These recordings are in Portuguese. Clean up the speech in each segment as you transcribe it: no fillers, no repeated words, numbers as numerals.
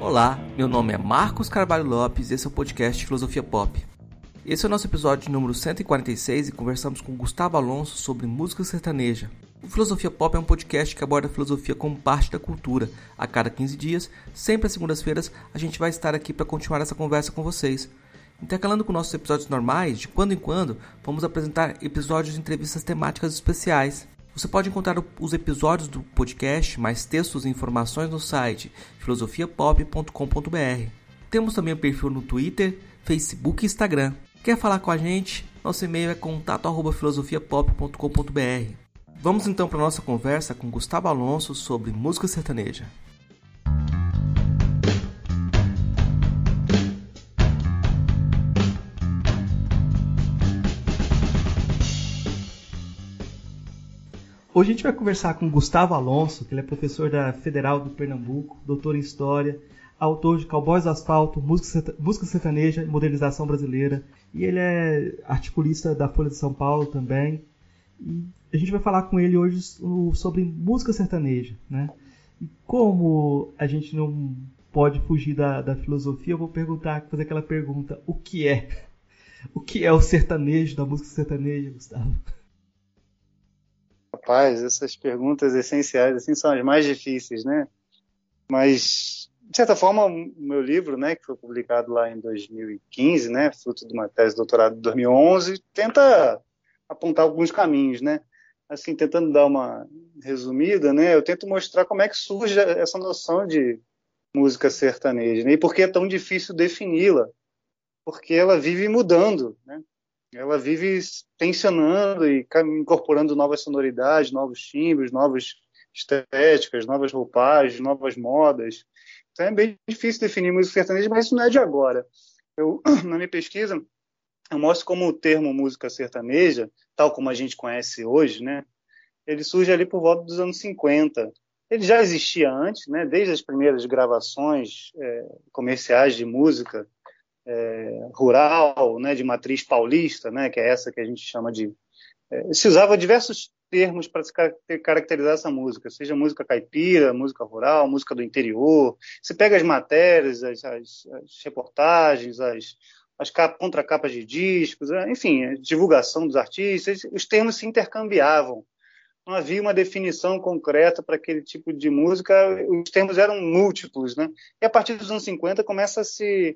Olá, meu nome é Marcos Carvalho Lopes e esse é o podcast Filosofia Pop. Esse é o nosso episódio número 146 e conversamos com Gustavo Alonso sobre música sertaneja. O Filosofia Pop é um podcast que aborda a filosofia como parte da cultura. A cada 15 dias, sempre às segundas-feiras, a gente vai estar aqui para continuar essa conversa com vocês. Intercalando com nossos episódios normais, de quando em quando, vamos apresentar episódios de entrevistas temáticas especiais. Você pode encontrar os episódios do podcast, mais textos e informações no site filosofiapop.com.br. Temos também um perfil no Twitter, Facebook e Instagram. Quer falar com a gente? Nosso e-mail é contato@filosofiapop.com.br. Vamos então para a nossa conversa com Gustavo Alonso sobre música sertaneja. Hoje a gente vai conversar com Gustavo Alonso, que ele é professor da Federal do Pernambuco, doutor em História, autor de Cowboys do Asfalto, música sertaneja e modernização brasileira. E ele é articulista da Folha de São Paulo também. E a gente vai falar com ele hoje sobre música sertaneja, né? E como a gente não pode fugir da filosofia, eu vou fazer aquela pergunta: o que é? O que é o sertanejo, da música sertaneja, Gustavo? Rapaz, essas perguntas essenciais assim são as mais difíceis, né? Mas, de certa forma, o meu livro, né, que foi publicado lá em 2015, né, fruto de uma tese de doutorado de 2011, tenta apontar alguns caminhos, né? Assim, tentando dar uma resumida, né, eu tento mostrar como é que surge essa noção de música sertaneja, né? E por que é tão difícil defini-la? Porque ela vive mudando, né? Ela vive tensionando e incorporando novas sonoridades, novos timbres, novas estéticas, novas roupagens, novas modas. Então é bem difícil definir música sertaneja, mas isso não é de agora. Na minha pesquisa, eu mostro como o termo música sertaneja, tal como a gente conhece hoje, né, ele surge ali por volta dos anos 50. Ele já existia antes, né, desde as primeiras gravações comerciais de música rural, né, de matriz paulista, né, que é essa que a gente chama de... se usava diversos termos para caracterizar essa música, seja música caipira, música rural, música do interior. Você pega as matérias, as reportagens, as contracapas de discos, enfim, a divulgação dos artistas, os termos se intercambiavam. Não havia uma definição concreta para aquele tipo de música, os termos eram múltiplos, né? E a partir dos anos 50 começa a se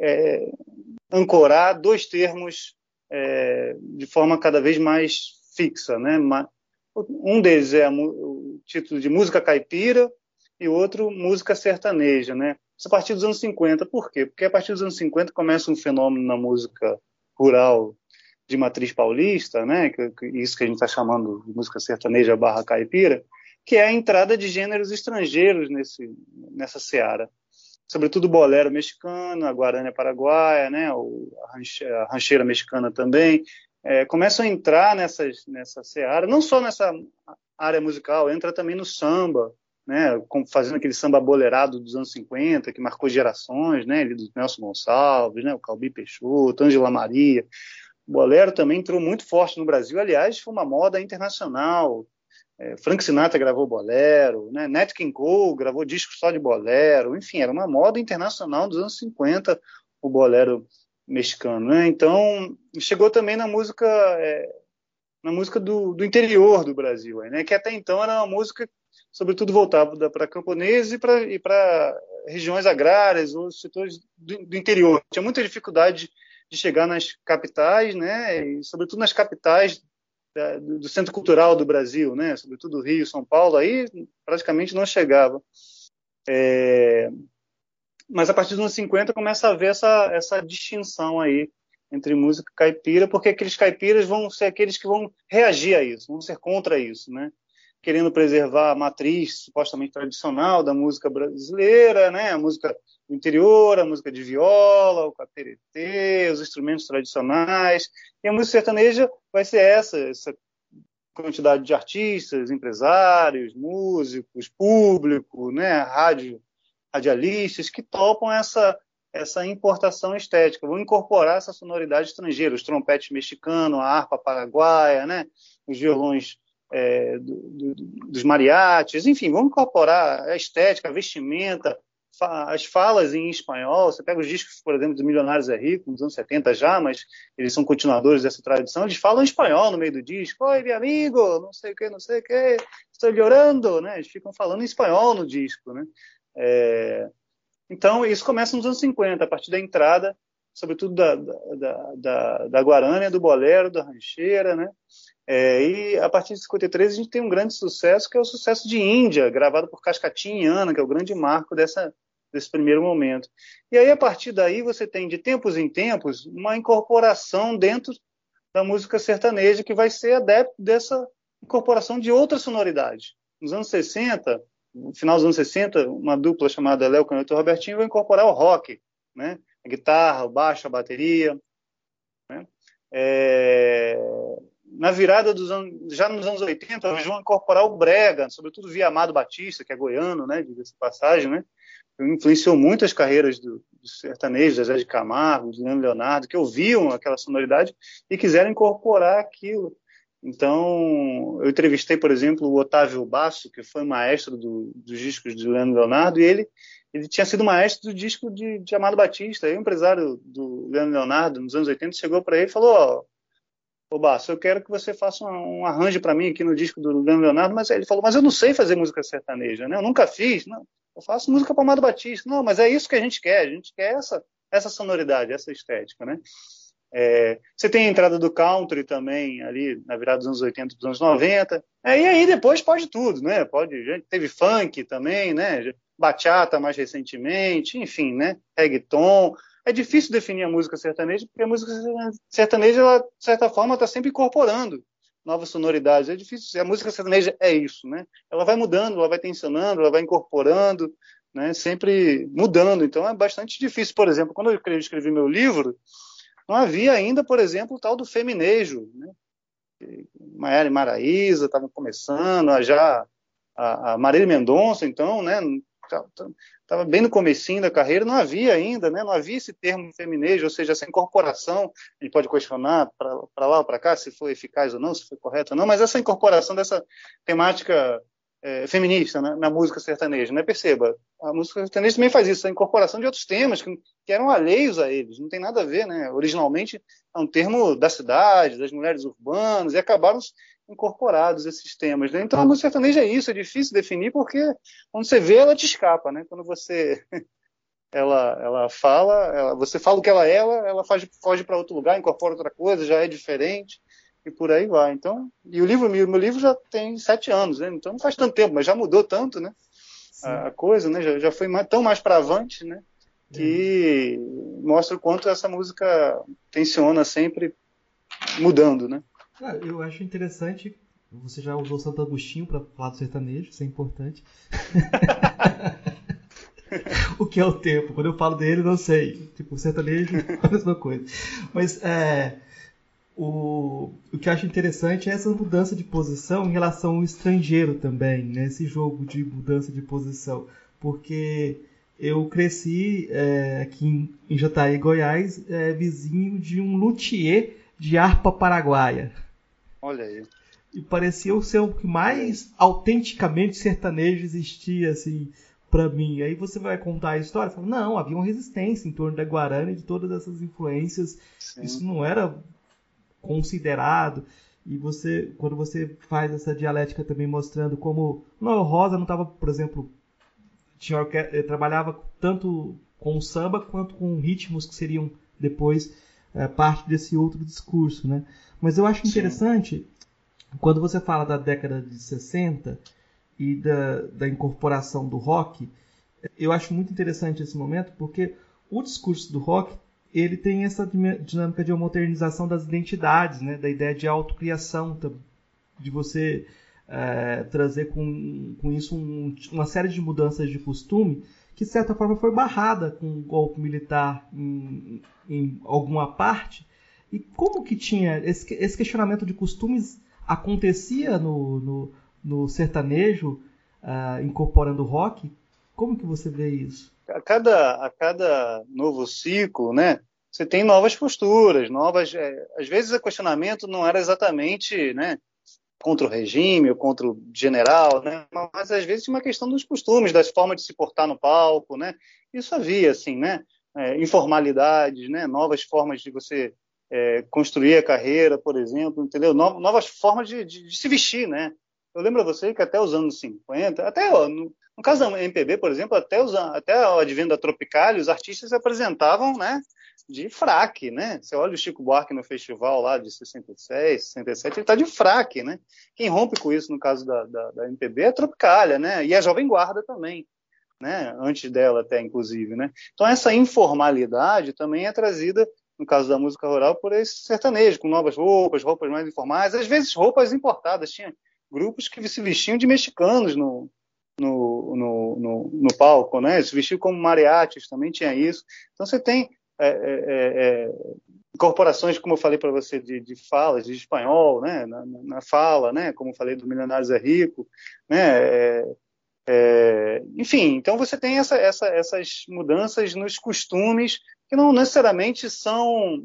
ancorar dois termos de forma cada vez mais fixa, né? Um deles é o título de música caipira e o outro música sertaneja, né? Isso a partir dos anos 50. Por quê? Porque a partir dos anos 50 começa um fenômeno na música rural de matriz paulista, né? Isso que a gente está chamando de música sertaneja / caipira, que é a entrada de gêneros estrangeiros nessa seara. Sobretudo o bolero mexicano, a guarânia paraguaia, né, a rancheira mexicana também, começam a entrar nessa seara, não só nessa área musical, entra também no samba, né, fazendo aquele samba boleirado dos anos 50, que marcou gerações, né, ali do Nelson Gonçalves, né, o Calbi Peixoto, Ângela Maria. O bolero também entrou muito forte no Brasil, aliás, foi uma moda internacional. Frank Sinatra gravou bolero, né? Nat King Cole gravou disco só de bolero, enfim, era uma moda internacional dos anos 50 o bolero mexicano, né? Então chegou também na música do interior do Brasil, né? Que até então era uma música sobretudo voltada para camponeses e para regiões agrárias ou setores do interior. Tinha muita dificuldade de chegar nas capitais, né? E sobretudo nas capitais do Centro Cultural do Brasil, né? Sobretudo Rio, São Paulo, aí praticamente não chegava. Mas a partir dos anos 50 começa a haver essa distinção aí entre música caipira, porque aqueles caipiras vão ser aqueles que vão reagir a isso, vão ser contra isso, né? Querendo preservar a matriz supostamente tradicional da música brasileira, né? A música do interior, a música de viola, o cateretê, os instrumentos tradicionais. E a música sertaneja vai ser essa quantidade de artistas, empresários, músicos, público, né? Radialistas que topam essa importação estética, vão incorporar essa sonoridade estrangeira, os trompetes mexicanos, a harpa paraguaia, né? Os violões dos mariachis, enfim, vamos incorporar a estética, a vestimenta, as falas em espanhol. Você pega os discos, por exemplo, do Milionários é Rico, nos anos 70 já, mas eles são continuadores dessa tradição. Eles falam espanhol no meio do disco. Oi, meu amigo, não sei o que, estou chorando, né? Eles ficam falando em espanhol no disco, né? Então, isso começa nos anos 50, a partir da entrada, sobretudo da guarânia, do bolero, da rancheira, né? E a partir de 53 a gente tem um grande sucesso, que é o sucesso de Índia, gravado por Cascatinha e Ana, que é o grande marco desse primeiro momento. E aí, a partir daí, você tem, de tempos em tempos, uma incorporação dentro da música sertaneja, que vai ser adepto dessa incorporação de outras sonoridades. Nos anos 60, no final dos anos 60, uma dupla chamada Léo Canhoto e Robertinho vai incorporar o rock, né? A guitarra, o baixo, a bateria, né? Na virada dos anos, já nos anos 80, eles vão incorporar o brega, sobretudo via Amado Batista, que é goiano, né, diga-se de passagem, né, influenciou muito as carreiras do sertanejo, Zezé de Camargo, de Leonardo, que ouviam aquela sonoridade e quiseram incorporar aquilo. Então, eu entrevistei, por exemplo, o Otávio Basso, que foi maestro dos discos de Leonardo, e ele tinha sido maestro do disco de Amado Batista. E o empresário do Leonardo, nos anos 80, chegou para ele e falou: ô Basso, eu quero que você faça um arranjo para mim aqui no disco do Leonardo. Mas ele falou: mas eu não sei fazer música sertaneja, né? Eu nunca fiz. Não, eu faço música para Amado Batista. Não, mas é isso que a gente quer essa sonoridade, essa estética, né? Você tem a entrada do country também, ali na virada dos anos 80 para os anos 90. E aí depois pode tudo, né? Teve funk também, né? Bachata mais recentemente, enfim, né? Reggaeton. É difícil definir a música sertaneja, porque a música sertaneja, ela, de certa forma, está sempre incorporando novas sonoridades. É difícil. A música sertaneja é isso, né? Ela vai mudando, ela vai tensionando, ela vai incorporando, né? Sempre mudando. Então é bastante difícil. Por exemplo, quando eu escrevi meu livro, não havia ainda, por exemplo, o tal do feminejo, né? Maiara e Maraísa estavam começando, a Marília Mendonça, então, né? Estava bem no comecinho da carreira, não havia ainda, né? Não havia esse termo feminejo, ou seja, essa incorporação. A gente pode questionar para lá ou para cá se foi eficaz ou não, se foi correto ou não, mas essa incorporação dessa temática feminista, né, na música sertaneja, né? Perceba, a música sertaneja também faz isso, a incorporação de outros temas que eram alheios a eles, não tem nada a ver, né? Originalmente é um termo da cidade, das mulheres urbanas, e acabaram incorporados esses temas, né? Então a música sertaneja é isso, é difícil definir, porque quando você vê, ela te escapa, né? Quando você ela fala, você fala o que ela é, ela foge para outro lugar, incorpora outra coisa, já é diferente, e por aí vai. Então, e meu livro já tem 7 anos, né? Então não faz tanto tempo, mas já mudou tanto, né? A coisa, né? Já foi tão mais para avante, né? Que mostra o quanto essa música tensiona sempre mudando, né? Eu acho interessante. Você já usou Santo Agostinho para falar do sertanejo, isso é importante. O que é o tempo? Quando eu falo dele, não sei. Tipo, sertanejo é a mesma coisa. Mas o que eu acho interessante é essa mudança de posição em relação ao estrangeiro também, né? Esse jogo de mudança de posição. Porque eu cresci aqui em Jataí, Goiás, vizinho de um luthier de harpa paraguaia. Olha aí. E parecia ser o que mais autenticamente sertanejo existia, assim, para mim. Aí você vai contar a história e fala, não, havia uma resistência em torno da Guarani, de todas essas influências. Sim. Isso não era considerado. E quando você faz essa dialética também mostrando como Noel Rosa não estava, por exemplo, trabalhava tanto com o samba quanto com ritmos que seriam depois parte desse outro discurso, né? Mas eu acho interessante, sim, quando você fala da década de 60 e da incorporação do rock, eu acho muito interessante esse momento, porque o discurso do rock, ele tem essa dinâmica de modernização das identidades, né? Da ideia de autocriação, de você trazer com isso uma série de mudanças de costume que, de certa forma, foi barrada com o golpe militar em alguma parte. E como que tinha esse questionamento de costumes acontecia no sertanejo, incorporando o rock? Como que você vê isso? A cada novo ciclo, né, você tem novas posturas, às vezes o questionamento não era exatamente, né, contra o regime ou contra o general, né? Mas às vezes tinha uma questão dos costumes, das formas de se portar no palco, né? Isso havia, assim, né? Informalidades, né? Novas formas de você construir a carreira, por exemplo, entendeu? Novas formas de se vestir, né? Eu lembro a você que até os anos 50, até no caso da MPB, por exemplo, até o advento da Tropicália, os artistas se apresentavam, né? De fraque, né? Você olha o Chico Buarque no festival lá de 66, 67, ele está de fraque, né? Quem rompe com isso no caso da MPB é a Tropicália, né? E a Jovem Guarda também, né? Antes dela até, inclusive, né? Então essa informalidade também é trazida, no caso da música rural, por esse sertanejo, com novas roupas mais informais, às vezes roupas importadas. Tinha grupos que se vestiam de mexicanos no palco, né? Se vestiam como mariachis, também tinha isso. Então você tem incorporações, como eu falei para você, de falas, de espanhol, né? Na fala, né? Como eu falei do Milionários é Rico, né? Enfim, então você tem essas mudanças nos costumes que não necessariamente são...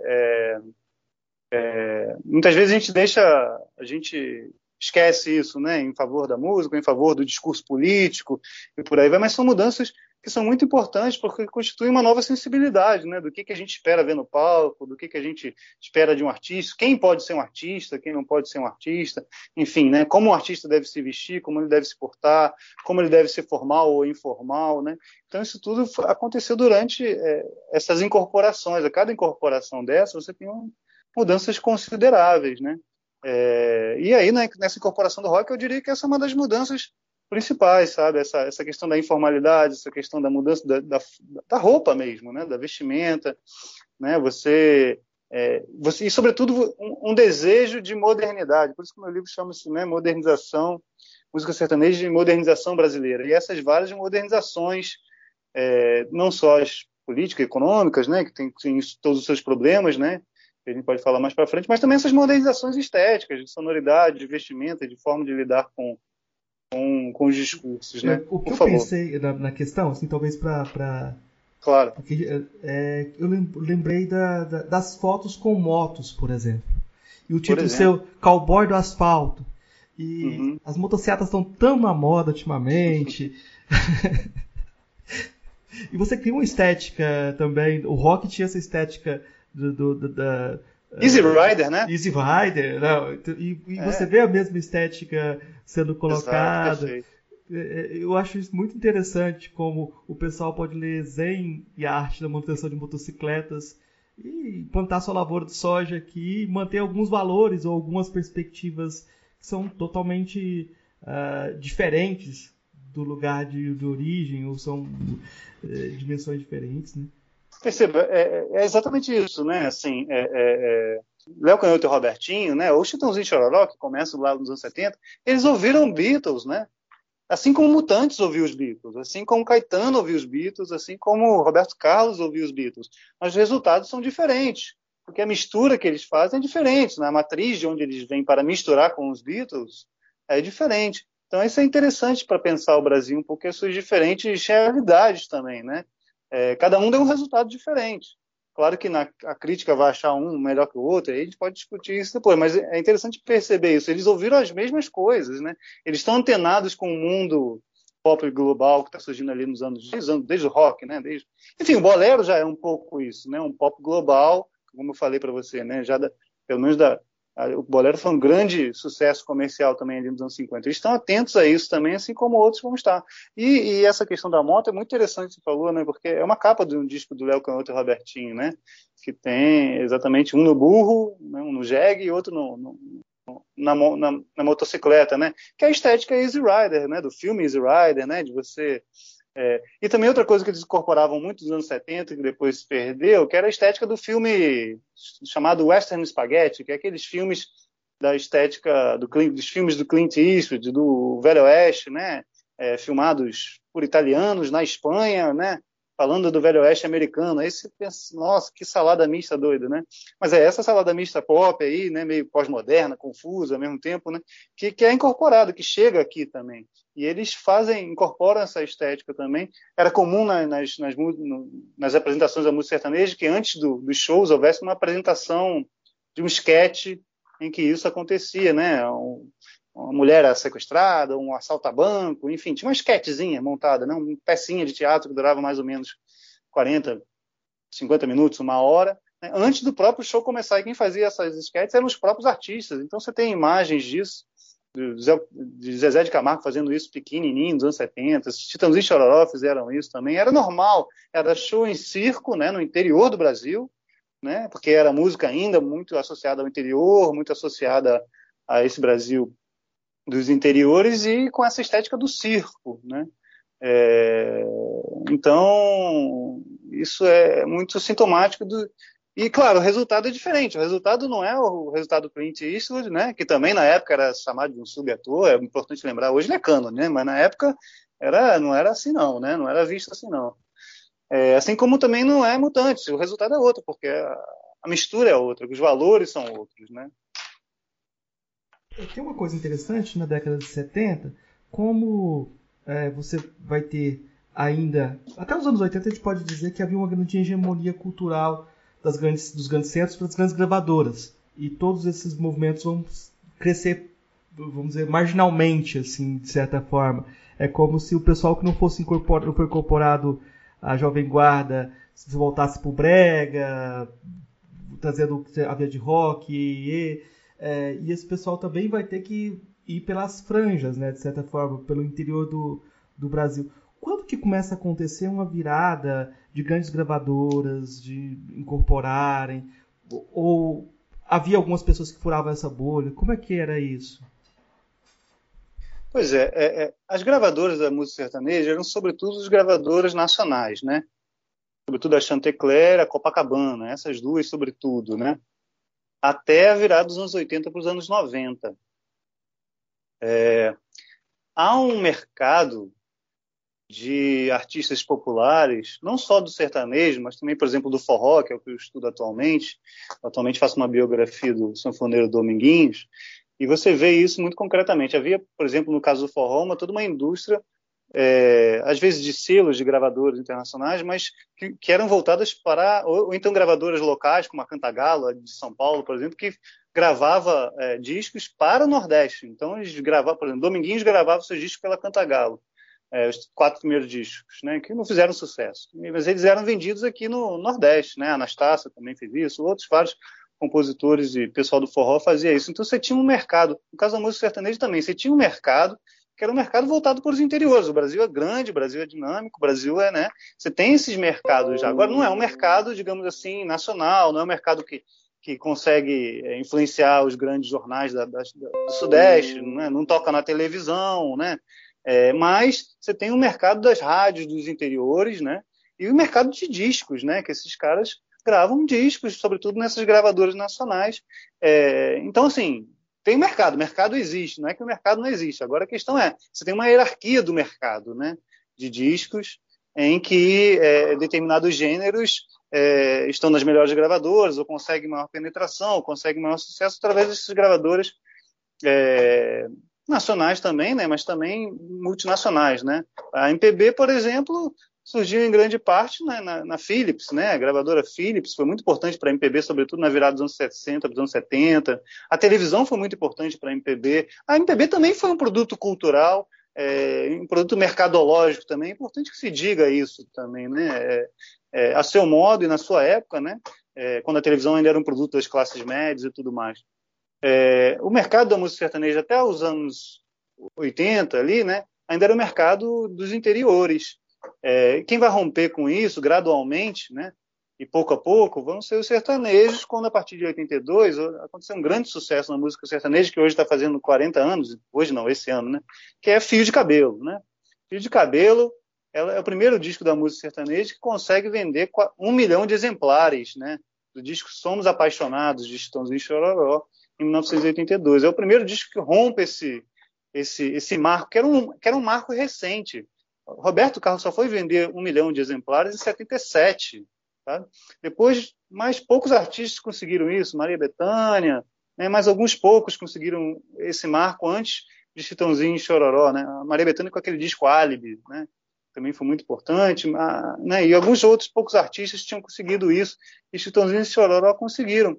muitas vezes a gente esquece isso, né, em favor da música, em favor do discurso político e por aí vai, mas são mudanças que são muito importantes porque constituem uma nova sensibilidade, né, do que a gente espera ver no palco, do que a gente espera de um artista, quem pode ser um artista, quem não pode ser um artista, enfim, né, como um artista deve se vestir, como ele deve se portar, como ele deve ser formal ou informal, né, então isso tudo aconteceu durante essas incorporações. A cada incorporação dessa você tem mudanças consideráveis, né? E aí, né, nessa incorporação do rock, eu diria que essa é uma das mudanças principais, sabe? Essa questão da informalidade, essa questão da mudança da roupa mesmo, né? Da vestimenta, né? E, sobretudo, um desejo de modernidade. Por isso que o meu livro chama-se, né, Modernização, Música Sertaneja e Modernização Brasileira. E essas várias modernizações, não só as políticas e econômicas, né, que tem todos os seus problemas, né? Que a gente pode falar mais para frente, mas também essas modernizações estéticas, de sonoridade, de vestimenta, de forma de lidar com os discursos, né? O que Por eu favor. pensei na questão, assim, talvez para... Claro. Eu lembrei das fotos com motos, por exemplo. E o título seu, Cowboy do Asfalto. E as motocicletas estão tão na moda ultimamente. E você cria uma estética também. O rock tinha essa estética da Easy Rider, né? Easy Rider, não, e você vê a mesma estética sendo colocada. Exato, eu acho isso muito interessante, como o pessoal pode ler Zen e a arte da manutenção de motocicletas e plantar sua lavoura de soja aqui e manter alguns valores ou algumas perspectivas que são totalmente diferentes do lugar de origem, ou são dimensões diferentes, né? Perceba, é exatamente isso, né? Assim, Léo Canhoto e Robertinho, né? Ou Chitãozinho e Chororó, que começam lá nos anos 70, eles ouviram Beatles, né? Assim como Mutantes ouviu os Beatles, assim como Caetano ouviu os Beatles, assim como Roberto Carlos ouviu os Beatles. Mas os resultados são diferentes, porque a mistura que eles fazem é diferente, né? A matriz de onde eles vêm para misturar com os Beatles é diferente. Então isso é interessante para pensar o Brasil um pouco, as suas diferentes realidades também, né? Cada um deu um resultado diferente. Claro que a crítica vai achar um melhor que o outro, aí a gente pode discutir isso depois, mas é interessante perceber isso. Eles ouviram as mesmas coisas, né? Eles estão antenados com o mundo pop global que está surgindo ali nos anos, desde o rock, né? Enfim, o bolero já é um pouco isso, né? Um pop global, como eu falei para você, né? Pelo menos o bolero foi um grande sucesso comercial também ali nos anos 50. Eles estão atentos a isso também, assim como outros vão estar. E essa questão da moto é muito interessante, você falou, né? Porque é uma capa de um disco do Léo Canhoto e Robertinho, né? Que tem exatamente um no burro, né? Um no jegue e outro na motocicleta, né? Que é a estética Easy Rider, né? Do filme Easy Rider, né? De você... E também outra coisa que eles incorporavam muito nos anos 70, que depois se perdeu, que era a estética do filme chamado Western Spaghetti, que é aqueles filmes da estética dos filmes do Clint Eastwood, do Velho Oeste, né? Filmados por italianos na Espanha, né? Falando do Velho Oeste americano. Aí você pensa, nossa, que salada mista doida, né? Mas é essa salada mista pop aí, né? Meio pós-moderna, confusa ao mesmo tempo, né? Que é incorporado, que chega aqui também. E eles incorporam essa estética também. Era comum nas apresentações da música sertaneja que antes dos shows houvesse uma apresentação de um esquete em que isso acontecia, né? Uma mulher era sequestrada, um assalto a banco, enfim, tinha uma esquetezinha montada, né? Uma pecinha de teatro que durava mais ou menos 40, 50 minutos, uma hora, né? Antes do próprio show começar. E quem fazia essas esquetes eram os próprios artistas. Então você tem imagens disso, de Zezé de Camargo fazendo isso pequenininho nos anos 70, os Chitãozinho e Chororó fizeram isso também. Era normal, era show em circo, né? No interior do Brasil, né? Porque era música ainda muito associada ao interior, muito associada a esse Brasil dos interiores e com essa estética do circo, né? É, então, isso é muito sintomático do... E, claro, o resultado é diferente. O resultado não é o resultado do Clint Eastwood, né? Que também, na época, era chamado de um subator. É importante lembrar. Hoje ele é cânone, né? Mas, na época, não era assim, não, né? Não era visto assim, não. Assim como também não é Mutantes. O resultado é outro, porque a mistura é outra, os valores são outros, né? Tem uma coisa interessante na década de 70, como você vai ter ainda... Até os anos 80 a gente pode dizer que havia uma grande hegemonia cultural dos grandes centros para as grandes gravadoras. E todos esses movimentos vão crescer, vamos dizer, marginalmente, assim, de certa forma. É como se o pessoal que não foi incorporado à Jovem Guarda se voltasse para o brega, trazendo a via de rock e esse pessoal também vai ter que ir pelas franjas, né, de certa forma, pelo interior do Brasil. Quando que começa a acontecer uma virada de grandes gravadoras, de incorporarem, ou havia algumas pessoas que furavam essa bolha? Como é que era isso? Pois as gravadoras da música sertaneja eram sobretudo as gravadoras nacionais, né? Sobretudo a Chantecler, a Copacabana, essas duas sobretudo, né? Até a virada dos anos 80 para os anos 90. Há um mercado de artistas populares, não só do sertanejo, mas também, por exemplo, do forró, que é o que eu estudo atualmente. Atualmente faço uma biografia do sanfoneiro Dominguinhos, e você vê isso muito concretamente. Havia, por exemplo, no caso do forró, toda uma indústria, às vezes de selos de gravadoras internacionais, mas que eram voltadas para, ou então gravadoras locais, como a Cantagalo, de São Paulo, por exemplo, que gravava discos para o Nordeste. Então, eles gravavam, por exemplo, Dominguinhos gravava seus discos pela Cantagalo. Os 4 primeiros discos, né, que não fizeram sucesso. Mas eles eram vendidos aqui no Nordeste, né? A Anastácia também fez isso, outros vários compositores e pessoal do forró fazia isso. Então você tinha um mercado, no caso da música sertaneja também, você tinha um mercado que era um mercado voltado para os interiores. O Brasil é grande, o Brasil é dinâmico, o Brasil né? Você tem esses mercados já. Agora não é um mercado, digamos assim, nacional, não é um mercado que consegue influenciar os grandes jornais do Sudeste, né? Não toca na televisão, né? Mas você tem o mercado das rádios dos interiores, né? E o mercado de discos, né? Que esses caras gravam discos, sobretudo nessas gravadoras nacionais. Então, assim, tem mercado. O mercado existe, não é que o mercado não existe. Agora a questão você tem uma hierarquia do mercado, né? De discos, em que determinados gêneros estão nas melhores gravadoras, ou conseguem maior penetração, ou conseguem maior sucesso através dessas gravadoras nacionais também, né, mas também multinacionais, né? A MPB, por exemplo, surgiu em grande parte na Philips, né? A gravadora Philips foi muito importante para a MPB, sobretudo na virada dos anos 60 para os anos 70. A televisão foi muito importante para a MPB. A MPB também foi um produto cultural, um produto mercadológico também. É importante que se diga isso também, né? A seu modo e na sua época, né? Quando a televisão ainda era um produto das classes médias e tudo mais. O mercado da música sertaneja até os anos 80 ali, né, ainda era o mercado dos interiores. Quem vai romper com isso gradualmente, né, e pouco a pouco, vão ser os sertanejos, quando a partir de 82 aconteceu um grande sucesso na música sertaneja, que hoje está fazendo 40 anos, hoje não, esse ano, né, que é Fio de Cabelo. Né? Fio de Cabelo é o primeiro disco da música sertaneja que consegue vender 1 milhão de exemplares, né, do disco Somos Apaixonados, de Chitãozinho e Chororó, em 1982. É o primeiro disco que rompe esse marco, que era um marco recente. Roberto Carlos só foi vender 1 milhão de exemplares em 77. Tá? Depois, mais poucos artistas conseguiram isso, Maria Bethânia, né, mas alguns poucos conseguiram esse marco antes de Chitãozinho e Chororó. Né? A Maria Bethânia com aquele disco Álibi, né? Também foi muito importante, né? E alguns outros poucos artistas tinham conseguido isso, e Chitãozinho e Chororó conseguiram.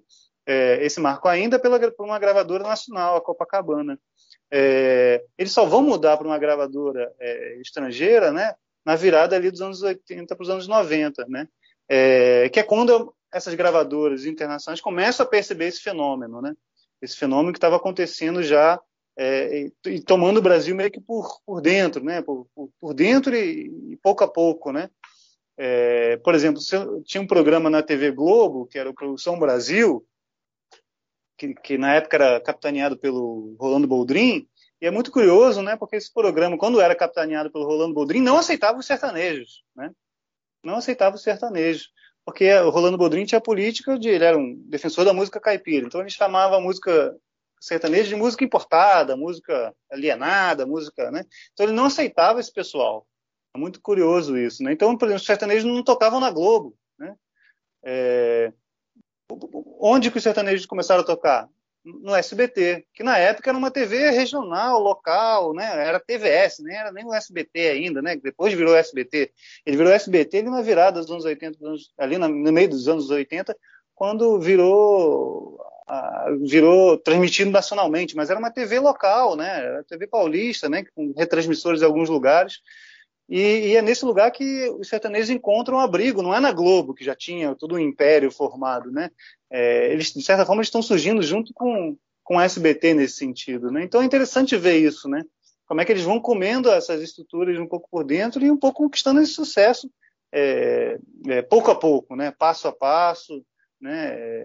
esse marco ainda por uma gravadora nacional, a Copacabana. Eles só vão mudar para uma gravadora estrangeira, né, na virada ali dos anos 80 para os anos 90, né, que é quando essas gravadoras internacionais começam a perceber esse fenômeno, né, esse fenômeno que estava acontecendo já e tomando o Brasil meio que por dentro, né, por dentro e pouco a pouco, né. Por exemplo, tinha um programa na TV Globo, que era o Produção Brasil, que na época era capitaneado pelo Rolando Boldrin, e é muito curioso, né, porque esse programa, quando era capitaneado pelo Rolando Boldrin, não aceitava os sertanejos, né, não aceitava os sertanejos, porque o Rolando Boldrin tinha a política ele era um defensor da música caipira, então ele chamava a música sertaneja de música importada, música alienada, música, né, então ele não aceitava esse pessoal. É muito curioso isso, né, então, por exemplo, os sertanejos não tocavam na Globo, né, onde que os sertanejos começaram a tocar? No SBT, que na época era uma TV regional, local, né? Era TVS, nem era nem o SBT ainda, né? Depois virou SBT. Ele virou SBT ali na virada dos anos 80, ali no meio dos anos 80, quando virou transmitido nacionalmente, mas era uma TV local, né? Era a TV paulista, né? Com retransmissores em alguns lugares. E é nesse lugar que os sertanejos encontram um abrigo, não é na Globo, que já tinha todo um império formado, né? Eles, de certa forma, estão surgindo junto com a SBT nesse sentido, né? Então é interessante ver isso, né? Como é que eles vão comendo essas estruturas um pouco por dentro e um pouco conquistando esse sucesso pouco a pouco, né? Passo a passo, né?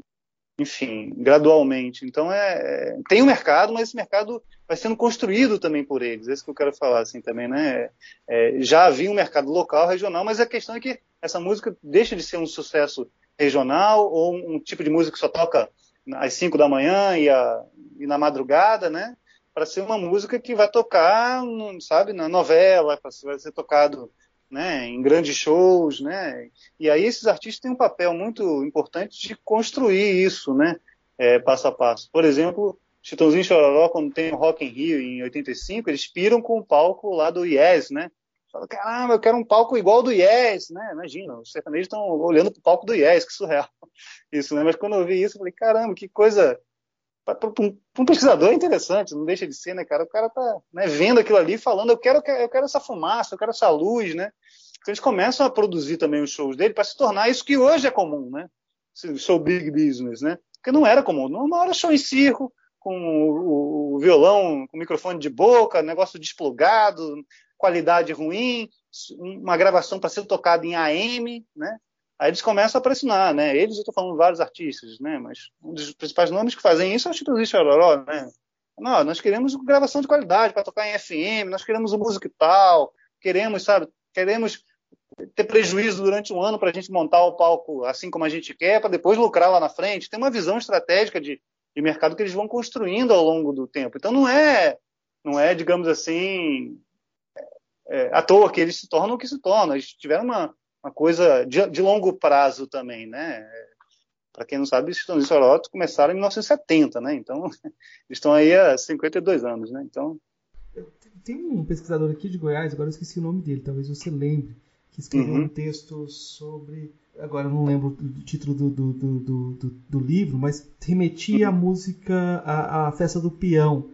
Enfim, gradualmente. Então tem um mercado, mas esse mercado vai sendo construído também por eles. É isso que eu quero falar assim também, né? Já havia um mercado local, regional, mas a questão é que essa música deixa de ser um sucesso regional ou um tipo de música que só toca às 5 da manhã e na madrugada, né? Para ser uma música que vai tocar, sabe, na novela, vai ser tocado, né, em grandes shows, né? E aí esses artistas têm um papel muito importante de construir isso, né? Passo a passo. Por exemplo, Chitãozinho e Chororó, quando tem o Rock in Rio em 85, eles piram com o palco lá do Yes, né? Falam, caramba, eu quero um palco igual ao do Yes, né? Imagina, os sertanejos estão olhando para o palco do Yes, que surreal isso, né? Mas quando eu vi isso, eu falei, caramba, que coisa... Para um pesquisador é interessante, não deixa de ser, né, cara? O cara tá, né, vendo aquilo ali, falando, eu quero essa fumaça, eu quero essa luz, né? Então eles começam a produzir também os shows dele para se tornar isso que hoje é comum, né? Esse show big business, né? Porque não era comum. Não era show em circo, com o violão, com o microfone de boca, negócio desplugado, qualidade ruim, uma gravação para ser tocada em AM, né? Aí eles começam a pressionar, né? Eles, eu estou falando vários artistas, né? Mas um dos principais nomes que fazem isso é o Chitãozinho e Chororó, né? Não, nós queremos gravação de qualidade para tocar em FM, nós queremos o música e tal, queremos, sabe? Queremos ter prejuízo durante um ano para a gente montar o palco assim como a gente quer, para depois lucrar lá na frente. Tem uma visão estratégica de mercado que eles vão construindo ao longo do tempo. Então não é, digamos assim, à toa que eles se tornam o que se tornam. Eles tiveram uma coisa de longo prazo também, né? Para quem não sabe, os Chitãozinho e Chororó começaram em 1970, né? Então, eles estão aí há 52 anos, né? Então... Tem um pesquisador aqui de Goiás, agora eu esqueci o nome dele, talvez você lembre, que escreveu um texto sobre... Agora eu não lembro o título do livro, mas remetia a música, a festa do peão.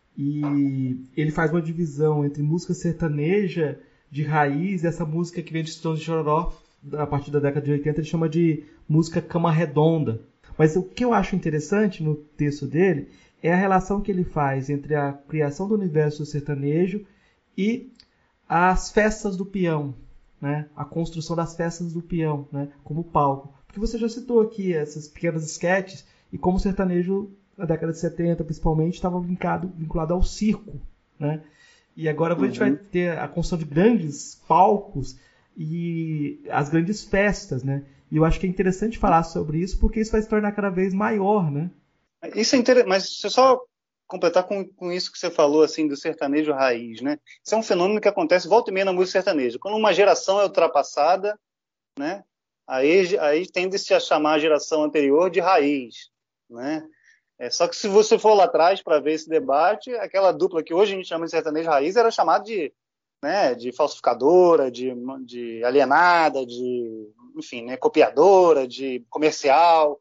E ele faz uma divisão entre música sertaneja de raiz, essa música que vem de Chitãozinho e Chororó, a partir da década de 80, ele chama de música cama redonda. Mas o que eu acho interessante no texto dele é a relação que ele faz entre a criação do universo sertanejo e as festas do peão, né? A construção das festas do peão, né? Como palco. Porque você já citou aqui essas pequenas esquetes e como o sertanejo, na década de 70 principalmente, estava vinculado ao circo, né? E agora a gente vai ter a construção de grandes palcos e as grandes festas, né? E eu acho que é interessante falar sobre isso porque isso vai se tornar cada vez maior, né? Isso é interessante, mas se eu só completar com isso que você falou, assim, do sertanejo raiz, né? Isso é um fenômeno que acontece volta e meia na música sertaneja. Quando uma geração é ultrapassada, né? Aí tende-se a chamar a geração anterior de raiz, né? Só que se você for lá atrás para ver esse debate, aquela dupla que hoje a gente chama de sertanejo raiz era chamada de falsificadora, de alienada, enfim, né, copiadora, de comercial.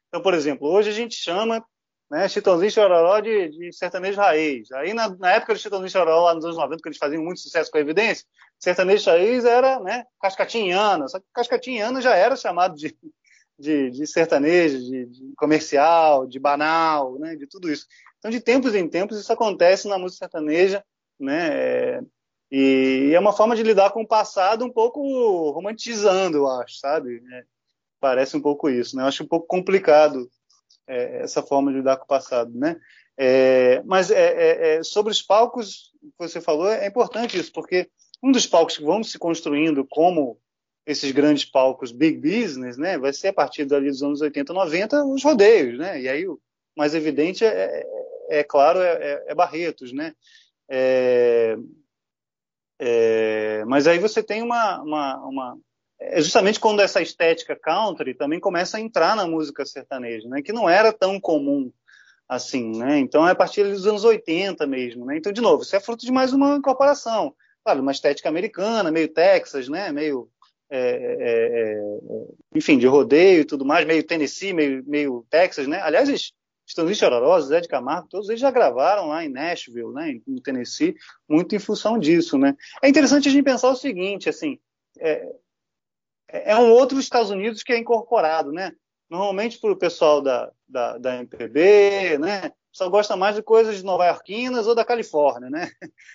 Então, por exemplo, hoje a gente chama, né, Chitãozinho e Chororó de sertanejo raiz. Aí, na época do Chitãozinho e Chororó, lá nos anos 90, que eles faziam muito sucesso com a Evidência, sertanejo raiz era, né, Cascatinhana. Só que Cascatinhana já era chamado de sertanejo, de comercial, de banal, né, de tudo isso. Então, de tempos em tempos, isso acontece na música sertaneja, né, e é uma forma de lidar com o passado um pouco romantizando, eu acho, sabe? Parece um pouco isso, né? Eu acho um pouco complicado essa forma de lidar com o passado, né? Mas sobre os palcos que você falou, é importante isso, porque um dos palcos que vão se construindo como esses grandes palcos big business, né, vai ser a partir dali dos anos 80, 90, os rodeios, né? E aí o mais evidente claro, Barretos, né? Mas aí você tem justamente quando essa estética country também começa a entrar na música sertaneja, né? Que não era tão comum assim, né? Então é a partir dos anos 80 mesmo, né? Então, de novo, isso é fruto de mais uma incorporação, claro, uma estética americana, meio Texas, né? Meio enfim, de rodeio e tudo mais, meio Tennessee, meio Texas, né? Aliás, Chitãozinho e Chororó, Zé de Camargo, todos eles já gravaram lá em Nashville, né? No Tennessee, muito em função disso, né? É interessante a gente pensar o seguinte, assim, um outro Estados Unidos que é incorporado, né? Normalmente para o pessoal da MPB, né? O pessoal gosta mais de coisas nova-iorquinas ou da Califórnia, né?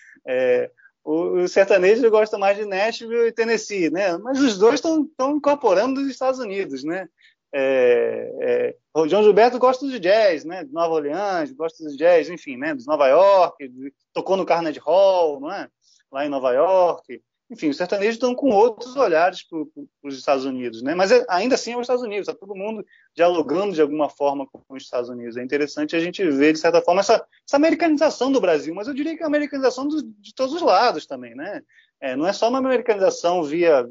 O sertanejo gosta mais de Nashville e Tennessee, né? Mas os dois estão incorporando dos Estados Unidos, né? O João Gilberto gosta de jazz, né? De Nova Orleans, gosta de jazz, enfim, né? De Nova York, tocou no Carnegie Hall, não é? Lá em Nova York. Enfim, os sertanejos estão com outros olhares para os Estados Unidos, né? Mas ainda assim é os Estados Unidos, está todo mundo dialogando de alguma forma com os Estados Unidos. É interessante a gente ver, de certa forma, essa americanização do Brasil, mas eu diria que é a americanização de todos os lados também, né? Não é só uma americanização via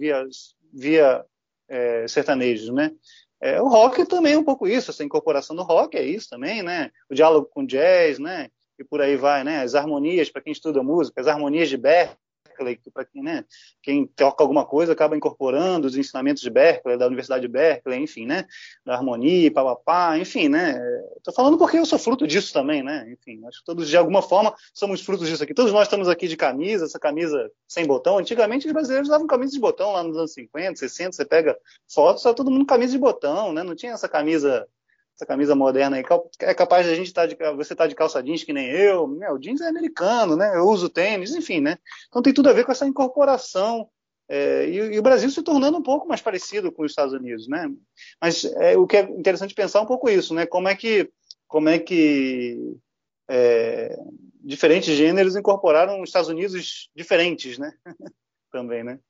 sertanejos, né? O rock também é um pouco isso, essa incorporação do rock é isso também, né? O diálogo com jazz, né? E por aí vai, né? As harmonias, para quem estuda música, as harmonias de Berkeley, para quem, né, quem toca alguma coisa acaba incorporando os ensinamentos de Berkeley, da Universidade de Berkeley, enfim, né, da harmonia, papapá, enfim, né, estou falando porque eu sou fruto disso também, né, enfim, acho que todos de alguma forma somos frutos disso aqui, todos nós estamos aqui de camisa, essa camisa sem botão, antigamente os brasileiros usavam camisa de botão lá nos anos 50, 60, você pega fotos, tá todo mundo camisa de botão, né, não tinha essa camisa moderna aí, é capaz de a gente você tá de calça jeans que nem eu, né? O jeans é americano, né? Eu uso tênis, enfim, né? Então tem tudo a ver com essa incorporação e o Brasil se tornando um pouco mais parecido com os Estados Unidos, né? Mas o que é interessante pensar um pouco isso, né? Como é que diferentes gêneros incorporaram os Estados Unidos diferentes, né? Também, né?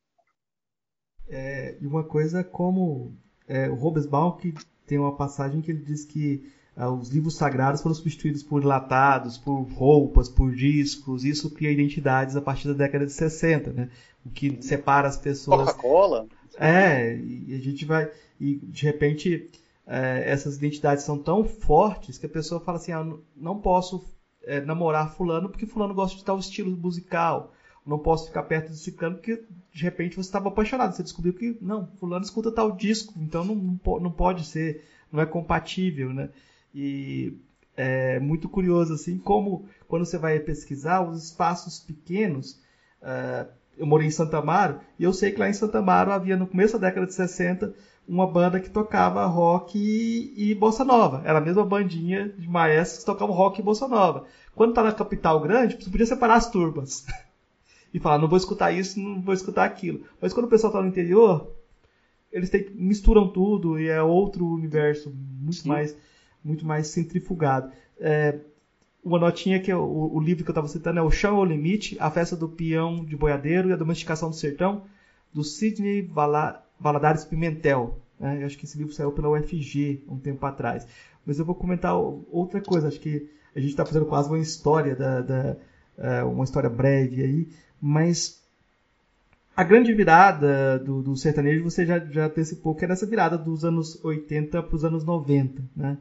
E uma coisa como o Hobsbawm, que tem uma passagem que ele diz que os livros sagrados foram substituídos por enlatados, por roupas, por discos. Isso cria identidades a partir da década de 60, né? O que separa as pessoas. Coca-Cola. E a gente vai. E de repente essas identidades são tão fortes que a pessoa fala assim: não posso namorar fulano porque fulano gosta de tal estilo musical. Não posso ficar perto desse ciclano porque de repente você estava apaixonado. Você descobriu que não, fulano escuta tal disco, então não pode ser, não é compatível, né? E é muito curioso assim como quando você vai pesquisar os espaços pequenos. Eu morei em Santa Amaro e eu sei que lá em Santa Amaro havia no começo da década de 60 uma banda que tocava rock e bossa nova. Era a mesma bandinha de maestros que tocavam rock e bossa nova. Quando está na capital grande, você podia separar as turmas. E falar, não vou escutar isso, não vou escutar aquilo. Mas quando o pessoal está no interior, eles misturam tudo e é outro universo muito mais centrifugado. Uma notinha que o livro que eu estava citando é O Chão ao Limite, A Festa do Peão de Boiadeiro e a Domesticação do Sertão, do Sidney Valadares Pimentel. Eu acho que esse livro saiu pela UFG um tempo atrás. Mas eu vou comentar outra coisa. Acho que a gente está fazendo quase uma história uma história breve aí, mas a grande virada do sertanejo você já antecipou que era essa virada dos anos 80 para os anos 90, né?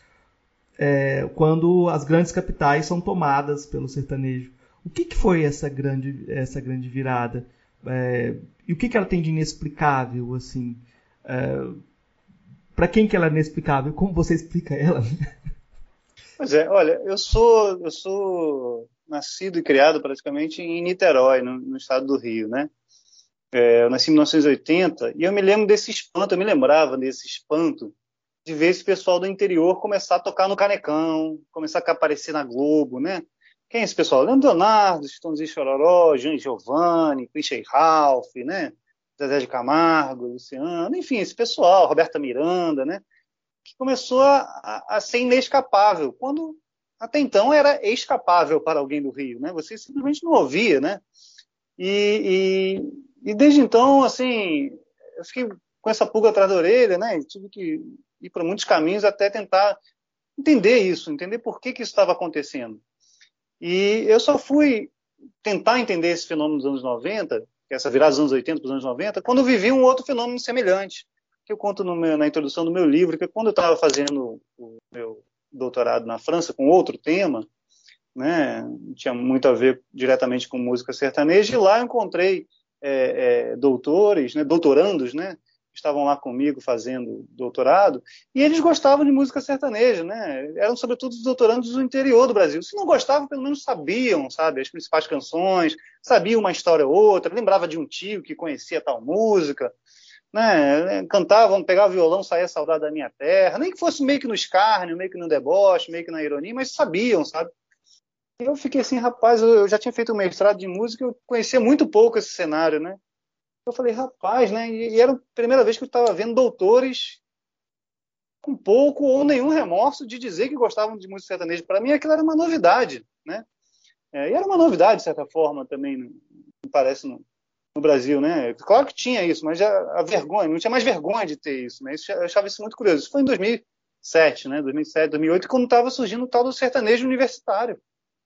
Quando as grandes capitais são tomadas pelo sertanejo. O que foi essa grande virada? E o que ela tem de inexplicável, assim? Para quem que ela é inexplicável? Como você explica ela? Pois é, olha, eu sou nascido e criado praticamente em Niterói, no estado do Rio, né? Eu nasci em 1980 e eu me lembro desse espanto, eu me lembrava desse espanto de ver esse pessoal do interior começar a tocar no Canecão, começar a aparecer na Globo, né? Quem é esse pessoal? Leandro Leonardo, Chitãozinho e Chororó, Jean Giovanni, Christian Ralph, né? Zezé de Camargo, Luciano, enfim, esse pessoal, Roberta Miranda, né? Que começou a ser inescapável, quando até então era escapável para alguém do Rio, né? Você simplesmente não ouvia, né? E desde então, assim, eu fiquei com essa pulga atrás da orelha, né? Eu tive que ir por muitos caminhos até tentar entender isso, entender por que isso estava acontecendo. E eu só fui tentar entender esse fenômeno dos anos 90, essa virada dos anos 80 para os anos 90, quando eu vivi um outro fenômeno semelhante, que eu conto na introdução do meu livro, que quando eu estava fazendo o meu doutorado na França com outro tema, né, não tinha muito a ver diretamente com música sertaneja, e lá eu encontrei doutores, né, doutorandos, né, estavam lá comigo fazendo doutorado, e eles gostavam de música sertaneja, né? Eram sobretudo os doutorandos do interior do Brasil. Se não gostavam, pelo menos sabiam, sabe, as principais canções, sabiam uma história ou outra, lembrava de um tio que conhecia tal música, né? Cantavam, pegavam violão, saía Saudade da Minha Terra, nem que fosse meio que no escárnio, meio que no deboche, meio que na ironia, mas sabiam, sabe? E eu fiquei assim, rapaz, eu já tinha feito um mestrado de música, eu conhecia muito pouco esse cenário, né? Eu falei, rapaz, né? E era a primeira vez que eu estava vendo doutores com pouco ou nenhum remorso de dizer que gostavam de música sertaneja. Para mim, aquilo era uma novidade, né? E era uma novidade, de certa forma, também, me parece, no Brasil, né? Claro que tinha isso, mas já a vergonha, não tinha mais vergonha de ter isso, né? Eu achava isso muito curioso. Isso foi em 2007, né? 2007, 2008, quando estava surgindo o tal do sertanejo universitário.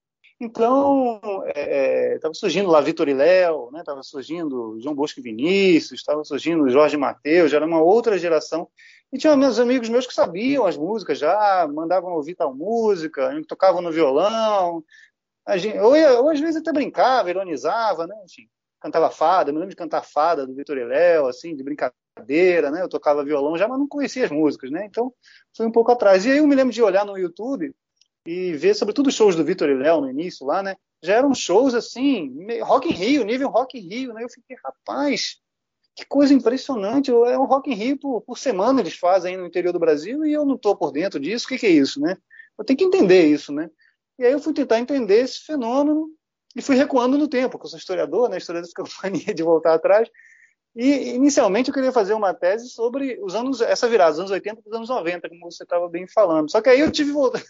Então, estava surgindo lá Vitor e Léo, né? Estava surgindo João Bosco e Vinícius, estava surgindo Jorge Mateus, já era uma outra geração. E tinha meus amigos meus que sabiam as músicas já, mandavam ouvir tal música, tocavam no violão. Ou às vezes até brincava, ironizava, né? Enfim, cantava fada, eu me lembro de cantar fada do Vitor e Léo, assim, de brincadeira, né? Eu tocava violão já, mas não conhecia as músicas, né? Então, fui um pouco atrás. E aí eu me lembro de olhar no YouTube e ver, sobretudo, os shows do Vitor e Léo no início lá, né? Já eram shows, assim, Rock in Rio, nível Rock in Rio, né? Eu fiquei, rapaz, que coisa impressionante. É um Rock in Rio por semana eles fazem no interior do Brasil e eu não estou por dentro disso. O que é isso, né? Eu tenho que entender isso, né? E aí eu fui tentar entender esse fenômeno e fui recuando no tempo, porque eu sou historiador, né? Historiador fica com mania de voltar atrás. E, inicialmente, eu queria fazer uma tese sobre essa virada, dos anos 80 para os anos 90, como você estava bem falando. Só que aí eu tive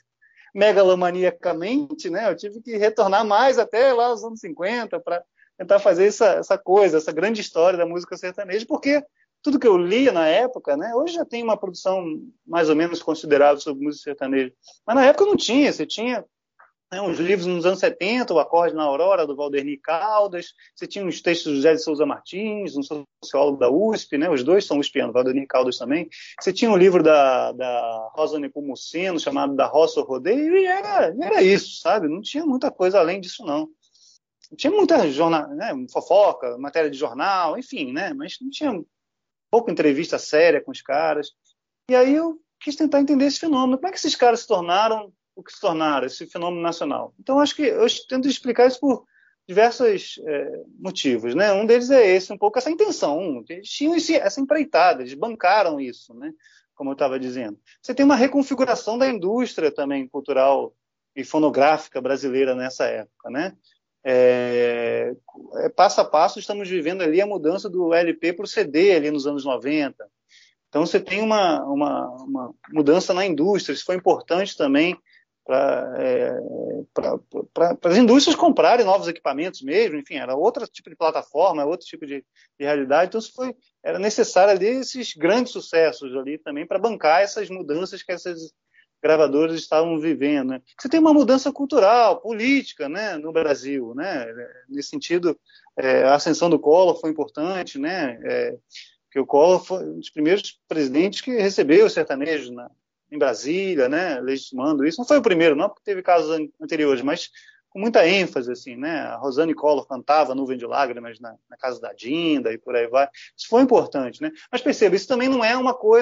megalomaniacamente, né? Eu tive que retornar mais até lá aos anos 50 para tentar fazer essa coisa, essa grande história da música sertaneja, porque tudo que eu lia na época, né? Hoje já tem uma produção mais ou menos considerável sobre música sertaneja, mas na época não tinha. Você tinha, né, uns livros nos anos 70, o Acorde na Aurora, do Valdemir Caldas, você tinha uns textos do José de Souza Martins, um sociólogo da USP, né, os dois são uspianos, Valdemir Caldas também. Você tinha um livro da Rosa Nepomuceno, chamado Da Roça ao Rodeio, e era isso, sabe? Não tinha muita coisa além disso, não. Tinha muita né, fofoca, matéria de jornal, enfim, né? Mas não tinha pouca entrevista séria com os caras. E aí eu quis tentar entender esse fenômeno. Como é que esses caras se tornaram o que se tornaram, esse fenômeno nacional? Então, acho que eu tento explicar isso por diversos motivos, né? Um deles é esse, um pouco essa intenção. Eles tinham essa empreitada, eles bancaram isso, né? Como eu estava dizendo. Você tem uma reconfiguração da indústria também cultural e fonográfica brasileira nessa época, né? Passo a passo estamos vivendo ali a mudança do LP para o CD ali nos anos 90. Então você tem uma mudança na indústria. Isso foi importante também para as indústrias comprarem novos equipamentos mesmo. Enfim, era outro tipo de plataforma, outro tipo de realidade. Então era necessário ali esses grandes sucessos ali também para bancar essas mudanças que essas gravadoras estavam vivendo, né? Você tem uma mudança cultural, política, né, no Brasil, né? Nesse sentido, a ascensão do Collor foi importante, né? Que o Collor foi um dos primeiros presidentes que recebeu os sertanejos em Brasília, né? Legitimando isso. Não foi o primeiro, não, porque teve casos anteriores, mas com muita ênfase, assim, né? A Rosane Collor cantava Nuvem de Lágrimas na casa da Dinda e por aí vai. Isso foi importante, né? Mas perceba, isso também não é uma coisa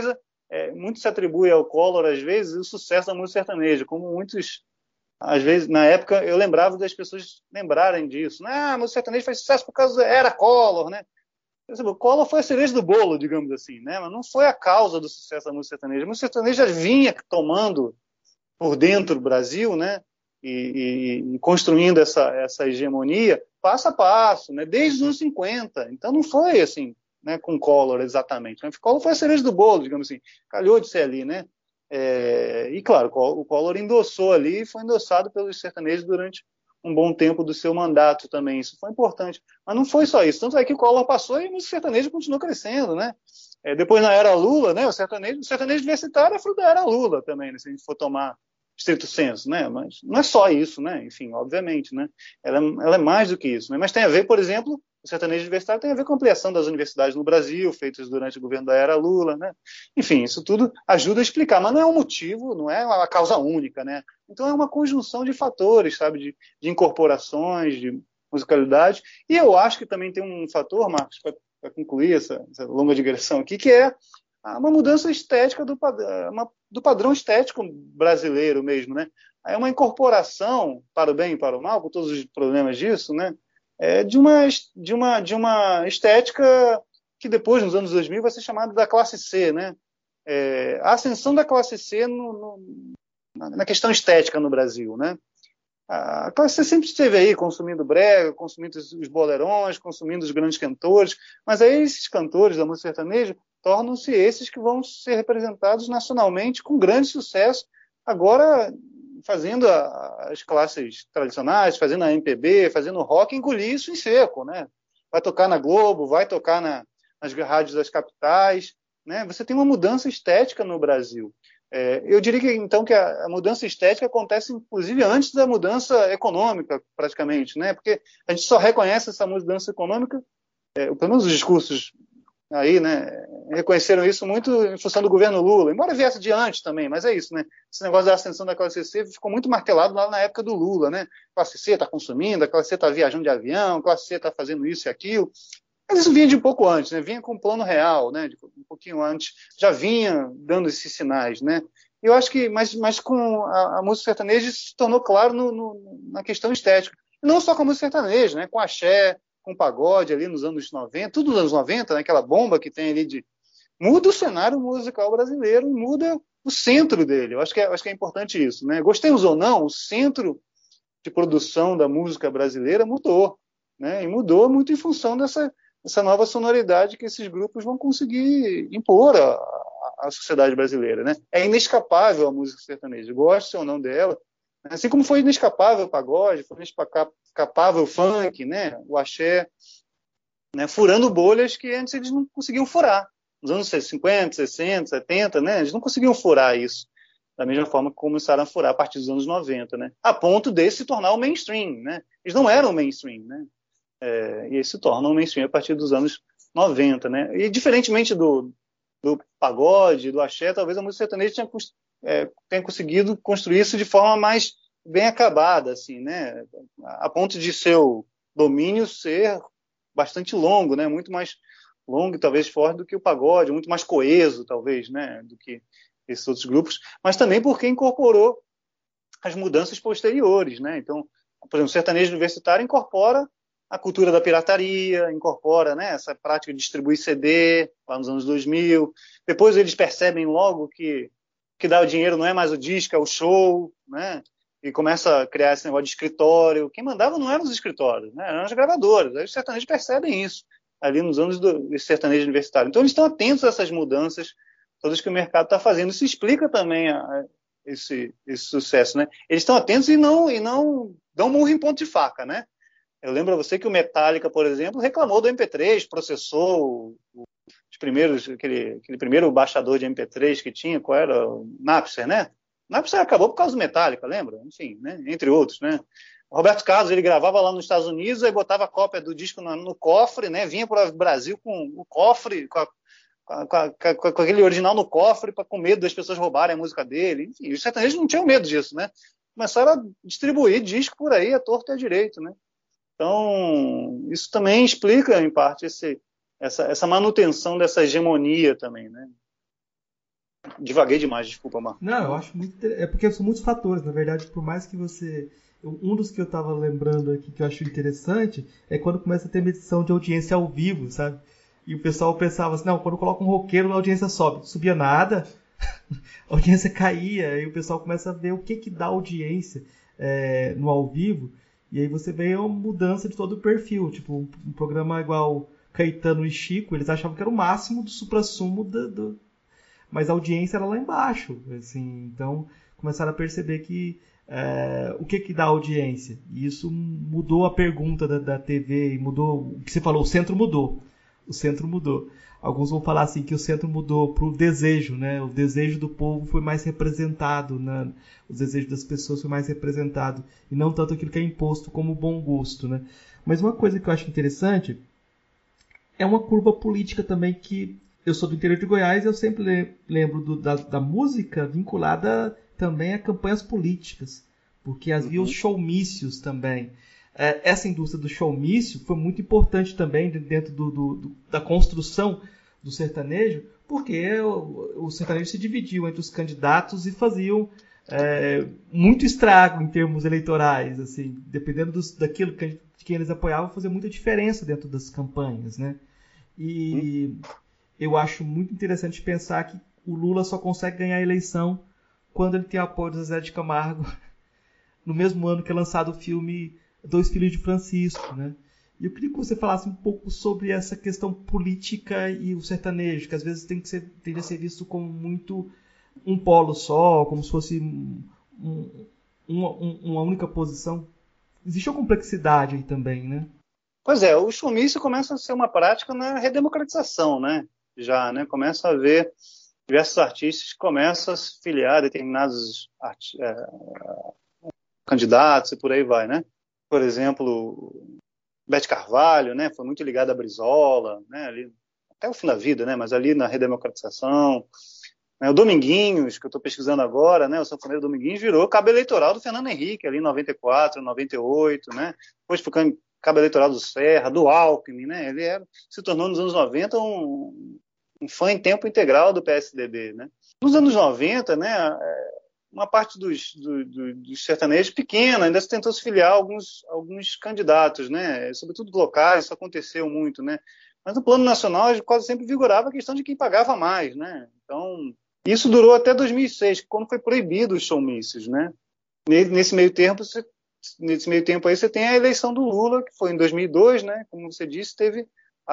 muito se atribui ao Collor, às vezes, o sucesso da música sertaneja, como muitos, às vezes, na época, eu lembrava das pessoas lembrarem disso. A música sertaneja faz sucesso por causa era Collor, né? O Collor foi a cereja do bolo, digamos assim, né? Mas não foi a causa do sucesso da música sertaneja. A música sertaneja vinha tomando por dentro do Brasil, né? E construindo essa hegemonia passo a passo, né? Desde os anos 50. Então não foi assim, né? Com Collor exatamente. Né? Collor foi a cereja do bolo, digamos assim. Calhou de ser ali, né? E claro, o Collor endossou ali e foi endossado pelos sertanejos durante um bom tempo do seu mandato também. Isso foi importante. Mas não foi só isso. Tanto é que o Collor passou e a música sertaneja continuou crescendo, né? Depois, na era Lula, né? O sertanejo universitário é fruto da era Lula também, né? Se a gente for tomar estrito senso, né? Mas não é só isso, né? Enfim, obviamente, né? Ela é mais do que isso, né? Mas tem a ver, por exemplo, o sertanejo universitário tem a ver com a ampliação das universidades no Brasil, feitas durante o governo da era Lula, né? Enfim, isso tudo ajuda a explicar, mas não é um motivo, não é uma causa única, né? Então é uma conjunção de fatores, sabe? De incorporações, de musicalidade. E eu acho que também tem um fator, Marcos, para concluir essa longa digressão aqui, que é uma mudança estética do padrão estético brasileiro mesmo, né? É uma incorporação, para o bem e para o mal, com todos os problemas disso, né? De uma estética que depois, nos anos 2000, vai ser chamada da classe C, né? A ascensão da classe C na questão estética no Brasil, né? A classe C sempre esteve aí, consumindo brega, consumindo os bolerões, consumindo os grandes cantores, mas aí esses cantores da música sertaneja tornam-se esses que vão ser representados nacionalmente com grande sucesso, agora fazendo as classes tradicionais, fazendo a MPB, fazendo o rock, engolir isso em seco, né? Vai tocar na Globo, vai tocar nas rádios das capitais, né? Você tem uma mudança estética no Brasil. Eu diria que, então, que a mudança estética acontece, inclusive, antes da mudança econômica, praticamente, né? Porque a gente só reconhece essa mudança econômica, pelo menos os discursos aí, né, reconheceram isso muito em função do governo Lula, embora viesse de antes também, mas é isso, né? Esse negócio da ascensão da classe C ficou muito martelado lá na época do Lula, né? A classe C está consumindo, a classe C está viajando de avião, a classe C está fazendo isso e aquilo. Mas isso vinha de um pouco antes, né? Vinha com o plano real, né? Um pouquinho antes, já vinha dando esses sinais, né? Eu acho que, mas com a música sertaneja isso se tornou claro na questão estética. E não só com a música sertaneja, né? Com axé, com pagode ali nos anos 90, tudo nos anos 90, né? Aquela bomba que tem ali muda o cenário musical brasileiro e muda o centro dele. Eu acho que é importante isso, né? Gostemos ou não, o centro de produção da música brasileira mudou, né? E mudou muito em função dessa nova sonoridade que esses grupos vão conseguir impor à sociedade brasileira, né? É inescapável a música sertaneja, goste ou não dela, assim como foi inescapável o pagode, foi inescapável o funk, né? O axé, né? Furando bolhas que antes eles não conseguiam furar. Nos anos 50, 60, 70, né? Eles não conseguiam furar isso da mesma forma que começaram a furar a partir dos anos 90, né? A ponto de se tornar o mainstream, né? Eles não eram mainstream, né? E eles se tornam mainstream a partir dos anos 90, né? E diferentemente do pagode, do axé, talvez a música sertaneja tenha conseguido construir isso de forma mais bem acabada, assim, né? A ponto de seu domínio ser bastante longo, né? Muito mais longo, talvez forte do que o pagode, muito mais coeso, talvez, né? Do que esses outros grupos, mas também porque incorporou as mudanças posteriores, né? Então, por exemplo, o sertanejo universitário incorpora a cultura da pirataria, incorpora, né, essa prática de distribuir CD lá nos anos 2000. Depois eles percebem logo que dá o dinheiro não é mais o disco, é o show, né? E começa a criar esse negócio de escritório. Quem mandava não eram os escritórios, né? Eram as gravadoras. Aí os sertanejos percebem isso ali nos anos do sertanejo universitário. Então eles estão atentos a essas mudanças todas que o mercado está fazendo. Isso explica também esse sucesso, né? Eles estão atentos e não dão murro em ponto de faca, né? Eu lembro a você que o Metallica, por exemplo, reclamou do MP3, processou os primeiros, aquele primeiro baixador de MP3 que tinha, qual era? O Napster, né? O Napster acabou por causa do Metallica, lembra? Enfim, né? Entre outros, né? O Roberto Carlos, ele gravava lá nos Estados Unidos, aí botava a cópia do disco no cofre, né? Vinha para o Brasil com o cofre, com aquele original no cofre, com medo das pessoas roubarem a música dele. Enfim, os sertanejos não tinham medo disso, né? Começaram a distribuir disco por aí, à torta e à direito, né? Então, isso também explica, em parte, essa manutenção dessa hegemonia também, né? Divaguei demais, desculpa, Marco. Não, eu acho muito. É porque são muitos fatores, na verdade, por mais que você. Um dos que eu tava lembrando aqui que eu acho interessante é quando começa a ter medição de audiência ao vivo, sabe? E o pessoal pensava assim, não, quando coloca um roqueiro a audiência sobe. Subia nada, a audiência caía, e o pessoal começa a ver o que dá audiência no ao vivo, e aí você vê uma mudança de todo o perfil. Tipo, um programa igual Caetano e Chico, eles achavam que era o máximo do suprassumo mas a audiência era lá embaixo, assim, então começaram a perceber que o que dá audiência, e isso mudou a pergunta da TV, e mudou o que você falou, o centro mudou. Alguns vão falar assim que o centro mudou para o desejo, né? O desejo do povo foi mais representado, né? O desejo das pessoas foi mais representado, e não tanto aquilo que é imposto como bom gosto, né? Mas uma coisa que eu acho interessante é uma curva política também que eu sou do interior de Goiás e eu sempre lembro da música vinculada também a campanhas políticas, porque havia os showmícios também. Essa indústria do showmício foi muito importante também dentro da construção do sertanejo, porque o sertanejo se dividiu entre os candidatos e faziam muito estrago em termos eleitorais, assim, dependendo daquilo de quem eles apoiavam, fazia muita diferença dentro das campanhas, né? E eu acho muito interessante pensar que o Lula só consegue ganhar a eleição quando ele tem o apoio do Zezé de Camargo, no mesmo ano que é lançado o filme Dois Filhos de Francisco, né? E eu queria que você falasse um pouco sobre essa questão política e o sertanejo, que às vezes tende a ser visto como muito um polo só, como se fosse uma única posição. Existe uma complexidade aí também, né? Pois é, o showmício começa a ser uma prática na redemocratização, né? Já, né? Começa a haver diversos artistas que começam a se filiar a determinados candidatos e por aí vai, né? Por exemplo, Bete Carvalho, né? Foi muito ligado à Brizola, né? Ali, até o fim da vida, né? Mas ali na redemocratização. Né? O Dominguinhos, que eu estou pesquisando agora, né? O sanfoneiro Dominguinhos virou cabo eleitoral do Fernando Henrique, ali em 94, 98, né? Depois foi cabo eleitoral do Serra, do Alckmin, né? Ele se tornou nos anos 90 um fã em tempo integral do PSDB, né? Nos anos 90, né? Uma parte dos sertanejos pequena ainda se tentou se filiar a alguns candidatos, né? Sobretudo locais, isso aconteceu muito, né? Mas no plano nacional quase sempre vigorava a questão de quem pagava mais, né? Então, isso durou até 2006, quando foi proibido os showmícios, né? Nesse meio tempo aí você tem a eleição do Lula, que foi em 2002, né? Como você disse, teve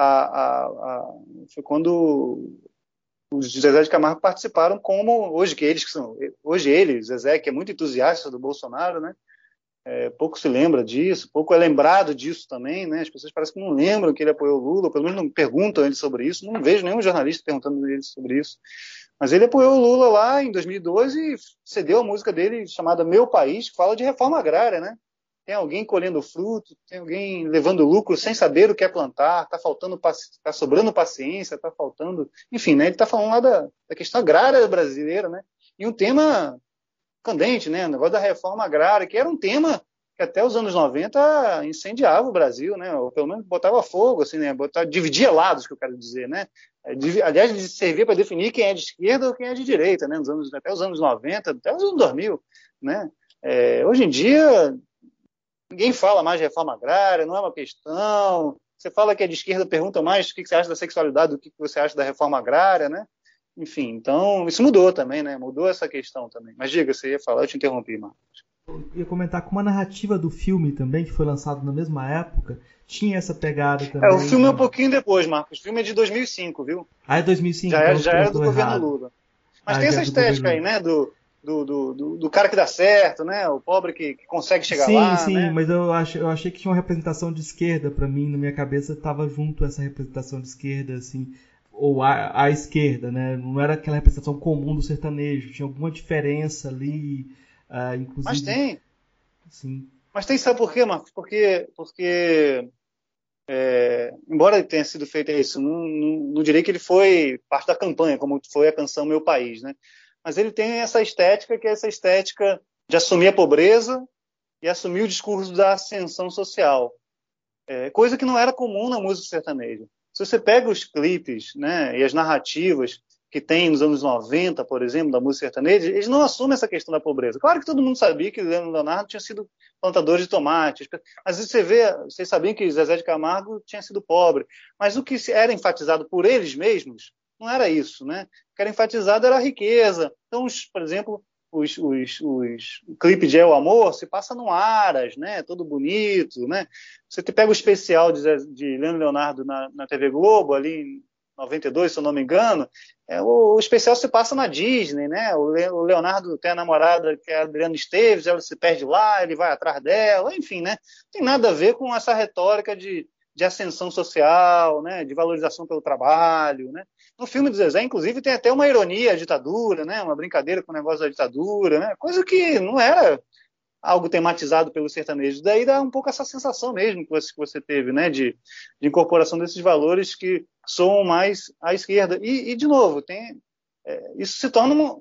foi quando os Zezé de Camargo participaram como hoje ele, Zezé, que é muito entusiasta do Bolsonaro, né? Pouco se lembra disso, pouco é lembrado disso também, né? As pessoas parecem que não lembram que ele apoiou o Lula, ou pelo menos não perguntam ele sobre isso, não vejo nenhum jornalista perguntando ele sobre isso. Mas ele apoiou o Lula lá em 2012 e cedeu a música dele chamada Meu País, que fala de reforma agrária, né? Tem alguém colhendo fruto, tem alguém levando lucro sem saber o que é plantar, tá sobrando paciência, tá faltando... Enfim, né? Ele está falando lá da questão agrária brasileira, né? E um tema candente, né? O negócio da reforma agrária, que era um tema que até os anos 90 incendiava o Brasil, né? Ou pelo menos botava fogo, assim, né? Dividia lados, que eu quero dizer, né? Aliás, servia para definir quem é de esquerda ou quem é de direita, né? Até os anos 90, até os anos 2000, né? Hoje em dia, ninguém fala mais de reforma agrária, não é uma questão. Você fala que é de esquerda, pergunta mais o que você acha da sexualidade, do que você acha da reforma agrária, né? Enfim, então, isso mudou também, né? Mudou essa questão também. Mas diga, você ia falar, eu te interrompi, Marcos. Eu ia comentar que uma narrativa do filme também, que foi lançado na mesma época, tinha essa pegada também. O filme é um pouquinho depois, Marcos. O filme é de 2005, viu? É 2005. Já era do governo Lula. Mas tem essa estética aí, né? Do cara que dá certo, né? O pobre que consegue chegar lá. Sim, né? Mas eu achei que tinha uma representação de esquerda para mim, na minha cabeça estava junto essa representação de esquerda, assim, ou a esquerda, né? Não era aquela representação comum do sertanejo, tinha alguma diferença ali, inclusive. Mas tem. Sim. Mas tem, sabe por quê, Marcos? Porque embora tenha sido feito isso, não direi que ele foi parte da campanha, como foi a canção Meu País, né? Mas ele tem essa estética, que é essa estética de assumir a pobreza e assumir o discurso da ascensão social. Coisa que não era comum na música sertaneja. Se você pega os clipes, né, e as narrativas que tem nos anos 90, por exemplo, da música sertaneja, eles não assumem essa questão da pobreza. Claro que todo mundo sabia que Leonardo tinha sido plantador de tomates, mas vocês sabiam que Zezé de Camargo tinha sido pobre, mas o que era enfatizado por eles mesmos não era isso, né? O que era enfatizado era a riqueza. Então, por exemplo, o clipe de El Amor se passa no Aras, né? Todo bonito, né? Você pega o especial de Leonardo na TV Globo, ali em 92, se eu não me engano, o especial se passa na Disney, né? O Leonardo tem a namorada que é a Adriana Esteves, ela se perde lá, ele vai atrás dela, enfim, né? Não tem nada a ver com essa retórica de ascensão social, né? De valorização pelo trabalho, né? No filme do Zezé, inclusive, tem até uma ironia à ditadura, né? Uma brincadeira com o negócio da ditadura, né? Coisa que não era algo tematizado pelos sertanejos. Daí dá um pouco essa sensação mesmo que você teve, né? De incorporação desses valores que soam mais à esquerda. E de novo, isso se torna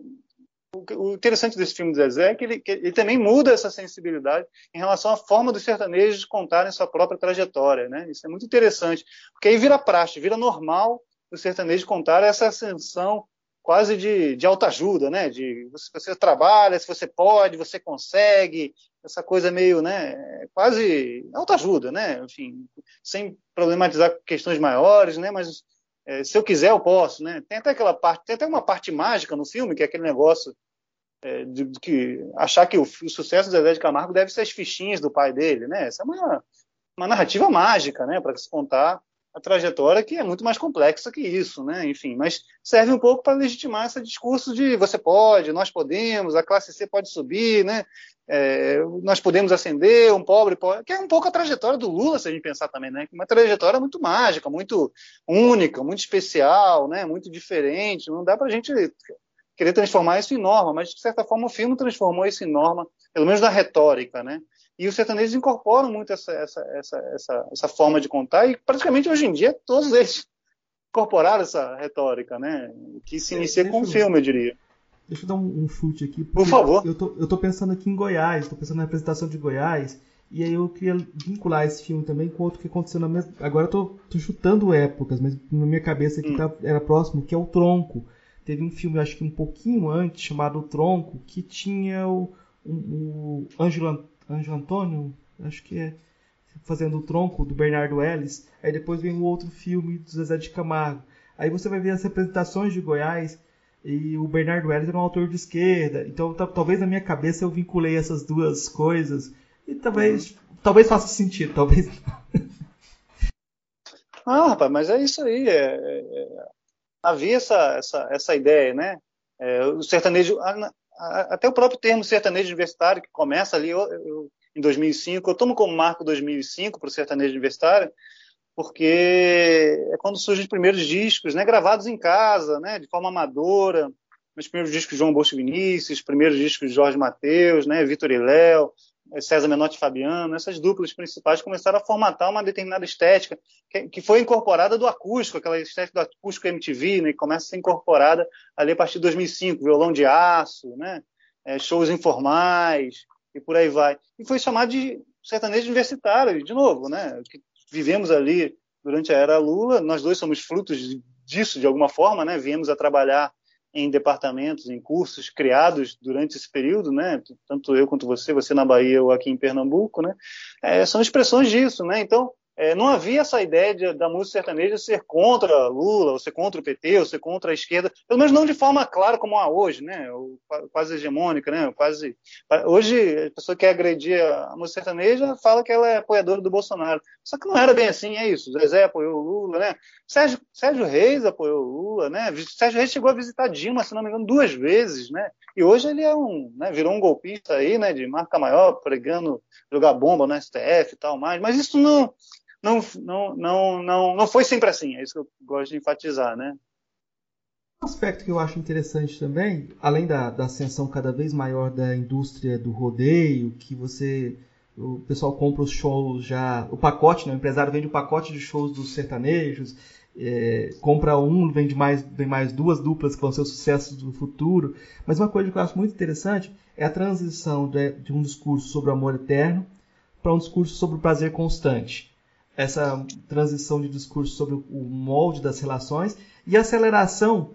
o interessante desse filme do Zezé é que ele também muda essa sensibilidade em relação à forma dos sertanejos contarem sua própria trajetória, né? Isso é muito interessante, porque aí vira praxe, vira normal o sertanejo contar essa ascensão quase de autoajuda, né? De você trabalha, se você pode, você consegue, essa coisa meio, né? Quase autoajuda, né? Enfim, sem problematizar questões maiores, né? Mas se eu quiser, eu posso, né? Tem até uma parte mágica no filme, que é aquele negócio de que achar que o sucesso do Zezé de Camargo deve ser as fichinhas do pai dele, né? Essa é uma narrativa mágica, né? Para se contar a trajetória que é muito mais complexa que isso, né? Enfim, mas serve um pouco para legitimar esse discurso de você pode, nós podemos, a classe C pode subir, né? Nós podemos ascender, um pobre pode, que é um pouco a trajetória do Lula, se a gente pensar também, né? Uma trajetória muito mágica, muito única, muito especial, né? Muito diferente. Não dá para a gente querer transformar isso em norma, mas de certa forma o filme transformou isso em norma, pelo menos na retórica, né? E os sertanejos incorporam muito essa forma de contar, e praticamente hoje em dia todos eles incorporaram essa retórica, né? Que se inicia com o filme, eu diria. Deixa eu dar um chute aqui. Por favor. Eu tô pensando aqui em Goiás, estou pensando na representação de Goiás, e aí eu queria vincular esse filme também com outro que aconteceu na mesma... Agora eu tô chutando épocas, mas na minha cabeça aqui era próximo, que é o Tronco. Teve um filme, acho que um pouquinho antes, chamado O Tronco, que tinha o Ângelo Antônio, acho que é, fazendo O Tronco, do Bernardo Ellis. Aí depois vem um outro filme do Zezé de Camargo. Aí você vai ver as representações de Goiás, e o Bernardo Ellis era um autor de esquerda. Então talvez na minha cabeça eu vinculei essas duas coisas. E talvez faça sentido, talvez não. Rapaz, mas é isso aí. Havia essa ideia, né? O sertanejo... Até o próprio termo sertanejo universitário, que começa ali em 2005, eu tomo como marco 2005 para o sertanejo universitário, porque é quando surgem os primeiros discos, né, gravados em casa, né, de forma amadora, os primeiros discos de João Bosco Vinícius, os primeiros discos de Jorge Mateus, né, Vitor e Léo, César Menotti e Fabiano, essas duplas principais começaram a formatar uma determinada estética que foi incorporada do acústico, aquela estética do acústico MTV, né, que começa a ser incorporada ali a partir de 2005, violão de aço, né, shows informais e por aí vai. E foi chamado de sertanejo universitário, de novo, né, que vivemos ali durante a era Lula, nós dois somos frutos disso de alguma forma, né, viemos a trabalhar em departamentos, em cursos criados durante esse período, né? Tanto eu quanto você na Bahia ou aqui em Pernambuco, né? São expressões disso, né? Então, não havia essa ideia da música sertaneja ser contra Lula, ou ser contra o PT, ou ser contra a esquerda, pelo menos não de forma clara como há hoje, né? Ou quase hegemônica, né? Hoje, a pessoa que quer agredir a música sertaneja fala que ela é apoiadora do Bolsonaro. Só que não era bem assim, é isso. Zezé apoiou o Lula, né? Sérgio Reis apoiou o Lula, né? Sérgio Reis chegou a visitar Dilma, se não me engano, 2 vezes, né? E hoje ele virou um golpista aí, né? De marca maior, pregando jogar bomba no STF e tal mais. Mas isso não foi sempre assim, é isso que eu gosto de enfatizar, né? Um aspecto que eu acho interessante também, além da ascensão cada vez maior da indústria do rodeio, que o pessoal compra os shows já, o pacote, né? O empresário vende o pacote de shows dos sertanejos, compra vem mais 2 duplas que vão ser os sucessos do futuro. Mas uma coisa que eu acho muito interessante é a transição de um discurso sobre o amor eterno para um discurso sobre o prazer constante. Essa transição de discurso sobre o molde das relações e a aceleração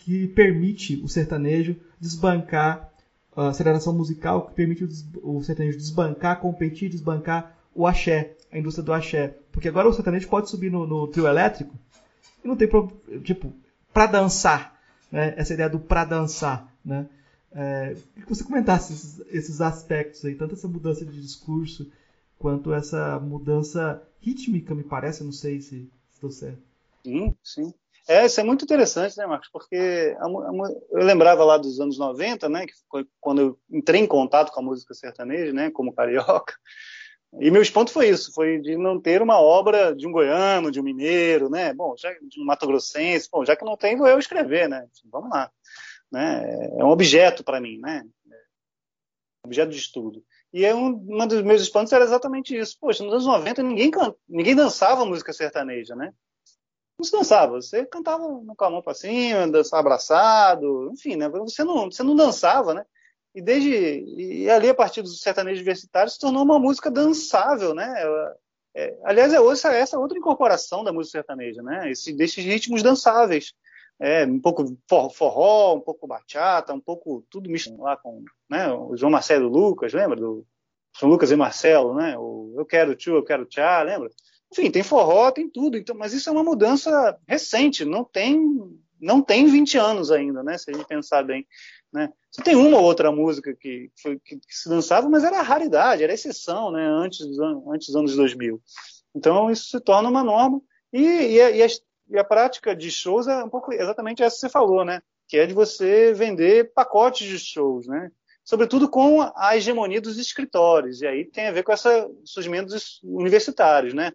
que permite o sertanejo desbancar a aceleração musical, que permite o sertanejo desbancar, competir, desbancar o axé, a indústria do axé. Porque agora o sertanejo pode subir no trio elétrico e não tem problema, tipo, pra dançar, né? Essa ideia do pra dançar, né? Que você comentasse esses aspectos aí, tanto essa mudança de discurso quanto essa mudança rítmica, me parece, eu não sei se estou certo. Sim, sim. Isso é muito interessante, né, Marcos? Porque eu lembrava lá dos anos 90, né, que foi quando eu entrei em contato com a música sertaneja, né, como carioca, e meu espanto foi isso, foi de não ter uma obra de um goiano, de um mineiro, né, bom, já de um mato-grossense, bom, já que não tem, vou eu escrever, né, vamos lá, né, é um objeto para mim, né, objeto de estudo. E um dos meus espantos era exatamente isso. Poxa, nos anos 90 ninguém dançava música sertaneja, né? Não se dançava, você cantava com a mão para cima, dançava abraçado, enfim, né? Você não dançava, né? E ali, a partir do sertanejo universitário, se tornou uma música dançável, né? Aliás, essa outra incorporação da música sertaneja, né? Desses ritmos dançáveis. Um pouco forró, um pouco bachata, um pouco tudo misturado lá com, né, o João Marcelo Lucas, lembra? Do João Lucas e Marcelo, né? Eu quero tchu, eu quero tchá, lembra? Enfim, tem forró, tem tudo. Então, mas isso é uma mudança recente, não tem 20 anos ainda, né? Se a gente pensar bem, né? Você tem uma ou outra música que se dançava, mas era raridade, era exceção, né? Antes dos anos 2000. Então, isso se torna uma norma. E a prática de shows é um pouco exatamente essa que você falou, né? Que é de você vender pacotes de shows, né? Sobretudo com a hegemonia dos escritórios. E aí tem a ver com esse surgimento dos universitários, né?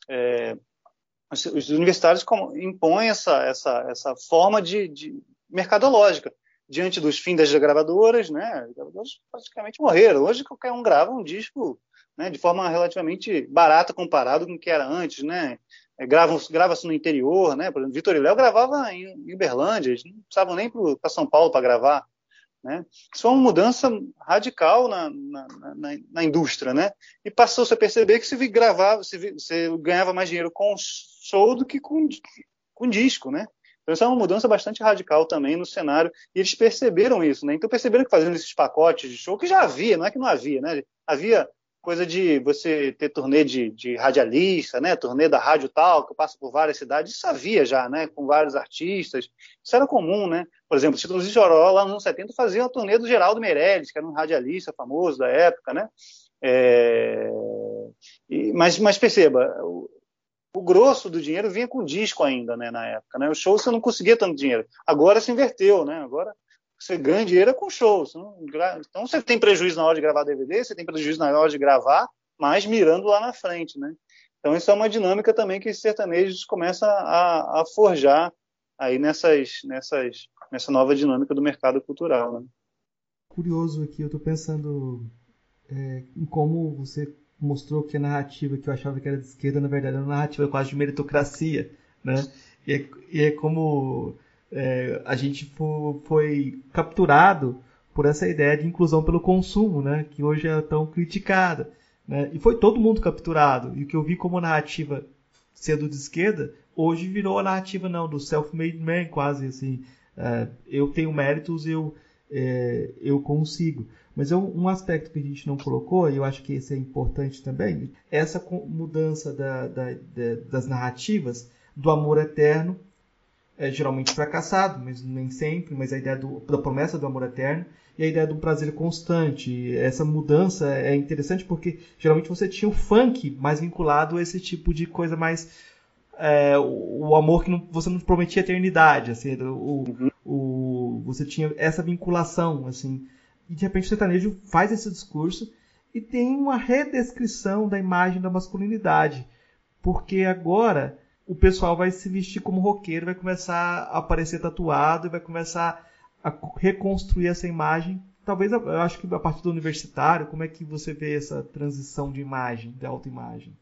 Os universitários impõem essa forma de mercadológica diante dos fins das gravadoras, né? As gravadoras praticamente morreram. Hoje qualquer um grava um disco, né, de forma relativamente barata comparado com o que era antes, né? Grava-se no interior, né? Por exemplo, Vitor e Léo gravava em Uberlândia, eles não precisavam nem para São Paulo para gravar, né? Isso foi uma mudança radical na indústria, né? E passou-se a perceber que você ganhava mais dinheiro com show do que com disco, né? Então isso é uma mudança bastante radical também no cenário, e eles perceberam isso, né? Então perceberam que fazendo esses pacotes de show, que já havia, não é que não havia, né? Havia coisa de você ter turnê de radialista, né? Turnê da rádio tal, que passa por várias cidades, isso havia já, né? Com vários artistas, isso era comum, né? Por exemplo, o Títulos de Choró, lá nos anos 70, fazia a turnê do Geraldo Meirelles, que era um radialista famoso da época, né? Mas perceba, o grosso do dinheiro vinha com disco ainda, né, na época, né? O show você não conseguia tanto dinheiro. Agora se inverteu, né? Agora você ganha dinheiro com show. Então você tem prejuízo na hora de gravar DVD, você tem prejuízo na hora de gravar, mas mirando lá na frente, né? Então isso é uma dinâmica também que os sertanejos começam a forjar aí nessa nova dinâmica do mercado cultural, né? Curioso aqui, eu estou pensando em como você mostrou que a narrativa que eu achava que era de esquerda, na verdade, era uma narrativa quase de meritocracia, né? E é como a gente foi capturado por essa ideia de inclusão pelo consumo, né? Que hoje é tão criticada, né? E foi todo mundo capturado. E o que eu vi como narrativa sendo de esquerda, hoje virou a narrativa não do self-made man, quase assim. Eu tenho méritos, eu consigo. Mas um aspecto que a gente não colocou, e eu acho que esse é importante também, é essa mudança das narrativas do amor eterno, geralmente fracassado, mas nem sempre, mas a ideia da promessa do amor eterno e a ideia do prazer constante. Essa mudança é interessante porque geralmente você tinha o funk mais vinculado a esse tipo de coisa mais... o amor que você não prometia eternidade, assim, você tinha essa vinculação, assim, e de repente o sertanejo faz esse discurso e tem uma redescrição da imagem da masculinidade, porque agora o pessoal vai se vestir como roqueiro, vai começar a aparecer tatuado e vai começar a reconstruir essa imagem. Talvez, eu acho que a partir do universitário, como é que você vê essa transição de imagem, de autoimagem?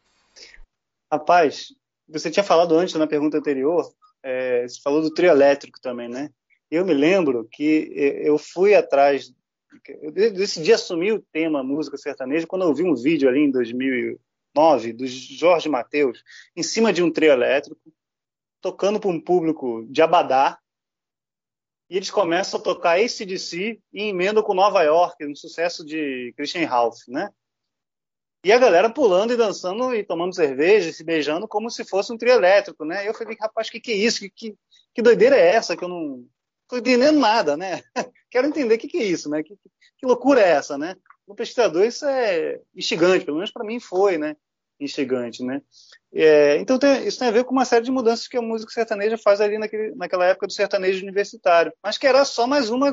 Rapaz, você tinha falado antes na pergunta anterior, você falou do trio elétrico também, né? Eu me lembro que eu fui atrás, eu decidi assumir o tema música sertaneja quando eu vi um vídeo ali em 2009 do Jorge Mateus em cima de um trio elétrico, tocando para um público de Abadá, e eles começam a tocar AC/DC e emendam com Nova York, um sucesso de Christian Ralph, né? E a galera pulando e dançando e tomando cerveja, e se beijando como se fosse um trio elétrico, né? E eu falei, rapaz, que é isso? Que doideira é essa? Que eu não tô entendendo nada, né? Quero entender o que é isso, né? Que loucura é essa, né? No pesquisador isso é instigante, pelo menos para mim foi, né? Instigante, né? Então isso tem a ver com uma série de mudanças que a música sertaneja faz ali naquela época do sertanejo universitário, mas que era só mais uma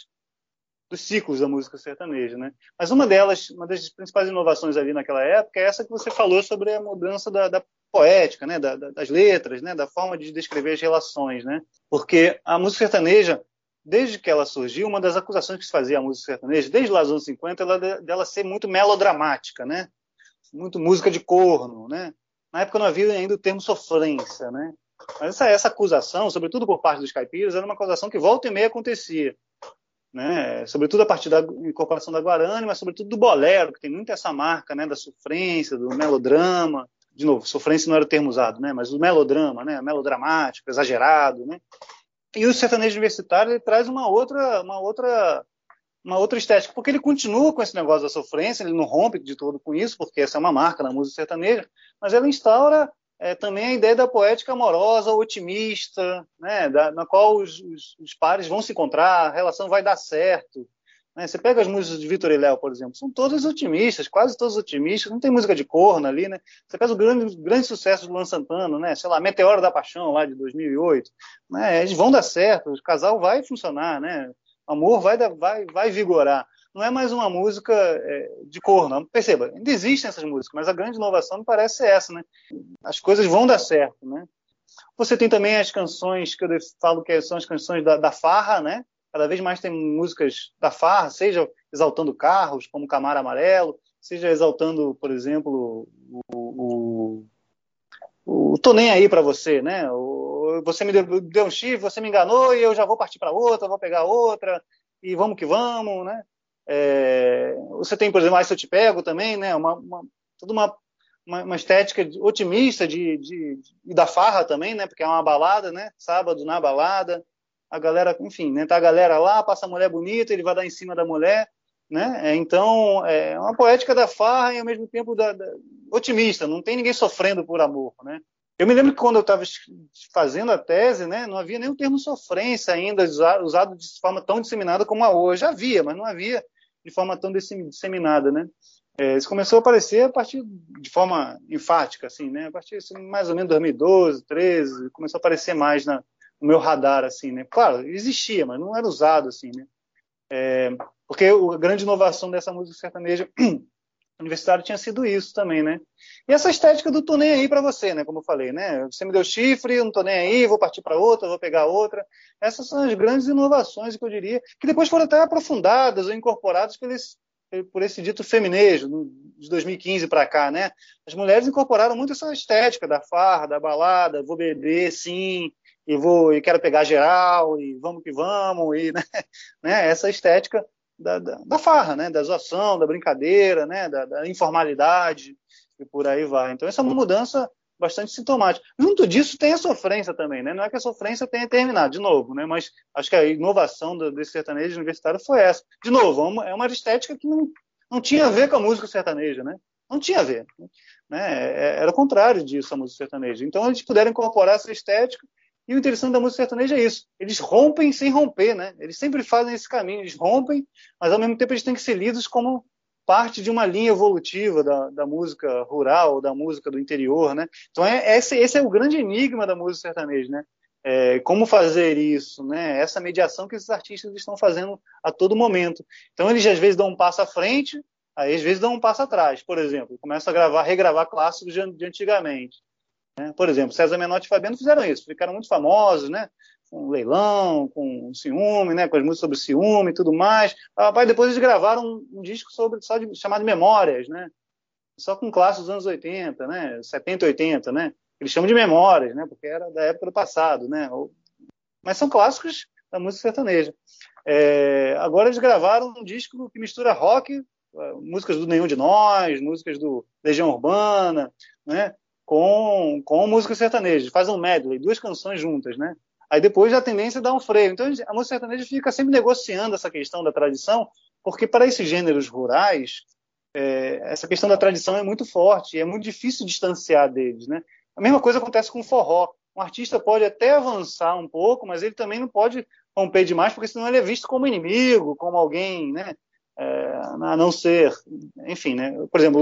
dos ciclos da música sertaneja, né? Mas uma das principais inovações ali naquela época é essa que você falou sobre a mudança da poética, né? Das letras, né? Da forma de descrever as relações, né? Porque a música sertaneja, desde que ela surgiu, uma das acusações que se fazia à música sertaneja, desde lá dos anos 50, dela ser muito melodramática, né? Muito música de corno, né? Na época não havia ainda o termo sofrência, né? Mas essa acusação, sobretudo por parte dos caipiras, era uma acusação que volta e meia acontecia, né? Sobretudo a partir da incorporação da Guarani, mas sobretudo do bolero, que tem muito essa marca, né? Da sofrência, do melodrama. De novo, sofrência não era o termo usado, né? Mas o melodrama, né? Melodramático, exagerado, né? E o sertanejo universitário ele traz uma outra estética, porque ele continua com esse negócio da sofrência, ele não rompe de todo com isso, porque essa é uma marca na música sertaneja, mas ela instaura também a ideia da poética amorosa, otimista, né, na qual os pares vão se encontrar, a relação vai dar certo. Né? Você pega as músicas de Vitor e Léo, por exemplo, são todas otimistas, quase todas otimistas, não tem música de corno ali, né? Você pega os grandes sucessos do Luan Santana, né? Sei lá, Meteoro da Paixão, lá de 2008, né? Eles vão dar certo, o casal vai funcionar, né? Amor vai vigorar. Não é mais uma música de corno. Perceba, ainda existem essas músicas, mas a grande inovação me parece ser essa, né? As coisas vão dar certo, né? Você tem também as canções que eu falo que são as canções da farra, né? Cada vez mais tem músicas da farra, seja exaltando carros, como Camaro Amarelo, seja exaltando, por exemplo, o Tô Nem Aí Pra Você, né? Você me deu um chifre, você me enganou e eu já vou partir para outra, vou pegar outra e vamos que vamos, né? Você tem, por exemplo, Aí Se Eu Te Pego também, né? Toda uma estética otimista da farra também, né? Porque é uma balada, né? Sábado na balada, a galera, enfim, né? Tá a galera lá, passa a mulher bonita, ele vai dar em cima da mulher, né? Então, é uma poética da farra e ao mesmo tempo otimista, não tem ninguém sofrendo por amor, né? Eu me lembro que quando eu estava fazendo a tese, né, não havia nem o termo sofrência ainda usado de forma tão disseminada como a hoje. Havia, mas não havia de forma tão disseminada, né? Isso começou a aparecer a partir de forma enfática, assim, né? A partir assim, mais ou menos 2012, 2013, começou a aparecer mais no meu radar, assim, né? Claro, existia, mas não era usado, assim, né? Porque a grande inovação dessa música sertaneja universitário tinha sido isso também, né? E essa estética do tô nem aí para você, né? Como eu falei, né? Você me deu chifre, eu não tô nem aí, vou partir para outra, vou pegar outra. Essas são as grandes inovações que eu diria, que depois foram até aprofundadas ou incorporadas por esse dito feminejo, de 2015 para cá, né? As mulheres incorporaram muito essa estética da farra, da balada, vou beber, sim, e quero pegar geral, e vamos que vamos, e, né? Essa estética da farra, né? Da zoação, da brincadeira, né? Da informalidade e por aí vai. Então essa é uma mudança bastante sintomática. Junto disso tem a sofrência também, né? Não é que a sofrência tenha terminado, de novo, né? Mas acho que a inovação desse sertanejo universitário foi essa. De novo, é uma estética que não tinha a ver com a música sertaneja, né? Não tinha a ver, né? Era o contrário disso a música sertaneja. Então eles puderam incorporar essa estética. E o interessante da música sertaneja é isso. Eles rompem sem romper, né? Eles sempre fazem esse caminho. Eles rompem, mas ao mesmo tempo eles têm que ser lidos como parte de uma linha evolutiva da música rural, da música do interior, né? Então esse é o grande enigma da música sertaneja, né? Como fazer isso, né? Essa mediação que esses artistas estão fazendo a todo momento. Então eles às vezes dão um passo à frente, aí às vezes dão um passo atrás. Por exemplo, começam a regravar clássicos de antigamente. Por exemplo, César Menotti e Fabiano fizeram isso, ficaram muito famosos, né? Com Leilão, com Ciúme, né? Com as músicas sobre ciúme e tudo mais. Depois eles gravaram um disco chamado Memórias, né? Só com clássicos dos anos 80, né? 70 e 80, né? Eles chamam de Memórias, né? Porque era da época do passado, né? Mas são clássicos da música sertaneja. Agora eles gravaram um disco que mistura rock, músicas do Nenhum de Nós, músicas do Legião Urbana, né? Com música sertaneja, faz um medley, 2 canções juntas, né? Aí depois a tendência é dar um freio. Então a música sertaneja fica sempre negociando essa questão da tradição, porque para esses gêneros rurais, essa questão da tradição é muito forte e é muito difícil distanciar deles, né? A mesma coisa acontece com o forró. Um artista pode até avançar um pouco, mas ele também não pode romper demais, porque senão ele é visto como inimigo, como alguém, né? A não ser, enfim, né? Por exemplo,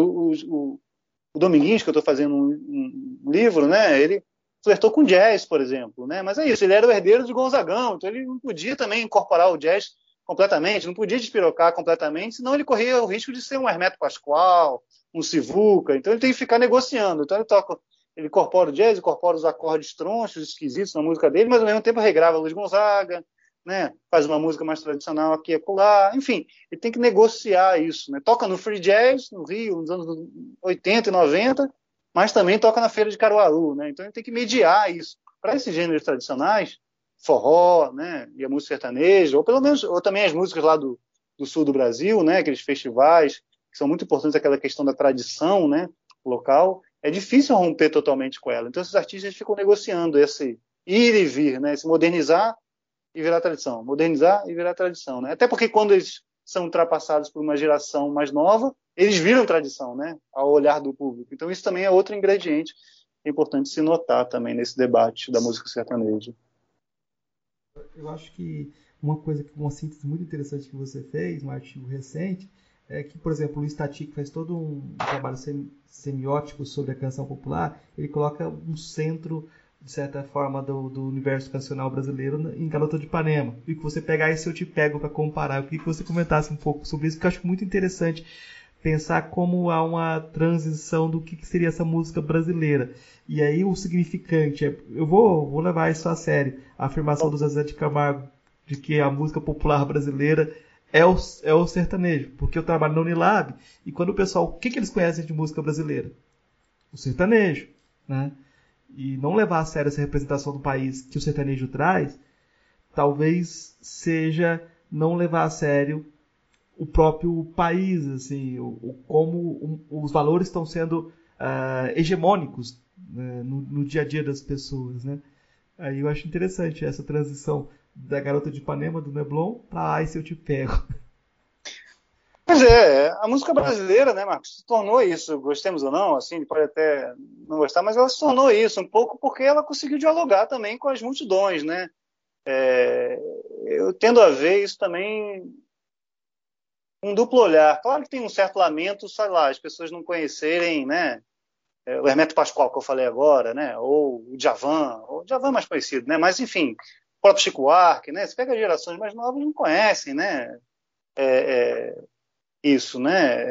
o Dominguinhos, que eu estou fazendo um livro, né? Ele flertou com jazz, por exemplo, né? Mas é isso, ele era o herdeiro de Gonzagão, então ele não podia também incorporar o jazz completamente, não podia despirocar completamente, senão ele corria o risco de ser um Hermeto Pascoal, um Sivuca, então ele tem que ficar negociando. Então ele incorpora o jazz, incorpora os acordes tronchos, esquisitos na música dele, mas ao mesmo tempo regrava Luiz Gonzaga, né? Faz uma música mais tradicional aqui e acolá, enfim, ele tem que negociar isso, né? Toca no free jazz, no Rio, nos anos 80 e 90, mas também toca na Feira de Caruaru, né? Então ele tem que mediar isso. Para esses gêneros tradicionais, forró, né? E a música sertaneja, ou pelo menos, ou também as músicas lá do sul do Brasil, né? Aqueles festivais que são muito importantes, aquela questão da tradição, né? Local, é difícil romper totalmente com ela. Então esses artistas ficam negociando esse ir e vir, né? Esse modernizar e virar tradição, modernizar e virar tradição, né? Até porque quando eles são ultrapassados por uma geração mais nova, eles viram tradição, né? Ao olhar do público. Então isso também é outro ingrediente importante se notar também nesse debate da música sertaneja. Eu acho que uma coisa, uma síntese muito interessante que você fez, um artigo recente, é que, por exemplo, o Luiz Tati, que faz todo um trabalho semiótico sobre a canção popular, ele coloca um centro, de certa forma, do universo cancional brasileiro em Garota de Ipanema. E que você pegar esse Eu Te Pego para comparar, eu queria que você comentasse um pouco sobre isso, porque eu acho muito interessante pensar como há uma transição do que seria essa música brasileira. E aí o significante, eu vou levar isso a sério, a afirmação do Zezé de Camargo de que a música popular brasileira é o sertanejo, porque eu trabalho na Unilab e quando o pessoal, o que eles conhecem de música brasileira? O sertanejo, né? E não levar a sério essa representação do país que o sertanejo traz, talvez seja não levar a sério o próprio país, assim, como os valores estão sendo hegemônicos, né, no dia a dia das pessoas, né? Aí eu acho interessante essa transição da Garota de Ipanema, do Neblon, para Ai Se Eu Te Pego. Pois é, a música brasileira, né, Marcos, se tornou isso, gostemos ou não, assim, pode até não gostar, mas ela se tornou isso um pouco porque ela conseguiu dialogar também com as multidões, né? Eu tendo a ver isso também um duplo olhar. Claro que tem um certo lamento, sei lá, as pessoas não conhecerem, né, o Hermeto Pascoal que eu falei agora, né, ou o Djavan mais conhecido, né, mas enfim, o próprio Chico Buarque, né, você pega gerações mais novas não conhecem, né, isso, né.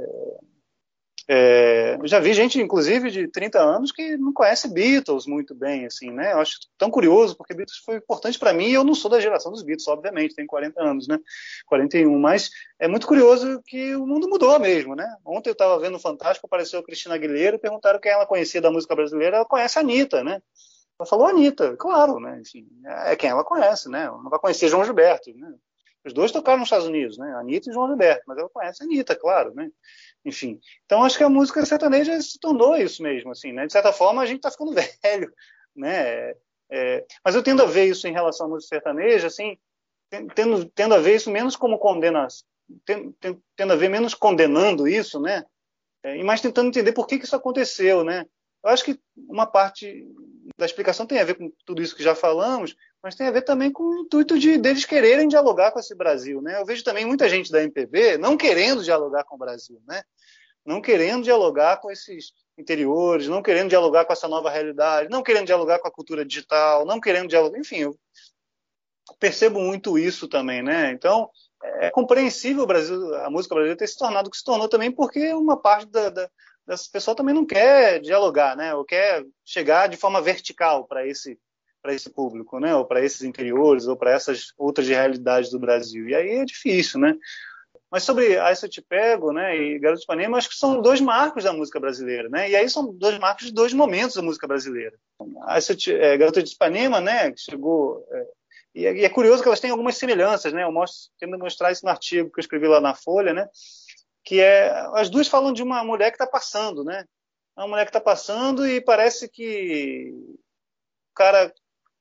Eu já vi gente, inclusive, de 30 anos que não conhece Beatles muito bem, assim, né? Eu acho tão curioso, porque Beatles foi importante para mim e eu não sou da geração dos Beatles, obviamente, tenho 40 anos, né? 41, mas é muito curioso que o mundo mudou mesmo, né? Ontem eu estava vendo o Fantástico, apareceu a Cristina Aguilera e perguntaram quem ela conhecia da música brasileira, ela conhece a Anitta, né? Ela falou Anitta, claro, né? Enfim, é quem ela conhece, né? Ela não vai conhecer João Gilberto, né? Os dois tocaram nos Estados Unidos, né? Anitta e João Gilberto, mas ela conhece a Anitta, claro, né? Enfim, então acho que a música sertaneja se tornou isso mesmo, assim, né? De certa forma a gente está ficando velho, né? Mas eu tendo a ver isso em relação à música sertaneja, assim, tendo a ver isso menos como condenação, tendo a ver menos condenando isso, né? E mais tentando entender por que isso aconteceu, né? Eu acho que uma parte da explicação tem a ver com tudo isso que já falamos, mas tem a ver também com o intuito deles quererem dialogar com esse Brasil, né? Eu vejo também muita gente da MPB não querendo dialogar com o Brasil, né? Não querendo dialogar com esses interiores, não querendo dialogar com essa nova realidade, não querendo dialogar com a cultura digital, não querendo dialogar, enfim, eu percebo muito isso também, né? Então, é compreensível o Brasil, a música brasileira ter se tornado o que se tornou também, porque uma parte dessa pessoa também não quer dialogar, né? Ou quer chegar de forma vertical para esse público, né? Ou para esses interiores, ou para essas outras realidades do Brasil. E aí é difícil, né? Mas sobre Aí Se Eu Te Pego, né, e Garota de Ipanema, acho que são dois marcos da música brasileira, né? E aí são dois marcos de dois momentos da música brasileira. Garota de Ipanema, né, que chegou... E é curioso que elas têm algumas semelhanças, né? Eu tento mostrar isso no artigo que eu escrevi lá na Folha, né? Que as duas falam de uma mulher que está passando, né? Uma mulher que está passando e parece que o cara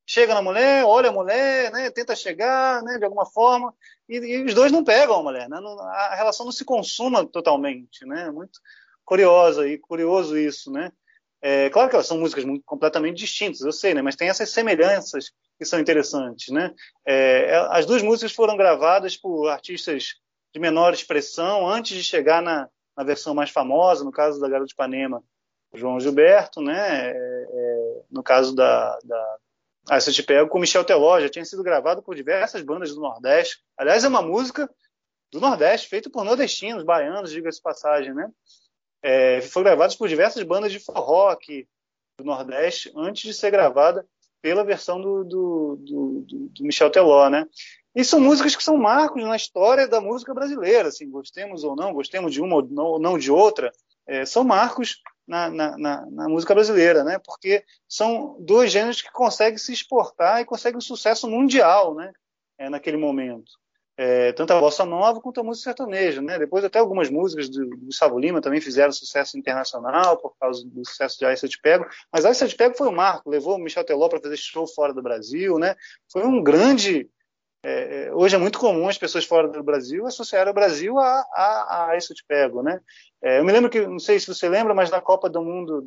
chega na mulher, olha a mulher, né, tenta chegar, né, de alguma forma, e os dois não pegam a mulher, né, a relação não se consuma totalmente, né, muito curiosa e curioso isso, né. Claro que elas são músicas completamente distintas, eu sei, né, mas tem essas semelhanças que são interessantes, né. As duas músicas foram gravadas por artistas de menor expressão antes de chegar na versão mais famosa, no caso da Garota de Ipanema, João Gilberto, né, no caso da Se Eu Te Pego, com Michel Teló, já tinha sido gravado por diversas bandas do Nordeste. Aliás, é uma música do Nordeste, feita por nordestinos, baianos, diga-se de passagem, né? Foi gravada por diversas bandas de forró aqui do Nordeste, antes de ser gravada pela versão do Michel Teló, né? E são músicas que são marcos na história da música brasileira, assim, gostemos ou não, gostemos de uma ou não de outra, são marcos na música brasileira, né? Porque são dois gêneros que conseguem se exportar e conseguem um sucesso mundial, né? Naquele momento. Tanto a bossa nova quanto a música sertaneja, né? Depois até algumas músicas do Gustavo Lima também fizeram sucesso internacional por causa do sucesso de Aí Se Eu Te Pego, mas Aí Se Eu Te Pego foi um marco, levou o Michel Teló para fazer show fora do Brasil, né? Foi um grande... hoje é muito comum as pessoas fora do Brasil associarem o Brasil a Aí Se Eu Te Pego, né? Eu me lembro que, não sei se você lembra, mas na Copa do Mundo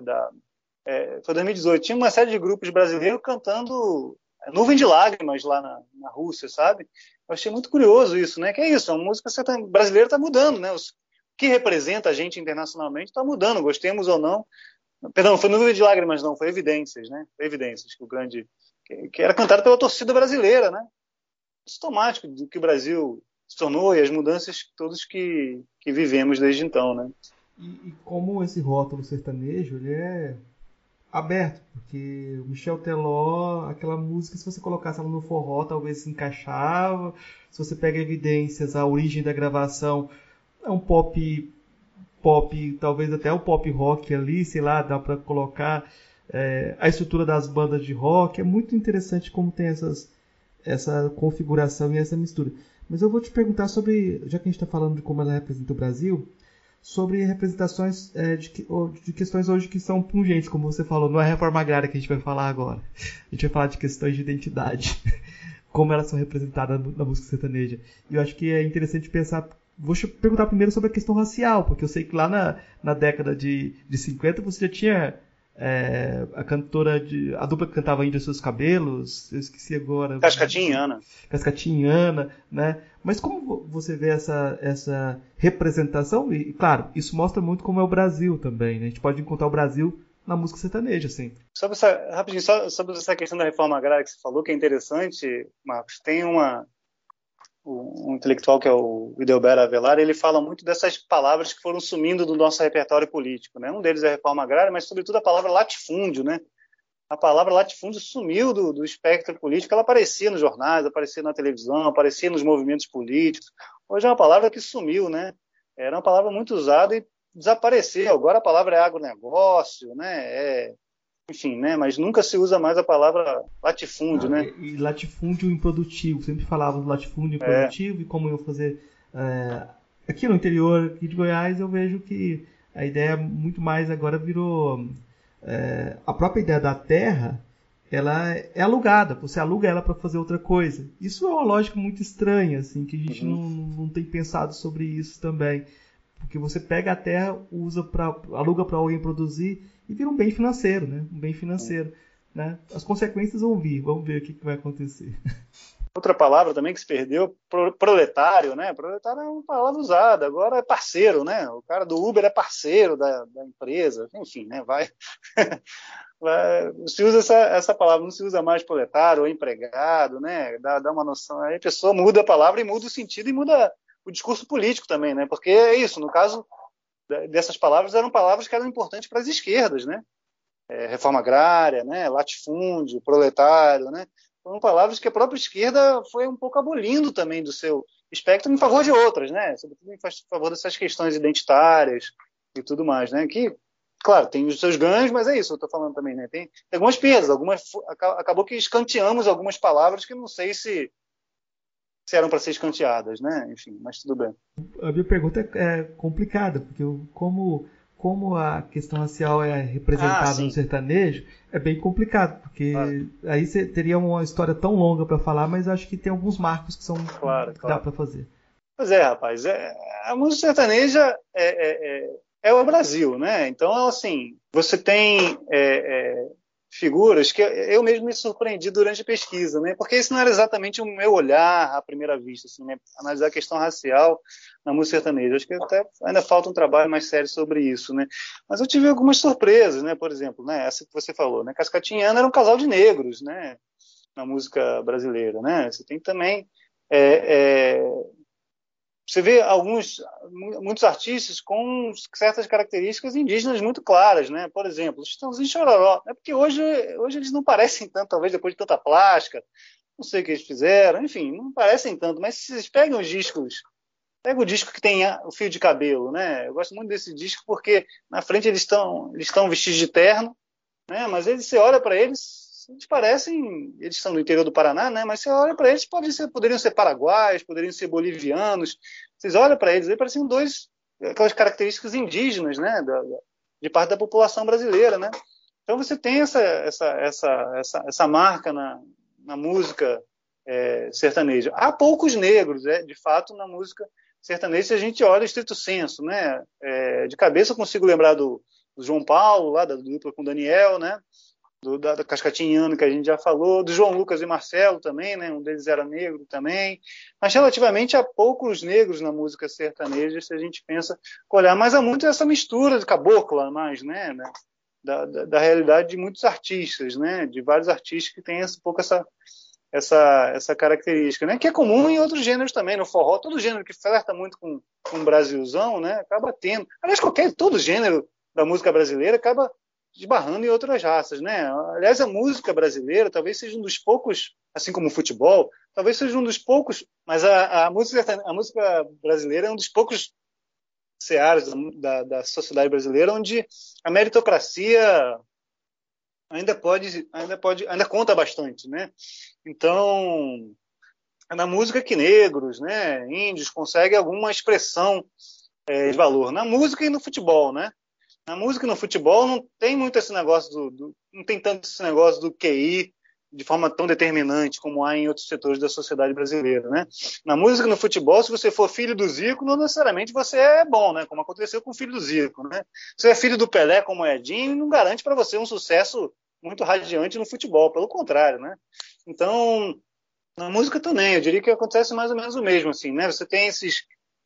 foi 2018, tinha uma série de grupos brasileiros cantando Nuvem de Lágrimas lá na Rússia, sabe? Eu achei muito curioso isso, né? Que é isso, a música brasileira está mudando, né? O que representa a gente internacionalmente está mudando, gostemos ou não. Perdão, não foi Nuvem de Lágrimas, não, foi Evidências, né? Foi Evidências, que era cantado pela torcida brasileira, né? Sintomático do que o Brasil se tornou e as mudanças todas que vivemos desde então, né? E como esse rótulo sertanejo, ele é aberto, porque o Michel Teló, aquela música, se você colocasse ela no forró, talvez se encaixava. Se você pega evidências, a origem da gravação é um pop, talvez até o pop rock ali, sei lá, dá para colocar a estrutura das bandas de rock. É muito interessante como tem essa configuração e essa mistura. Mas eu vou te perguntar sobre, já que a gente está falando de como ela representa o Brasil, sobre representações de questões hoje que são pungentes, como você falou, não é a reforma agrária que a gente vai falar agora. A gente vai falar de questões de identidade, como elas são representadas na música sertaneja. E eu acho que é interessante pensar. Vou te perguntar primeiro sobre a questão racial, porque eu sei que lá na década de 50 você já tinha a dupla que cantava Índia Seus Cabelos, eu esqueci agora. Cascatinha Ana, né? Mas como você vê essa representação? E, claro, isso mostra muito como é o Brasil também, né? A gente pode encontrar o Brasil na música sertaneja, sempre. Rapidinho, sobre essa questão da reforma agrária que você falou, que é interessante, Marcos, tem um intelectual que é o Idelberto Avelar, ele fala muito dessas palavras que foram sumindo do nosso repertório político, né? Um deles é a reforma agrária, mas sobretudo a palavra latifúndio, né? A palavra latifúndio sumiu do espectro político, ela aparecia nos jornais, aparecia na televisão, aparecia nos movimentos políticos. Hoje é uma palavra que sumiu, né? Era uma palavra muito usada e desapareceu. Agora a palavra é agronegócio, né? Enfim, né? Mas nunca se usa mais a palavra latifúndio, né? E latifúndio improdutivo. Sempre falavam latifúndio improdutivo e como eu fazer... aqui no interior aqui de Goiás eu vejo que a ideia muito mais agora virou... a própria ideia da terra, ela é alugada. Você aluga ela para fazer outra coisa. Isso é uma lógica muito estranha, assim, que a gente não tem pensado sobre isso também. Porque você pega a terra, aluga para alguém produzir e vira um bem financeiro, né? Um bem financeiro, né? As consequências vão vir, vamos ver o que vai acontecer. Outra palavra também que se perdeu, proletário, né? Proletário é uma palavra usada, agora é parceiro, né? O cara do Uber é parceiro da empresa, enfim, né? Se usa essa palavra, não se usa mais proletário ou empregado, né? Dá uma noção, aí a pessoa muda a palavra e muda o sentido e muda o discurso político também, né? Porque é isso, no caso dessas palavras, eram palavras que eram importantes para as esquerdas, né? Reforma agrária, né? Latifúndio, proletário, né? Foram palavras que a própria esquerda foi um pouco abolindo também do seu espectro em favor de outras, né? Sobretudo em favor dessas questões identitárias e tudo mais, né? Que, claro, tem os seus ganhos, mas é isso que eu estou falando também, né? Tem algumas perdas, acabou que escanteamos algumas palavras que não sei se eram para ser escanteadas, né? Enfim, mas tudo bem. A minha pergunta é complicada, porque como como a questão racial é representada no sertanejo, é bem complicado, porque aí você teria uma história tão longa para falar, mas acho que tem alguns marcos que dá para fazer. Pois é, rapaz, a música sertaneja é o Brasil, né? Então, assim, você tem figuras que eu mesmo me surpreendi durante a pesquisa, né? Porque esse não era exatamente o meu olhar à primeira vista, assim, né? Analisar a questão racial na música sertaneja. Acho que até ainda falta um trabalho mais sério sobre isso, né? Mas eu tive algumas surpresas, né? Por exemplo, né? Essa que você falou, né? Cascatinhana era um casal de negros, né? Na música brasileira, né? Você tem também você vê muitos artistas com certas características indígenas muito claras, né? Por exemplo, Chitãozinho e Chororó. É porque hoje eles não parecem tanto, talvez depois de tanta plástica, não sei o que eles fizeram, enfim, não parecem tanto, mas se vocês pegam os discos, pega o disco que tem o fio de cabelo, né? Eu gosto muito desse disco porque na frente eles estão vestidos de terno, né? Mas você olha para eles parecem, eles são do interior do Paraná, né? Mas você olha para eles, poderiam ser paraguaios, poderiam ser bolivianos. Vocês olham para eles, parecem aquelas características indígenas, né? De parte da população brasileira, né? Então você tem essa marca na música sertaneja. Há poucos negros, de fato, na música sertaneja. Se a gente olha estrito senso, né? De cabeça eu consigo lembrar do João Paulo, lá da dupla com o Daniel, né? Da Cascatinhana, que a gente já falou, do João Lucas e Marcelo também, né? Um deles era negro também, mas relativamente há poucos negros na música sertaneja, se a gente pensa olhar, mas há muito essa mistura de cabocla, mais, né? Da realidade de muitos artistas, né? De vários artistas que têm um pouco essa característica, né? Que é comum em outros gêneros também, no forró, todo gênero que flerta muito com o Brasilzão, né? Acaba tendo, aliás, todo gênero da música brasileira acaba esbarrando em outras raças, né? Aliás, a música brasileira talvez seja um dos poucos, assim como o futebol, talvez seja um dos poucos, mas a música brasileira é um dos poucos searas da sociedade brasileira onde a meritocracia ainda conta bastante, né? Então, é na música que negros, né, índios conseguem alguma expressão de valor. Na música e no futebol, né? Na música e no futebol não tem muito esse negócio não tem tanto esse negócio do QI de forma tão determinante como há em outros setores da sociedade brasileira, né? Na música e no futebol, se você for filho do Zico, não necessariamente você é bom, né? Como aconteceu com o filho do Zico, né? Se você é filho do Pelé, como é Edinho, não garante para você um sucesso muito radiante no futebol, pelo contrário, né? Então, na música também, eu diria que acontece mais ou menos o mesmo, assim, né? Você tem esses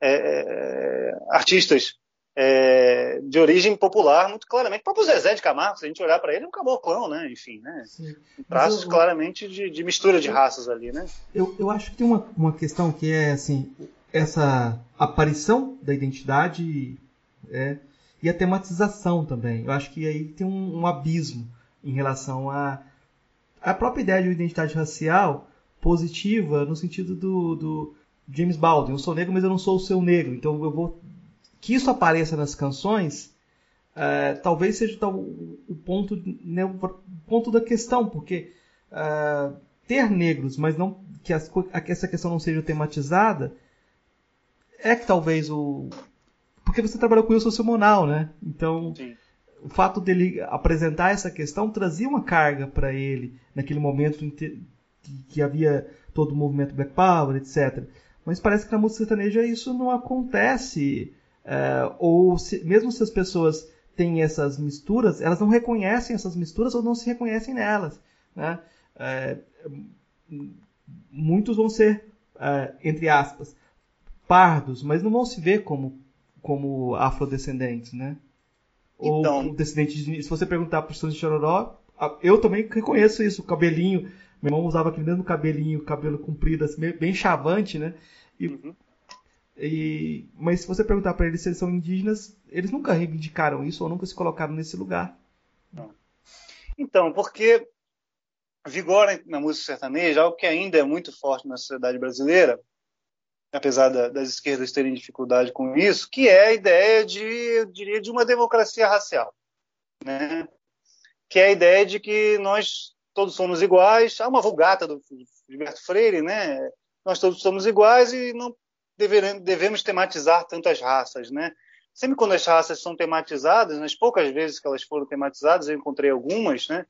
artistas de origem popular, muito claramente. O próprio Zezé de Camargo, se a gente olhar para ele, é um caboclão, né? Enfim, né? Traços claramente de mistura de raças ali, né? Eu acho que tem uma questão que é, assim, essa aparição da identidade e a tematização também. Eu acho que aí tem um abismo em relação à própria ideia de identidade racial positiva, no sentido do James Baldwin. Eu sou negro, mas eu não sou o seu negro. Então eu vou... Que isso apareça nas canções, talvez seja o ponto, né, o ponto da questão, porque ter negros, mas não que essa questão não seja tematizada, é que talvez porque você trabalhou com o Wilson Simonal, né? Então, sim, o fato dele apresentar essa questão trazia uma carga para ele naquele momento que havia todo o movimento Black Power, etc. Mas parece que na música sertaneja isso não acontece. Mesmo se as pessoas têm essas misturas, elas não reconhecem essas misturas ou não se reconhecem nelas, né? Muitos vão ser, entre aspas, pardos, mas não vão se ver como afrodescendentes, né? Então, ou descendentes se você perguntar para os Chitãozinho e Chororó, eu também reconheço isso, o cabelinho, meu irmão usava aquele mesmo cabelinho, cabelo comprido, assim, bem chavante, né? Mas se você perguntar para eles se eles são indígenas, eles nunca reivindicaram isso ou nunca se colocaram nesse lugar. Não. Então, porque vigora na música sertaneja algo que ainda é muito forte na sociedade brasileira, apesar das esquerdas terem dificuldade com isso, que é a ideia eu diria, de uma democracia racial, né? Que é a ideia de que nós todos somos iguais. Há uma vulgata do Gilberto Freire, né? Nós todos somos iguais e não devemos tematizar tantas raças, né? sempre quando as raças são tematizadas, nas poucas vezes que elas foram tematizadas, eu encontrei algumas, né?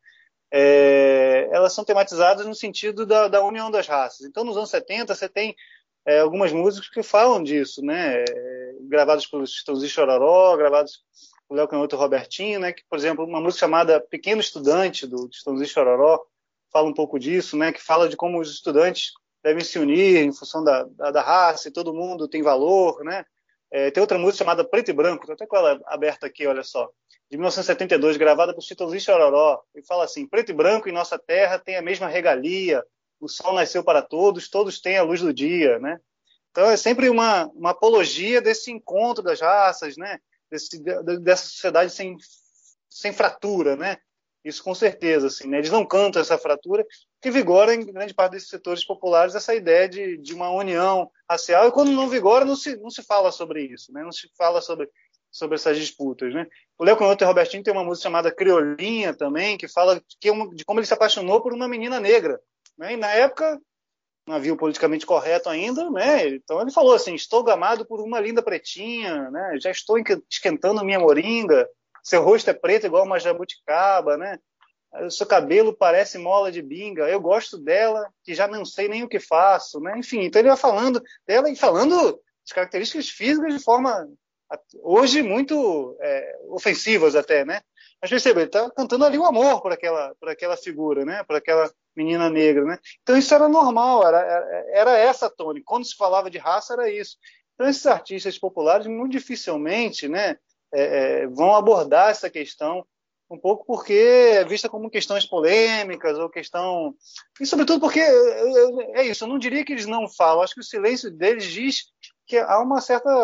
Elas são tematizadas no sentido da união das raças. Então, nos anos 70, você tem algumas músicas que falam disso, né? Gravadas pelos Chitãozinho e Chororó, gravadas pelo Léo Canhoto e Robertinho, né? Que, por exemplo, uma música chamada Pequeno Estudante, do Chitãozinho e Chororó, fala um pouco disso, né? Que fala de como os estudantes devem se unir em função da raça, e todo mundo tem valor, né? Tem outra música chamada Preto e Branco, estou até com ela aberta aqui, olha só, de 1972, gravada por Chitãozinho e Chororó, e fala assim: preto e branco em nossa terra tem a mesma regalia, o sol nasceu para todos, todos têm a luz do dia, né? Então é sempre uma apologia desse encontro das raças, né? Dessa sociedade sem fratura, né? Isso com certeza, assim, né? Eles não cantam essa fratura, que vigora em grande parte desses setores populares essa ideia de uma união racial, e quando não vigora, não se fala sobre isso, né? Não se fala sobre essas disputas, né? O Léo Canhoto e Robertinho tem uma música chamada Criolinha também, que fala de como ele se apaixonou por uma menina negra, né? E na época não havia o politicamente correto ainda, né? Então ele falou assim: estou gamado por uma linda pretinha, né? Já estou esquentando minha moringa, seu rosto é preto igual uma jabuticaba, né? O seu cabelo parece mola de binga, eu gosto dela, que já não sei nem o que faço, né? Enfim, então ele vai falando dela e falando as características físicas de forma, hoje, muito ofensivas até, né? Mas perceba, ele está cantando ali o amor por aquela figura, né? Por aquela menina negra, né? Então isso era normal, era essa tônica. Quando se falava de raça, era isso. Então esses artistas populares, muito dificilmente, né, vão abordar essa questão, um pouco porque é vista como questões polêmicas, ou questão... E sobretudo porque, é isso, eu não diria que eles não falam, acho que o silêncio deles diz que há uma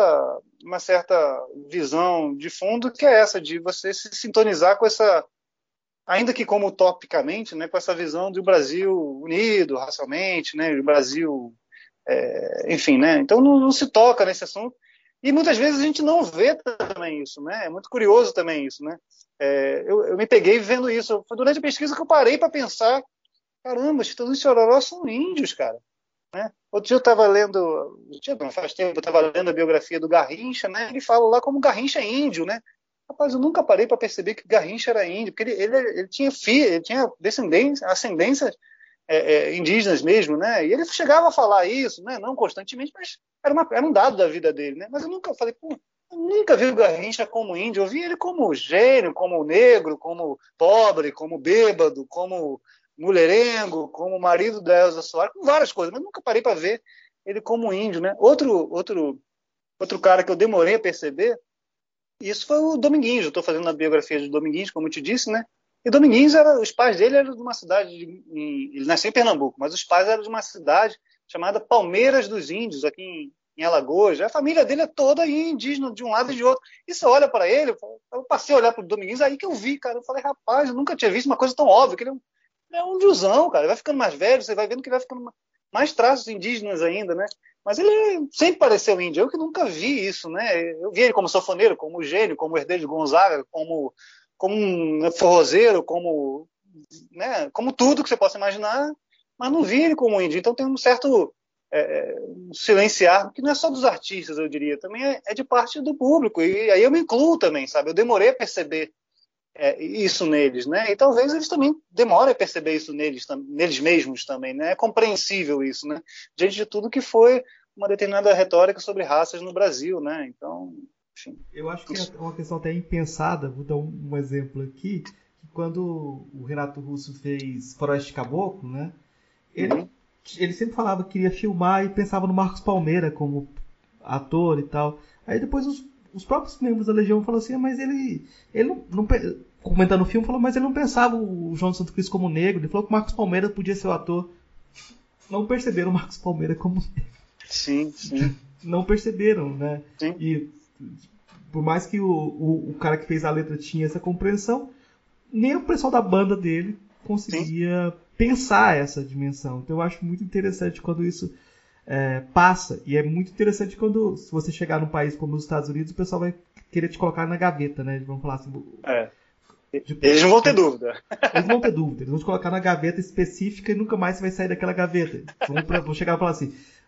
certa visão de fundo, que é essa, de você se sintonizar com essa, ainda que como utopicamente, né, com essa visão do Brasil unido racialmente, né, o Brasil, enfim, né, então não se toca nesse assunto, e muitas vezes a gente não vê também isso, né, é muito curioso também isso, né, eu me peguei vendo isso, foi durante a pesquisa que eu parei para pensar, caramba, Chitãozinho e Chororó são índios, cara, né? Outro dia eu estava lendo, faz tempo, eu estava lendo a biografia do Garrincha, né? Ele fala lá como Garrincha é índio, né? Rapaz, eu nunca parei para perceber que Garrincha era índio, porque ele tinha ele tinha ascendências indígenas mesmo, né? E ele chegava a falar isso, né? Não constantemente, mas era um dado da vida dele, né? Mas eu nunca falei, pô, eu nunca vi o Garrincha como índio, eu vi ele como gênio, como negro, como pobre, como bêbado, como mulherengo, como marido da Elza Soares, com várias coisas, mas nunca parei para ver ele como índio, né? Outro cara que eu demorei a perceber, isso foi o Dominguinhos. Eu estou fazendo a biografia de Dominguinhos, como eu te disse, né? E Dominguinhos, os pais dele eram de uma cidade, ele nasceu em Pernambuco, mas os pais eram de uma cidade chamada Palmeiras dos Índios, aqui em Alagoas. A família dele é toda indígena, de um lado e de outro. E você olha para ele, eu passei a olhar para o Dominguinhos, aí que eu vi, cara, eu falei, rapaz, eu nunca tinha visto uma coisa tão óbvia, que ele é um indiozão, cara. Ele vai ficando mais velho, você vai vendo que ele vai ficando mais traços indígenas ainda, né? Mas ele sempre pareceu índio. Eu que nunca vi isso, né? Eu vi ele como sanfoneiro, como gênio, como herdeiro de Gonzaga, como um forrozeiro, como tudo que você possa imaginar, mas não vi ele como índio. Então tem um certo silenciar, que não é só dos artistas, eu diria, também é de parte do público. E aí eu me incluo também, sabe? Eu demorei a perceber isso neles, né? E talvez eles também demorem a perceber isso neles mesmos também, né? É compreensível isso, né? Diante de tudo que foi uma determinada retórica sobre raças no Brasil, né? Então, enfim. Eu acho que é uma questão até impensada. Vou dar um exemplo aqui, que quando o Renato Russo fez Faroeste Caboclo, né? Ele sempre falava que queria filmar e pensava no Marcos Palmeira como ator e tal. Aí depois os próprios membros da Legião falaram assim, mas ele não comentando o filme, falou, mas ele não pensava o João Santo Cristo como negro, ele falou que o Marcos Palmeira podia ser o ator. Não perceberam o Marcos Palmeira como negro. Sim. Não perceberam, né? Sim. E por mais que o cara que fez a letra tinha essa compreensão, nem o pessoal da banda dele conseguia pensar essa dimensão. Então eu acho muito interessante quando isso passa, e é muito interessante quando, se você chegar num país como os Estados Unidos, o pessoal vai querer te colocar na gaveta, né? Eles vão falar assim... Eles não vão ter dúvida. Eles não vão ter dúvida. Eles vão te colocar na gaveta específica e nunca mais você vai sair daquela gaveta. Vão chegar e falar assim,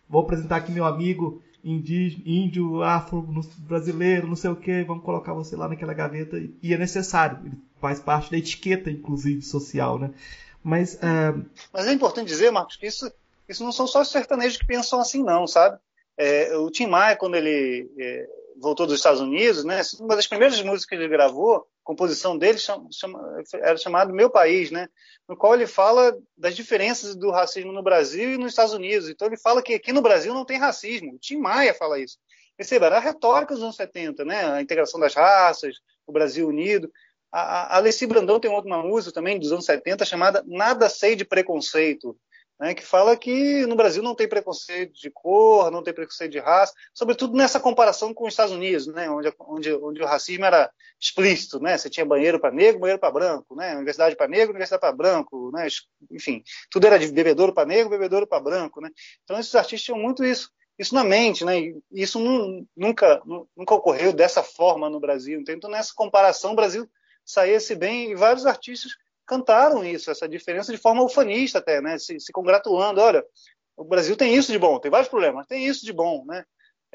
vou apresentar aqui meu amigo índio, afro, brasileiro, não sei o que, vamos colocar você lá naquela gaveta, e é necessário, ele faz parte da etiqueta, inclusive, social, né? Mas é importante dizer, Marcos, que isso não são só os sertanejos que pensam assim, não, sabe? O Tim Maia, quando ele voltou dos Estados Unidos, né, uma das primeiras músicas que ele gravou, a composição dele era chamada Meu País, né, no qual ele fala das diferenças do racismo no Brasil e nos Estados Unidos. Então ele fala que aqui no Brasil não tem racismo. O Tim Maia fala isso. Perceba, era a retórica dos anos 70, né, a integração das raças, o Brasil unido. A Alessi Brandão tem uma música também dos anos 70 chamada Nada Sei de Preconceito, né, que fala que no Brasil não tem preconceito de cor, não tem preconceito de raça, sobretudo nessa comparação com os Estados Unidos, né, onde o racismo era explícito, né, você tinha banheiro para negro, banheiro para branco, né, universidade para negro, universidade para branco, né, enfim, tudo era de bebedouro para negro, bebedouro para branco, né, então esses artistas tinham muito isso na mente, né, e isso nunca ocorreu dessa forma no Brasil, então nessa comparação o Brasil saísse bem, e vários artistas cantaram isso, essa diferença de forma ufanista até, né? Se congratulando, olha, o Brasil tem isso de bom, tem vários problemas, tem isso de bom, né?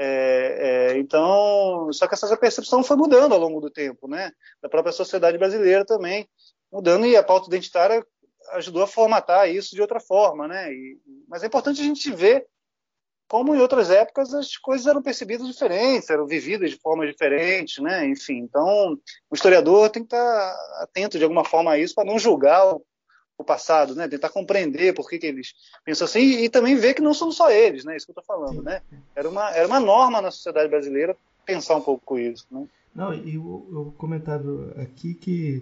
Então, só que essa percepção foi mudando ao longo do tempo, né? Da própria sociedade brasileira também mudando, e a pauta identitária ajudou a formatar isso de outra forma, né? Mas é importante a gente ver como em outras épocas as coisas eram percebidas diferentes, eram vividas de formas diferentes, né? Enfim, então o historiador tem que estar atento de alguma forma a isso para não julgar o passado, né? Tentar compreender por que eles pensam assim e também ver que não são só eles, né? Isso que eu estou falando, né? Era uma norma na sociedade brasileira pensar um pouco com isso, né? Não, e o comentário aqui que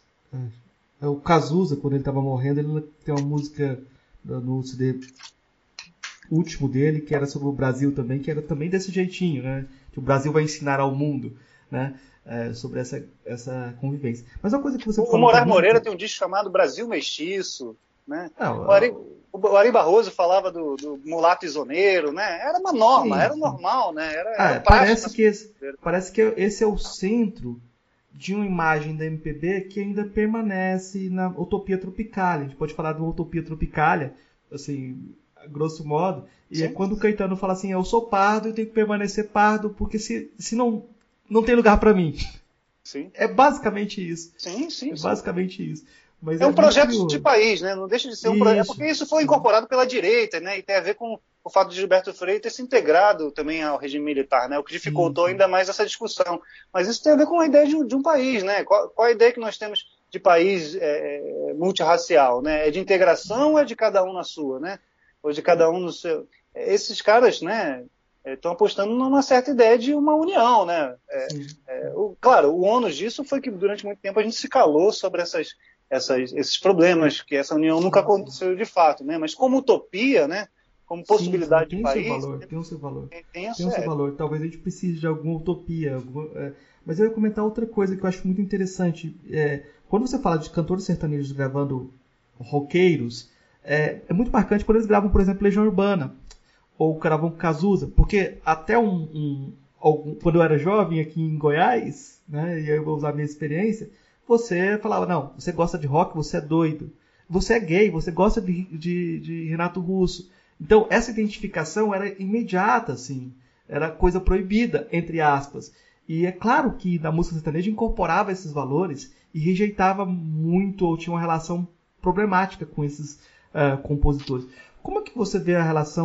o Cazuza, quando ele estava morrendo, ele tem uma música no CD último dele, que era sobre o Brasil também, que era também desse jeitinho, né? Que o Brasil vai ensinar ao mundo, né? Sobre essa convivência. Mas uma coisa que você falou... O Moraes Moreira tem um disco chamado Brasil Mestiço, né? O Ari Barroso falava do mulato isoneiro, né? Era uma norma, sim, era normal, né? Era parece que esse é o centro de uma imagem da MPB que ainda permanece na Utopia Tropicália. A gente pode falar de uma Utopia Tropicália, assim, grosso modo, e sim, é quando o Caetano fala assim, eu sou pardo, eu tenho que permanecer pardo, porque se não tem lugar para mim. Sim. É basicamente isso. Sim. Basicamente isso. Mas é um projeto de país, né? Não deixa de ser um projeto, porque isso foi incorporado pela direita, né? E tem a ver com o fato de Gilberto Freire ter se integrado também ao regime militar, né? O que dificultou ainda mais essa discussão. Mas isso tem a ver com a ideia de um país, né? Qual a ideia que nós temos de país multirracial, né? É de integração ou é de cada um na sua, né? Ou de cada um no seu... Esses caras, né, estão apostando numa certa ideia de uma união, né? Claro, o ônus disso foi que durante muito tempo a gente se calou sobre esses problemas, que essa união nunca aconteceu de fato, né? Mas como utopia, né? Como possibilidade de país... Tem o seu valor. Tem o seu valor. Talvez a gente precise de alguma utopia. Mas eu ia comentar outra coisa que eu acho muito interessante. Quando você fala de cantores sertanejos gravando roqueiros, é muito marcante quando eles gravam, por exemplo, Legião Urbana, ou gravam Cazuza, porque até quando eu era jovem aqui em Goiás, né, e eu vou usar a minha experiência, você falava, não, você gosta de rock, você é doido, você é gay, você gosta de Renato Russo. Então, essa identificação era imediata, assim, era coisa proibida, entre aspas. E é claro que na música sertaneja incorporava esses valores e rejeitava muito, ou tinha uma relação problemática com esses compositores. Como é que você vê a relação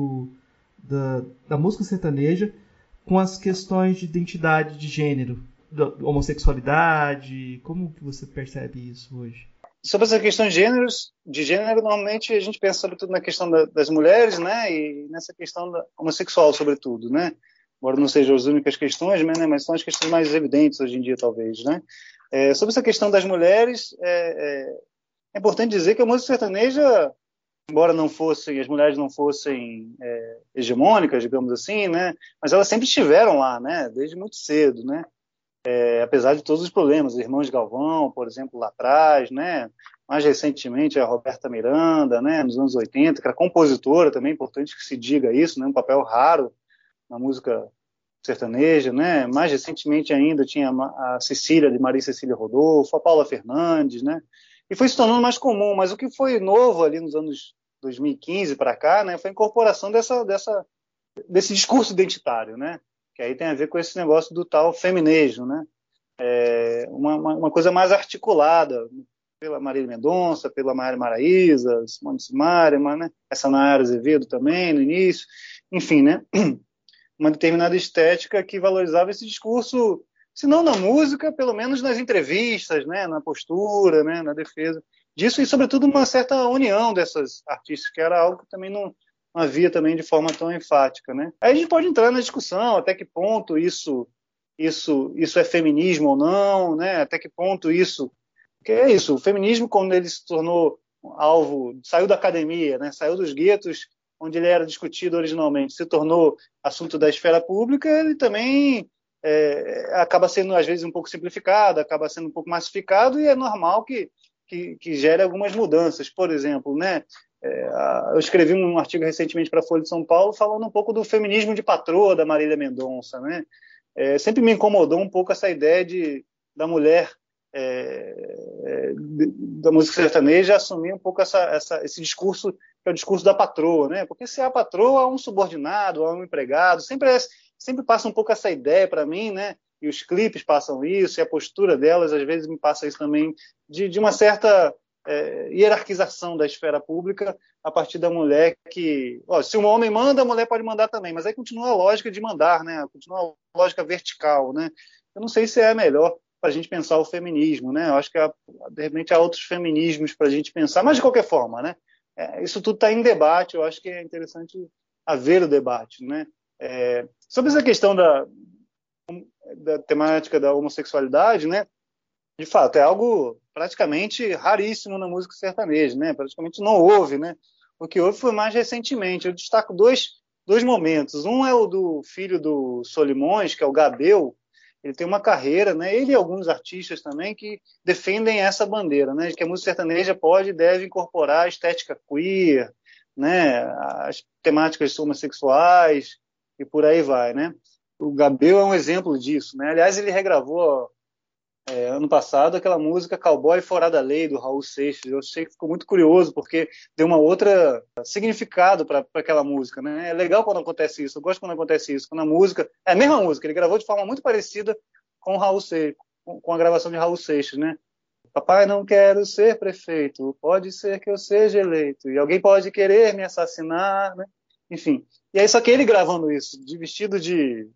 da música sertaneja com as questões de identidade de gênero, da homossexualidade? Como que você percebe isso hoje? Sobre essa questão de gênero, normalmente a gente pensa sobretudo na questão das mulheres, né, e nessa questão da homossexual, sobretudo, né, embora não sejam as únicas questões, né, mas são as questões mais evidentes hoje em dia, talvez, né. Sobre essa questão das mulheres, é importante dizer que a música sertaneja, embora as mulheres não fossem hegemônicas, digamos assim, né, mas elas sempre estiveram lá, né, desde muito cedo, né, apesar de todos os problemas, os Irmãos de Galvão, por exemplo, lá atrás, né, mais recentemente a Roberta Miranda, né, nos anos 80, que era compositora também, importante que se diga isso, né, um papel raro na música sertaneja, né, mais recentemente ainda tinha a Cecília, de Maria Cecília Rodolfo, a Paula Fernandes, né, e foi se tornando mais comum, mas o que foi novo ali nos anos 2015 para cá, né, foi a incorporação desse discurso identitário, né, que aí tem a ver com esse negócio do tal feminejo, né, uma coisa mais articulada pela Marília Mendonça, pela Maiara Maraíza, Simone Simaria, né, essa Nayara Azevedo também, no início, enfim, né, uma determinada estética que valorizava esse discurso, se não na música, pelo menos nas entrevistas, né, na postura, né, na defesa disso, e sobretudo uma certa união dessas artistas, que era algo que também não havia também de forma tão enfática, né. Aí a gente pode entrar na discussão até que ponto isso é feminismo ou não, né, até que ponto isso, que é isso, o feminismo, quando ele se tornou alvo, saiu da academia, né, saiu dos guetos onde ele era discutido originalmente, se tornou assunto da esfera pública, ele também acaba sendo, às vezes, um pouco simplificado, acaba sendo um pouco massificado, e é normal que gere algumas mudanças. Por exemplo, né, eu escrevi um artigo recentemente para a Folha de São Paulo falando um pouco do feminismo de patroa da Marília Mendonça, né? Sempre me incomodou um pouco essa ideia da mulher da música sertaneja assumir um pouco esse discurso, que é o discurso da patroa, né? Porque se é a patroa, há um subordinado, há um empregado, sempre passa um pouco essa ideia para mim, né? E os clipes passam isso, e a postura delas às vezes me passa isso também, de uma certa hierarquização da esfera pública a partir da mulher que... se um homem manda, a mulher pode mandar também, mas aí continua a lógica de mandar, né? Continua a lógica vertical, né? Eu não sei se é melhor para a gente pensar o feminismo, né? Eu acho que de repente há outros feminismos para a gente pensar, mas de qualquer forma, né? Isso tudo está em debate, eu acho que é interessante haver o debate, né? Sobre essa questão da temática da homossexualidade, né? De fato, é algo praticamente raríssimo na música sertaneja, né? Praticamente não houve, né? O que houve foi mais recentemente. Eu destaco dois momentos. Um é o do filho do Solimões, que é o Gabel. Ele tem uma carreira, né? Ele e alguns artistas também que defendem essa bandeira, né? De que a música sertaneja pode e deve incorporar a estética queer, né? As temáticas homossexuais e por aí vai, né? O Gabel é um exemplo disso, né? Aliás, ele regravou ano passado aquela música Cowboy Fora da Lei, do Raul Seixas. Eu achei que ficou muito curioso, porque deu uma outra significado para aquela música, né? É legal quando acontece isso, eu gosto quando acontece isso, quando a música, é a mesma música, ele gravou de forma muito parecida com o Raul Seixas, com a gravação de Raul Seixas, né? Papai, não quero ser prefeito, pode ser que eu seja eleito, e alguém pode querer me assassinar, né? Enfim, e aí só que ele gravando isso, de vestido de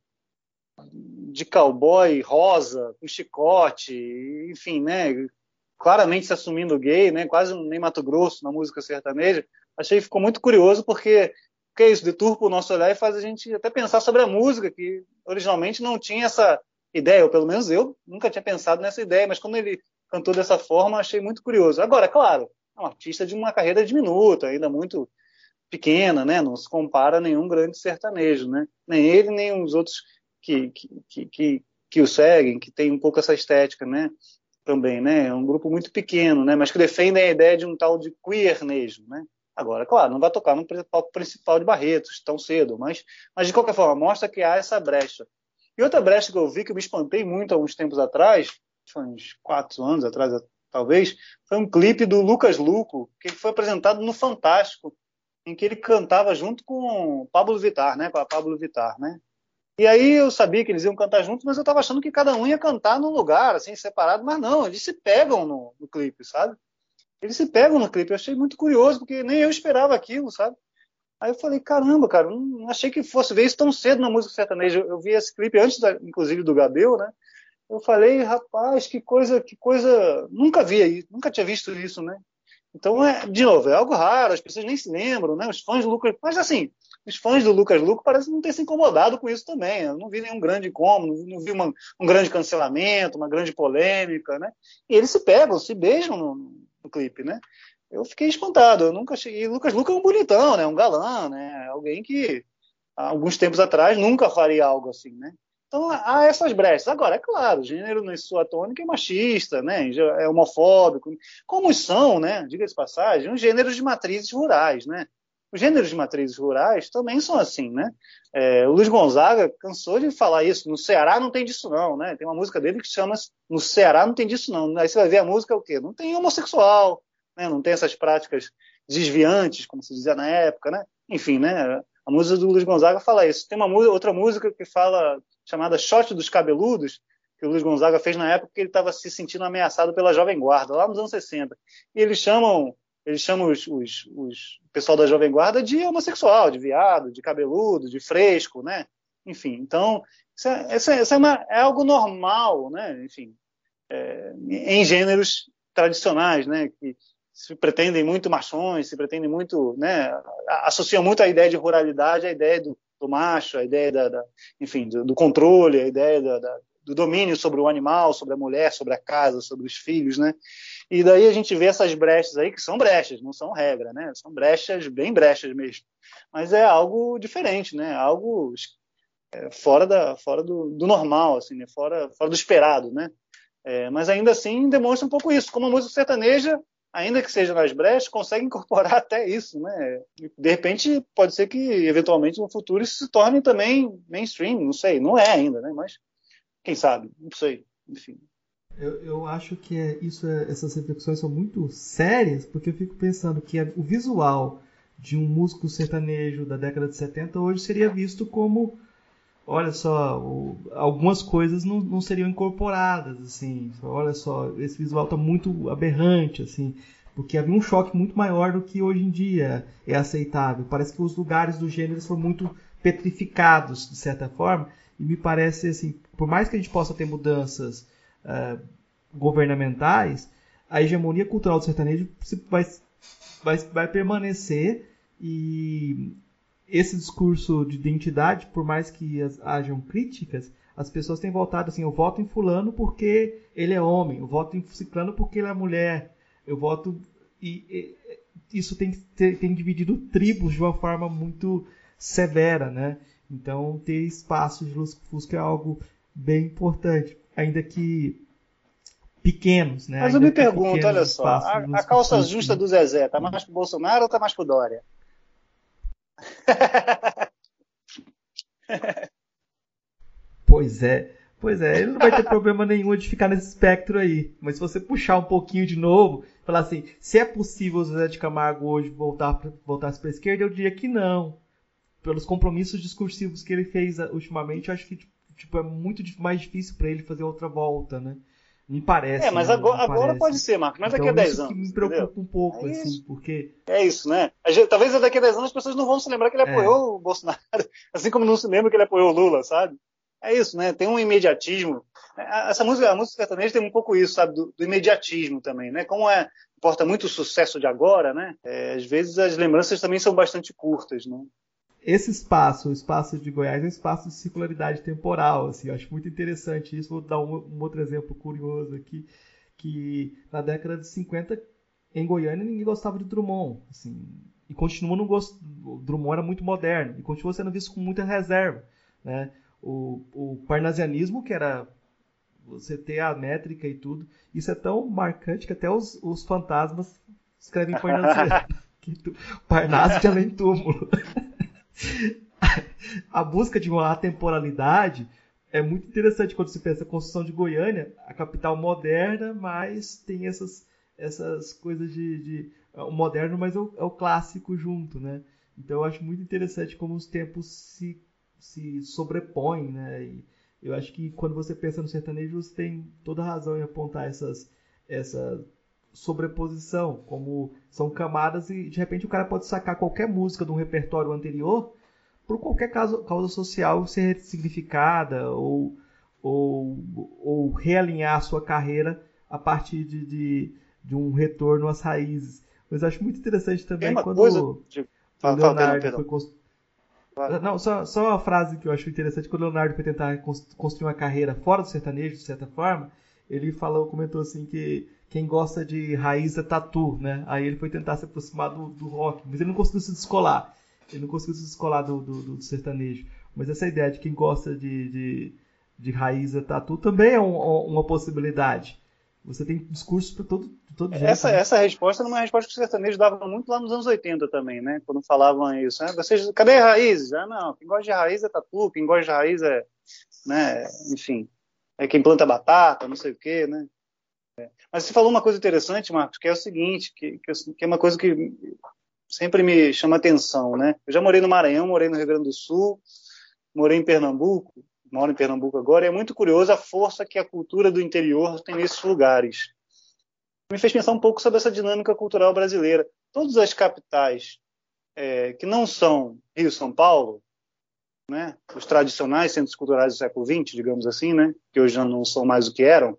cowboy rosa, com chicote, enfim, né, claramente se assumindo gay, né, quase um nem Mato Grosso na música sertaneja. Achei que ficou muito curioso, porque é isso, deturpa o nosso olhar e faz a gente até pensar sobre a música, que originalmente não tinha essa ideia, ou pelo menos eu nunca tinha pensado nessa ideia, mas quando ele cantou dessa forma, achei muito curioso. Agora, claro, é um artista de uma carreira diminuta, ainda muito pequena, né, não se compara a nenhum grande sertanejo, né, nem ele, nem os outros que o seguem, que tem um pouco essa estética, né? Também, né? É um grupo muito pequeno, né? Mas que defendem a ideia de um tal de queernejo, né? Agora, claro, não vai tocar no palco principal de Barretos tão cedo, mas de qualquer forma, mostra que há essa brecha. E outra brecha que eu vi, que eu me espantei muito há uns tempos atrás, foi uns 4 anos atrás, talvez, foi um clipe do Lucas Luco, que foi apresentado no Fantástico, em que ele cantava junto com Pablo Vittar, né? Com a Pablo Vittar, né? E aí eu sabia que eles iam cantar juntos, mas eu estava achando que cada um ia cantar num lugar, assim, separado. Mas não, eles se pegam no clipe, sabe? Eles se pegam no clipe. Eu achei muito curioso, porque nem eu esperava aquilo, sabe? Aí eu falei, caramba, cara, não achei que fosse ver isso tão cedo na música sertaneja. Eu vi esse clipe antes, inclusive, do Gabel, né? Eu falei, rapaz, que coisa... Nunca vi, nunca tinha visto isso, né? Então, de novo, é algo raro, as pessoas nem se lembram, né? Os fãs do Lucas... Mas, assim, os fãs do Lucas Luco parecem não ter se incomodado com isso também. Eu não vi nenhum grande incômodo, não vi um grande cancelamento, uma grande polêmica, né? E eles se pegam, se beijam no clipe, né? Eu fiquei espantado, eu nunca achei... E o Lucas Luco é um bonitão, né? Um galã, né? Alguém que, há alguns tempos atrás, nunca faria algo assim, né? Então, há essas brechas. Agora, é claro, o gênero, na sua tônica, é machista, né? É homofóbico, como são, né? Diga-se de passagem, os gêneros de matrizes rurais, né? Os gêneros de matrizes rurais também são assim, né? O Luiz Gonzaga cansou de falar isso. No Ceará não tem disso não, né? Tem uma música dele que chama No Ceará não tem disso não. Aí você vai ver a música, é o quê? Não tem homossexual, né? Não tem essas práticas desviantes, como se dizia na época, né? Enfim, né? A música do Luiz Gonzaga fala isso. Tem outra música que fala, chamada Shot dos Cabeludos, que o Luiz Gonzaga fez na época que ele estava se sentindo ameaçado pela Jovem Guarda, lá nos anos 60. E eles chamam o pessoal da Jovem Guarda de homossexual, de viado, de cabeludo, de fresco, né? Enfim, então, é algo normal, né? Enfim, em gêneros tradicionais, né? Que se pretendem muito machões, se pretendem muito, né? Associam muito a ideia de ruralidade à ideia do macho, a ideia enfim, do controle, a ideia do domínio sobre o animal, sobre a mulher, sobre a casa, sobre os filhos, né? E daí a gente vê essas brechas aí, que são brechas, não são regra, né? São brechas, bem brechas mesmo. Mas é algo diferente, né? Algo fora do normal, assim, né? Fora do esperado, né? Mas ainda assim demonstra um pouco isso, como a música sertaneja, ainda que seja nas brechas, consegue incorporar até isso, né? De repente, pode ser que, eventualmente, no futuro, isso se torne também mainstream, não sei, não é ainda, né? Mas quem sabe, não sei, enfim. Eu acho que essas reflexões são muito sérias, porque eu fico pensando que o visual de um músico sertanejo da década de 70 hoje seria visto como, olha só, algumas coisas não seriam incorporadas, assim, olha só, esse visual está muito aberrante, assim, porque havia um choque muito maior do que hoje em dia é aceitável. Parece que os lugares do gênero foram muito petrificados, de certa forma, e me parece, assim, por mais que a gente possa ter mudanças governamentais, a hegemonia cultural do sertanejo vai permanecer, e esse discurso de identidade, por mais que hajam críticas, as pessoas têm votado assim, eu voto em fulano porque ele é homem, eu voto em ciclano porque ele é mulher, eu voto... E isso tem dividido tribos de uma forma muito severa, né? Então, ter espaços de lusco-fusco é algo bem importante, ainda que pequenos, né? Mas eu Ainda me que pergunto, olha só, espaços de a calça lusco-fusco, justa né? do Zezé, tá mais pro Bolsonaro ou tá mais pro Dória? Pois é, ele não vai ter problema nenhum de ficar nesse espectro aí. Mas se você puxar um pouquinho de novo, falar assim, se é possível o Zé de Camargo hoje voltasse para a esquerda, eu diria que não. Pelos compromissos discursivos que ele fez ultimamente, eu acho que tipo, é muito mais difícil para ele fazer outra volta, né? Me parece, Mas né? Me agora pode parece. ser, Marcos, mas daqui a Então 10 isso que anos, me entendeu? preocupa um pouco, É assim, isso. porque... É isso, né? Talvez daqui a 10 anos as pessoas não vão se lembrar que ele apoiou o Bolsonaro, assim como não se lembra que ele apoiou o Lula, sabe? É isso, né? Tem um imediatismo. A música sertaneja tem um pouco isso, sabe? Do imediatismo também, né? Como importa muito o sucesso de agora, né? Às vezes as lembranças também são bastante curtas, né? Esse espaço, o espaço de Goiás, é um espaço de circularidade temporal, assim, eu acho muito interessante isso. Vou dar um outro exemplo curioso aqui, que na década de 50, em Goiânia, ninguém gostava de Drummond, assim, e continua não gostando. O Drummond era muito moderno, e continua sendo visto com muita reserva, né? O parnasianismo, que era você ter a métrica e tudo, isso é tão marcante que até os fantasmas escrevem parnasiano, Parnaso de além túmulo. A busca de uma atemporalidade é muito interessante quando se pensa a construção de Goiânia, a capital moderna, mas tem essas coisas o moderno, mas é o clássico junto, né? Então eu acho muito interessante como os tempos se sobrepõem, né? E eu acho que quando você pensa no sertanejo, você tem toda a razão em apontar essa sobreposição, como são camadas, e de repente o cara pode sacar qualquer música de um repertório anterior por qualquer causa social ser significada ou realinhar a sua carreira a partir de um retorno às raízes. Mas acho muito interessante Tem também uma quando coisa. o Fala, Leonardo perdão. foi não, só uma frase que eu acho interessante. Quando o Leonardo foi tentar construir uma carreira fora do sertanejo, de certa forma, ele comentou assim que quem gosta de raiz é tatu, né? Aí ele foi tentar se aproximar do rock, mas ele não conseguiu se descolar. Ele não conseguiu se descolar do sertanejo. Mas essa ideia de quem gosta de raiz é tatu também é uma possibilidade. Você tem discursos para todo jeito. Né? Essa resposta era uma resposta que os sertanejos davam muito lá nos anos 80 também, né? Quando falavam isso. Né? Vocês, cadê as raízes? Não, quem gosta de raiz é tatu, quem gosta de raiz é, né? Enfim, é quem planta batata, não sei o quê, né? Mas você falou uma coisa interessante, Marcos, que é o seguinte, que é uma coisa que sempre me chama atenção, né? Eu já morei no Maranhão, morei no Rio Grande do Sul, morei em Pernambuco, moro em Pernambuco agora, e é muito curioso a força que a cultura do interior tem nesses lugares. Me fez pensar um pouco sobre essa dinâmica cultural brasileira. Todas as capitais que não são Rio e São Paulo, né, os tradicionais centros culturais do século XX, digamos assim, né, que hoje já não são mais o que eram,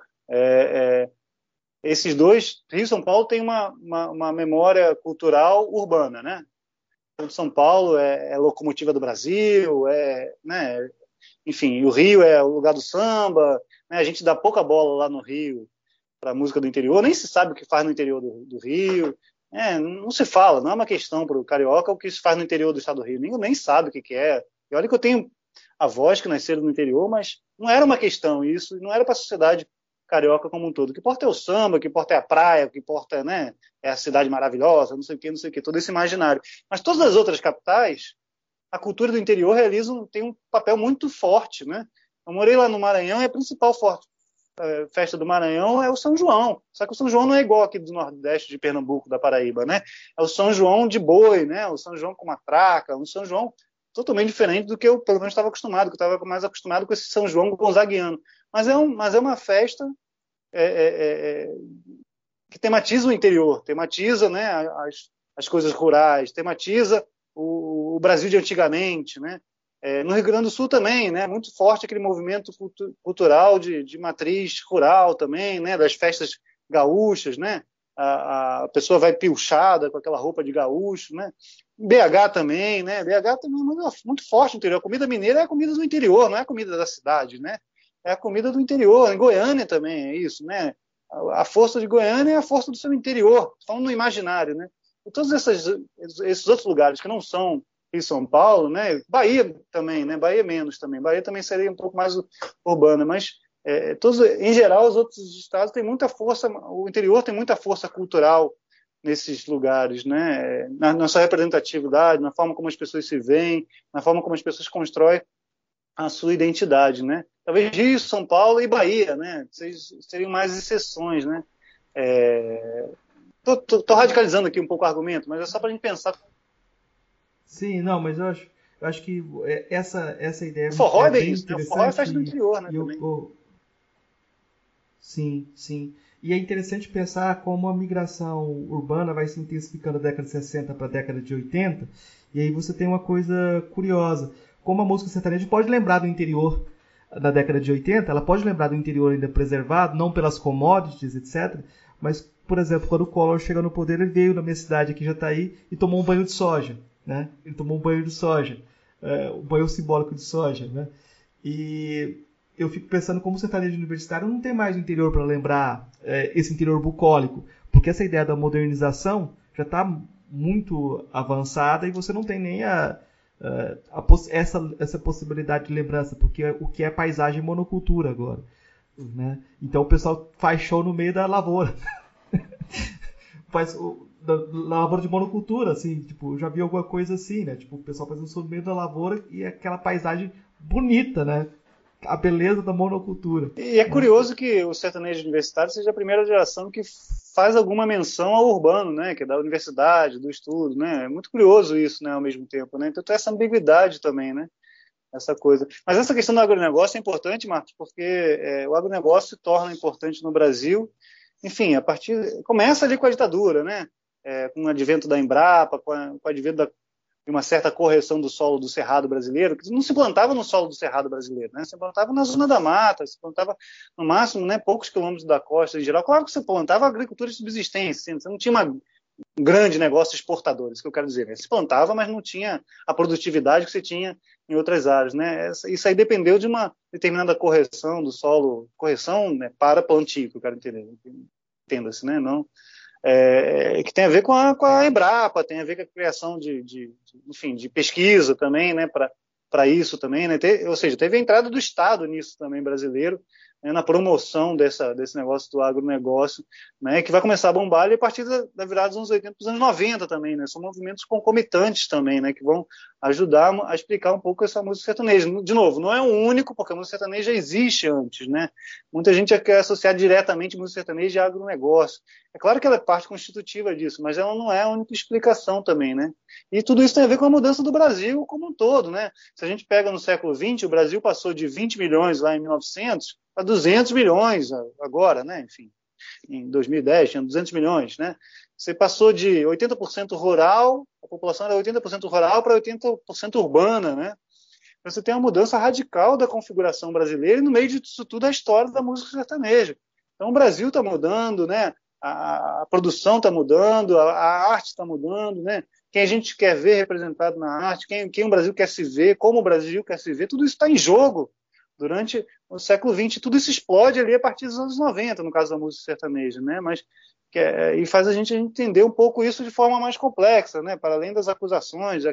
esses dois, Rio e São Paulo, têm uma memória cultural urbana, né? Então, São Paulo é locomotiva do Brasil, né, enfim, o Rio é o lugar do samba, né, a gente dá pouca bola lá no Rio para a música do interior, nem se sabe o que faz no interior do Rio, não se fala, não é uma questão para o carioca o que se faz no interior do estado do Rio, nem sabe o que é. E olha que eu tenho avós que nasceram no interior, mas não era uma questão isso, não era para a sociedade carioca como um todo. O que importa é o samba, o que importa é a praia, o que importa, né, é a cidade maravilhosa, não sei o que, todo esse imaginário. Mas todas as outras capitais, a cultura do interior tem um papel muito forte, né? Eu morei lá no Maranhão e a principal festa do Maranhão é o São João. Só que o São João não é igual aqui do Nordeste de Pernambuco, da Paraíba, né? É o São João de boi, né? O São João com matraca, um São João totalmente diferente do que eu, pelo menos, estava acostumado, que eu estava mais acostumado com esse São João gonzaguiano. Mas é uma festa que tematiza o interior, tematiza, né, as coisas rurais, tematiza o Brasil de antigamente, né? No Rio Grande do Sul também, né? Muito forte aquele movimento cultural de matriz rural também, né? Das festas gaúchas, né? A pessoa vai pilchada com aquela roupa de gaúcho, né? BH também, né? BH também é muito forte no interior. A comida mineira é a comida do interior, não é a comida da cidade, né? É a comida do interior. Em Goiânia também é isso, né? A força de Goiânia é a força do seu interior, falando no imaginário, né? E todos esses outros lugares que não são Rio e São Paulo, né? Bahia também, né? Bahia menos também. Bahia também seria um pouco mais urbana, mas em geral os outros estados têm muita força, o interior tem muita força cultural nesses lugares, né? Na sua representatividade, na forma como as pessoas se veem, na forma como as pessoas constroem a sua identidade, né? Talvez Rio, São Paulo e Bahia, né? Seriam mais exceções, né? Tô radicalizando aqui um pouco o argumento, mas é só para a gente pensar. Sim, não, mas eu acho que essa ideia O forró é bem bem isso, né? O forró é festa do interessante interior, né? e Também. sim, sim. E é interessante pensar como a migração urbana vai se intensificando da década de 60 para a década de 80, e aí você tem uma coisa curiosa. Como a música sertaneja pode lembrar do interior da década de 80, ela pode lembrar do interior ainda preservado, não pelas commodities, etc., mas, por exemplo, quando o Collor chega no poder, ele veio na minha cidade aqui, Jataí, e tomou um banho de soja, né? Ele tomou um banho de soja, um banho simbólico de soja, né? E eu fico pensando como o sertanejo universitário não tem mais o interior para lembrar esse interior bucólico, porque essa ideia da modernização já está muito avançada e você não tem nem essa possibilidade de lembrança, porque o que é paisagem monocultura agora, né? Então o pessoal faz show no meio da lavoura. Faz da lavoura de monocultura, assim, tipo, eu já vi alguma coisa assim, né? Tipo, o pessoal fazendo show no meio da lavoura e aquela paisagem bonita, né? A beleza da monocultura. E é curioso que o sertanejo universitário seja a primeira geração que faz alguma menção ao urbano, né? Que é da universidade, do estudo, né? É muito curioso isso, né? Ao mesmo tempo, né? Então tem essa ambiguidade também, né? Essa coisa. Mas essa questão do agronegócio é importante, Marcos, porque o agronegócio se torna importante no Brasil. Enfim, começa ali com a ditadura, né? Com o advento da Embrapa, com o advento de uma certa correção do solo do Cerrado brasileiro, que não se plantava no solo do Cerrado brasileiro, né? Se plantava na zona da mata, se plantava no máximo, né, poucos quilômetros da costa em geral. Claro que você plantava agricultura de subsistência, você não tinha um grande negócio exportador, isso que eu quero dizer, né? Se plantava, mas não tinha a produtividade que você tinha em outras áreas, né? Isso aí dependeu de uma determinada correção do solo, correção, né, para plantio, que eu quero entender, entenda-se, né? Não que tem a ver com a Embrapa, tem a ver com a criação enfim, de pesquisa também, né, para isso também, né, ou seja, teve a entrada do Estado nisso também brasileiro, né, na promoção desse negócio do agronegócio, né, que vai começar a bombar ali a partir da virada dos anos 80 para os anos 90 também, né? São movimentos concomitantes também, né, que vão ajudar a explicar um pouco essa música sertaneja. De novo, não é o único, porque a música sertaneja existe antes, né? Muita gente quer associar diretamente música sertaneja e agronegócio. É claro que ela é parte constitutiva disso, mas ela não é a única explicação também, né? E tudo isso tem a ver com a mudança do Brasil como um todo, né? Se a gente pega no século XX, o Brasil passou de 20 milhões lá em 1900 a 200 milhões agora, né? Enfim, em 2010 tinha 200 milhões, né? Você passou de 80% rural, a população era 80% rural para 80% urbana, né? Você tem uma mudança radical da configuração brasileira e no meio disso tudo a história da música sertaneja. Então o Brasil está mudando, né? A produção está mudando, a arte está mudando, né? Quem a gente quer ver representado na arte, quem o Brasil quer se ver, como o Brasil quer se ver, tudo isso está em jogo durante o século XX. Tudo isso explode ali a partir dos anos 90, no caso da música sertaneja, né? Mas e faz a gente entender um pouco isso de forma mais complexa, né? Para além das acusações,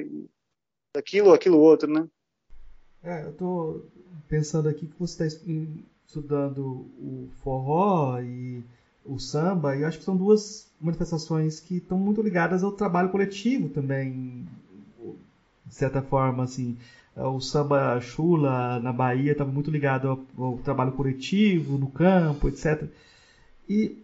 aquilo outro, né? Eu estou pensando aqui que você está estudando o forró e o samba, e eu acho que são duas manifestações que estão muito ligadas ao trabalho coletivo também, de certa forma, assim. O samba chula na Bahia estava muito ligado ao trabalho coletivo, no campo, etc. E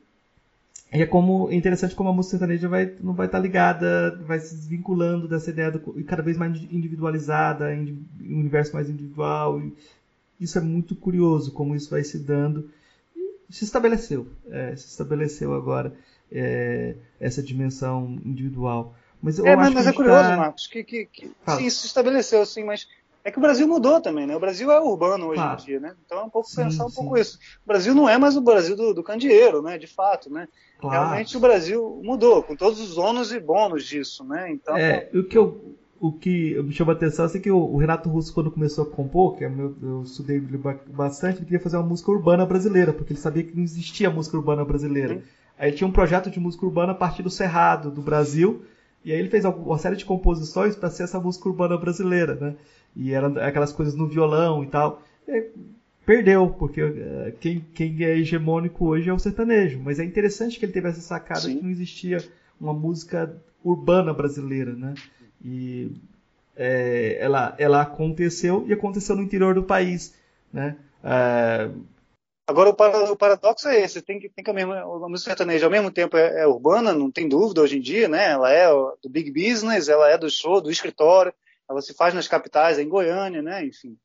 é interessante como a música sertaneja não vai estar ligada, vai se desvinculando dessa ideia cada vez mais individualizada, um universo mais individual. E isso é muito curioso, como isso vai se dando. E se estabeleceu agora essa dimensão individual. Mas eu acho mas que é curioso, Marcos, que sim, isso se estabeleceu, sim, mas é que o Brasil mudou também, né? O Brasil é urbano hoje em dia, né? Então é um pouco pensar um pouco isso. O Brasil não é mais o Brasil do candeeiro, né? De fato, né? Claro. Realmente o Brasil mudou, com todos os ônus e bônus disso, né? Então... O que me chama a atenção é que o Renato Russo, quando começou a compor, que eu estudei bastante, ele queria fazer uma música urbana brasileira, porque ele sabia que não existia música urbana brasileira. Aí tinha um projeto de música urbana a partir do Cerrado, do Brasil, e aí ele fez uma série de composições para ser essa música urbana brasileira, né? E eram aquelas coisas no violão e tal. E perdeu, porque quem é hegemônico hoje é o sertanejo. Mas é interessante que ele teve essa sacada de que não existia uma música urbana brasileira, né? E ela aconteceu e aconteceu no interior do país, né? Agora o paradoxo é esse, tem que a música sertaneja ao mesmo tempo é urbana, não tem dúvida hoje em dia, né? Ela é do big business, ela é do show, do escritório, ela se faz nas capitais, em Goiânia, né? Enfim,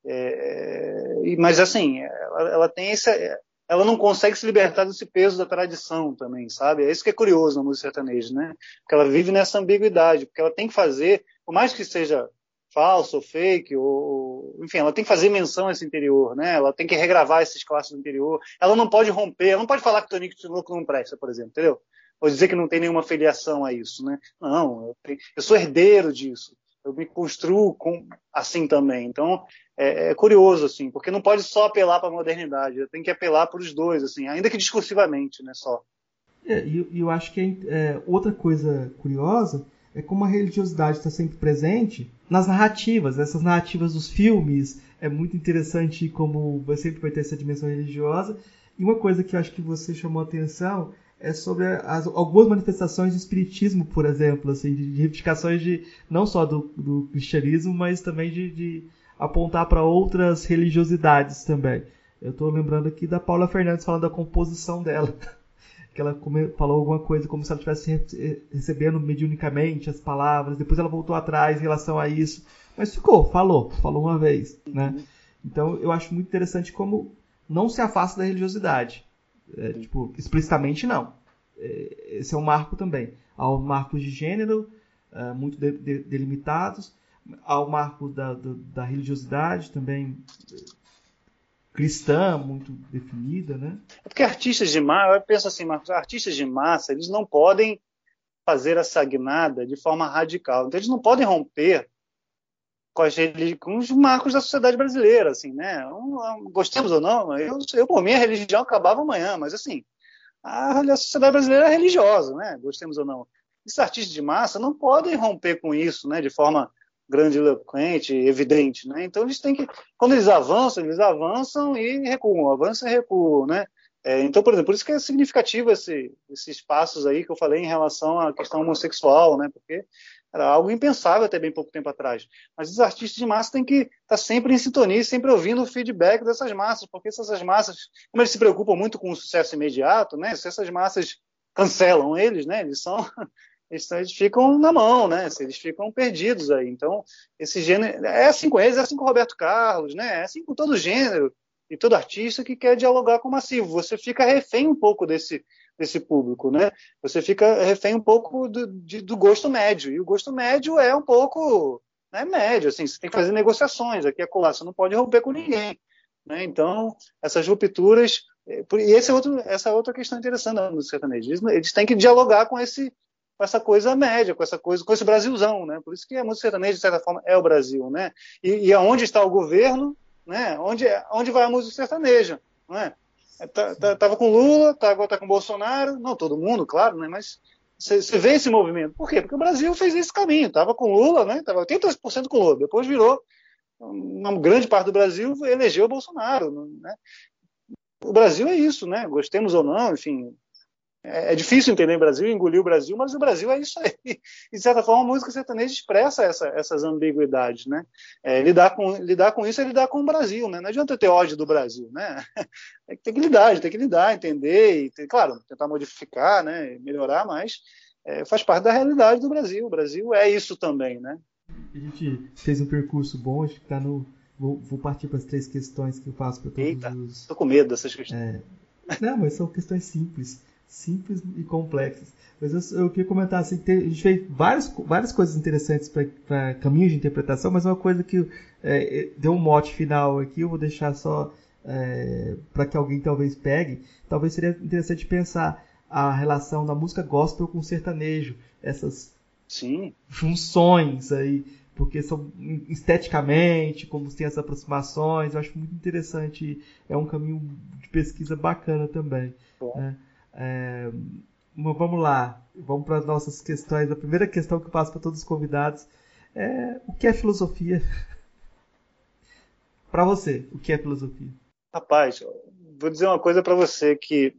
mas assim, ela tem ela não consegue se libertar desse peso da tradição também, sabe? É isso que é curioso na música sertaneja, né? Porque ela vive nessa ambiguidade, porque ela tem que fazer, por mais que seja falso ou fake, enfim, ela tem que fazer menção a esse interior, né? Ela tem que regravar esses clássicos do interior. Ela não pode romper, ela não pode falar que o Tonico Tinoco não presta, por exemplo, entendeu? Ou dizer que não tem nenhuma filiação a isso, né? Não, eu sou herdeiro disso. Eu me construo assim também. Então, é curioso, assim, porque não pode só apelar para a modernidade, tem que apelar para os dois, assim, ainda que discursivamente, né, só. E eu acho que outra coisa curiosa é como a religiosidade está sempre presente nas narrativas, essas narrativas dos filmes. É muito interessante como sempre vai ter essa dimensão religiosa. E uma coisa que eu acho que você chamou a atenção é sobre algumas manifestações do espiritismo, por exemplo, assim, de reivindicações não só do cristianismo, mas também de apontar para outras religiosidades também. Eu estou lembrando aqui da Paula Fernandes falando da composição dela, que ela falou alguma coisa como se ela estivesse recebendo mediunicamente as palavras, depois ela voltou atrás em relação a isso, mas falou uma vez, né? Então eu acho muito interessante como não se afasta da religiosidade. Explicitamente não. Esse é um marco também. Há marcos de gênero muito delimitados, há o marco da religiosidade também cristã muito definida, né? É porque artistas de massa, eu penso assim, Marcos, artistas de massa, eles não podem fazer essa guinada de forma radical. Então eles não podem romper com os marcos da sociedade brasileira, assim, né? Gostemos ou não, eu por mim a religião acabava amanhã, mas assim, a sociedade brasileira é religiosa, né? Gostemos ou não. Esses artistas de massa não podem romper com isso, né? De forma grandiloquente, evidente, né? Então eles têm que, quando eles avançam e recuam, avançam e recuam, né? Então, por exemplo, por isso que é significativo esses passos aí que eu falei em relação à questão homossexual, né? Porque era algo impensável até bem pouco tempo atrás. Mas os artistas de massa têm que estar sempre em sintonia, sempre ouvindo o feedback dessas massas, porque se essas massas, como eles se preocupam muito com o sucesso imediato, né? Se essas massas cancelam eles, né? Eles ficam na mão, né? Eles ficam perdidos aí. Então, esse gênero é assim com eles, é assim com o Roberto Carlos, né? É assim com todo gênero e todo artista que quer dialogar com o massivo. Você fica refém um pouco desse público, né? Você fica refém um pouco do gosto médio. E o gosto médio é um pouco, né, médio, assim, você tem que fazer negociações aqui e acolá, você não pode romper com ninguém, né? Então, essas rupturas, e essa é outra questão interessante da música sertaneja. Eles têm que dialogar com essa coisa média, com esse Brasilzão, né? Por isso que a música sertaneja, de certa forma, é o Brasil, né? E aonde está o governo, né? Onde vai a música sertaneja, não é? Tava com Lula, agora tá com Bolsonaro, não todo mundo, claro, né? Mas você vê esse movimento. Por quê? Porque o Brasil fez esse caminho. Tava com Lula, né? Tava 80% com Lula. Depois virou uma grande parte do Brasil elegeu o Bolsonaro, né? O Brasil é isso, né? Gostemos ou não, enfim, é difícil entender o Brasil, engolir o Brasil, mas o Brasil é isso aí. E, de certa forma, a música sertaneja expressa essas ambiguidades, né? Lidar com isso é lidar com o Brasil, né? Não adianta ter ódio do Brasil, né? Tem que lidar, entender, e, claro, tentar modificar, né? Melhorar, mas faz parte da realidade do Brasil. O Brasil é isso também, né? A gente fez um percurso bom, acho que tá no... Vou partir para as 3 questões que eu faço para todos Eita, os... tô com medo dessas questões. Não, mas são questões simples e complexas. Mas eu queria comentar assim, que a gente fez várias coisas interessantes para caminhos de interpretação, mas uma coisa que deu um mote final aqui, eu vou deixar só para que alguém talvez pegue. Talvez seria interessante pensar a relação da música gospel com o sertanejo, essas Sim. funções aí, porque são esteticamente, como tem as aproximações, eu acho muito interessante, é um caminho de pesquisa bacana também. Né? Vamos lá, vamos para as nossas questões. A primeira questão que eu passo para todos os convidados é: o que é filosofia? Para você, o que é filosofia? Rapaz, vou dizer uma coisa para você que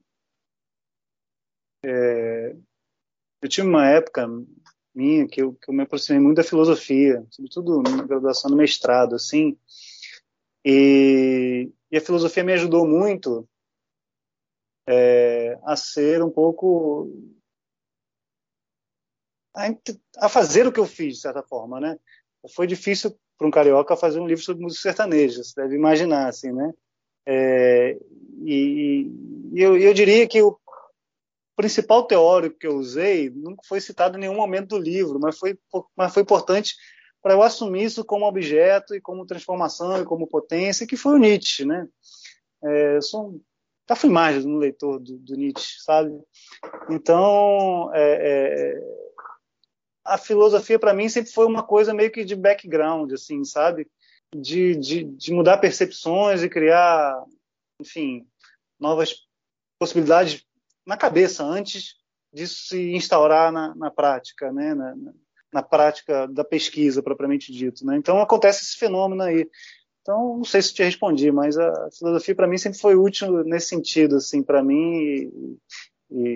eu tive uma época minha que eu me aproximei muito da filosofia, sobretudo na graduação, no mestrado, assim, e a filosofia me ajudou muito a ser um pouco a fazer o que eu fiz, de certa forma, né? Foi difícil para um carioca fazer um livro sobre música sertaneja, você deve imaginar, assim, né? Eu diria que o principal teórico que eu usei nunca foi citado em nenhum momento do livro, mas foi importante para eu assumir isso como objeto e como transformação e como potência, que foi o Nietzsche, né? Já fui mais um leitor do Nietzsche, sabe? Então, a filosofia para mim sempre foi uma coisa meio que de background, assim, sabe? De mudar percepções e criar, enfim, novas possibilidades na cabeça antes disso se instaurar na prática, né? Na prática da pesquisa propriamente dito, né? Então acontece esse fenômeno aí. Então não sei se te respondi, mas a filosofia para mim sempre foi útil nesse sentido, assim, para mim. E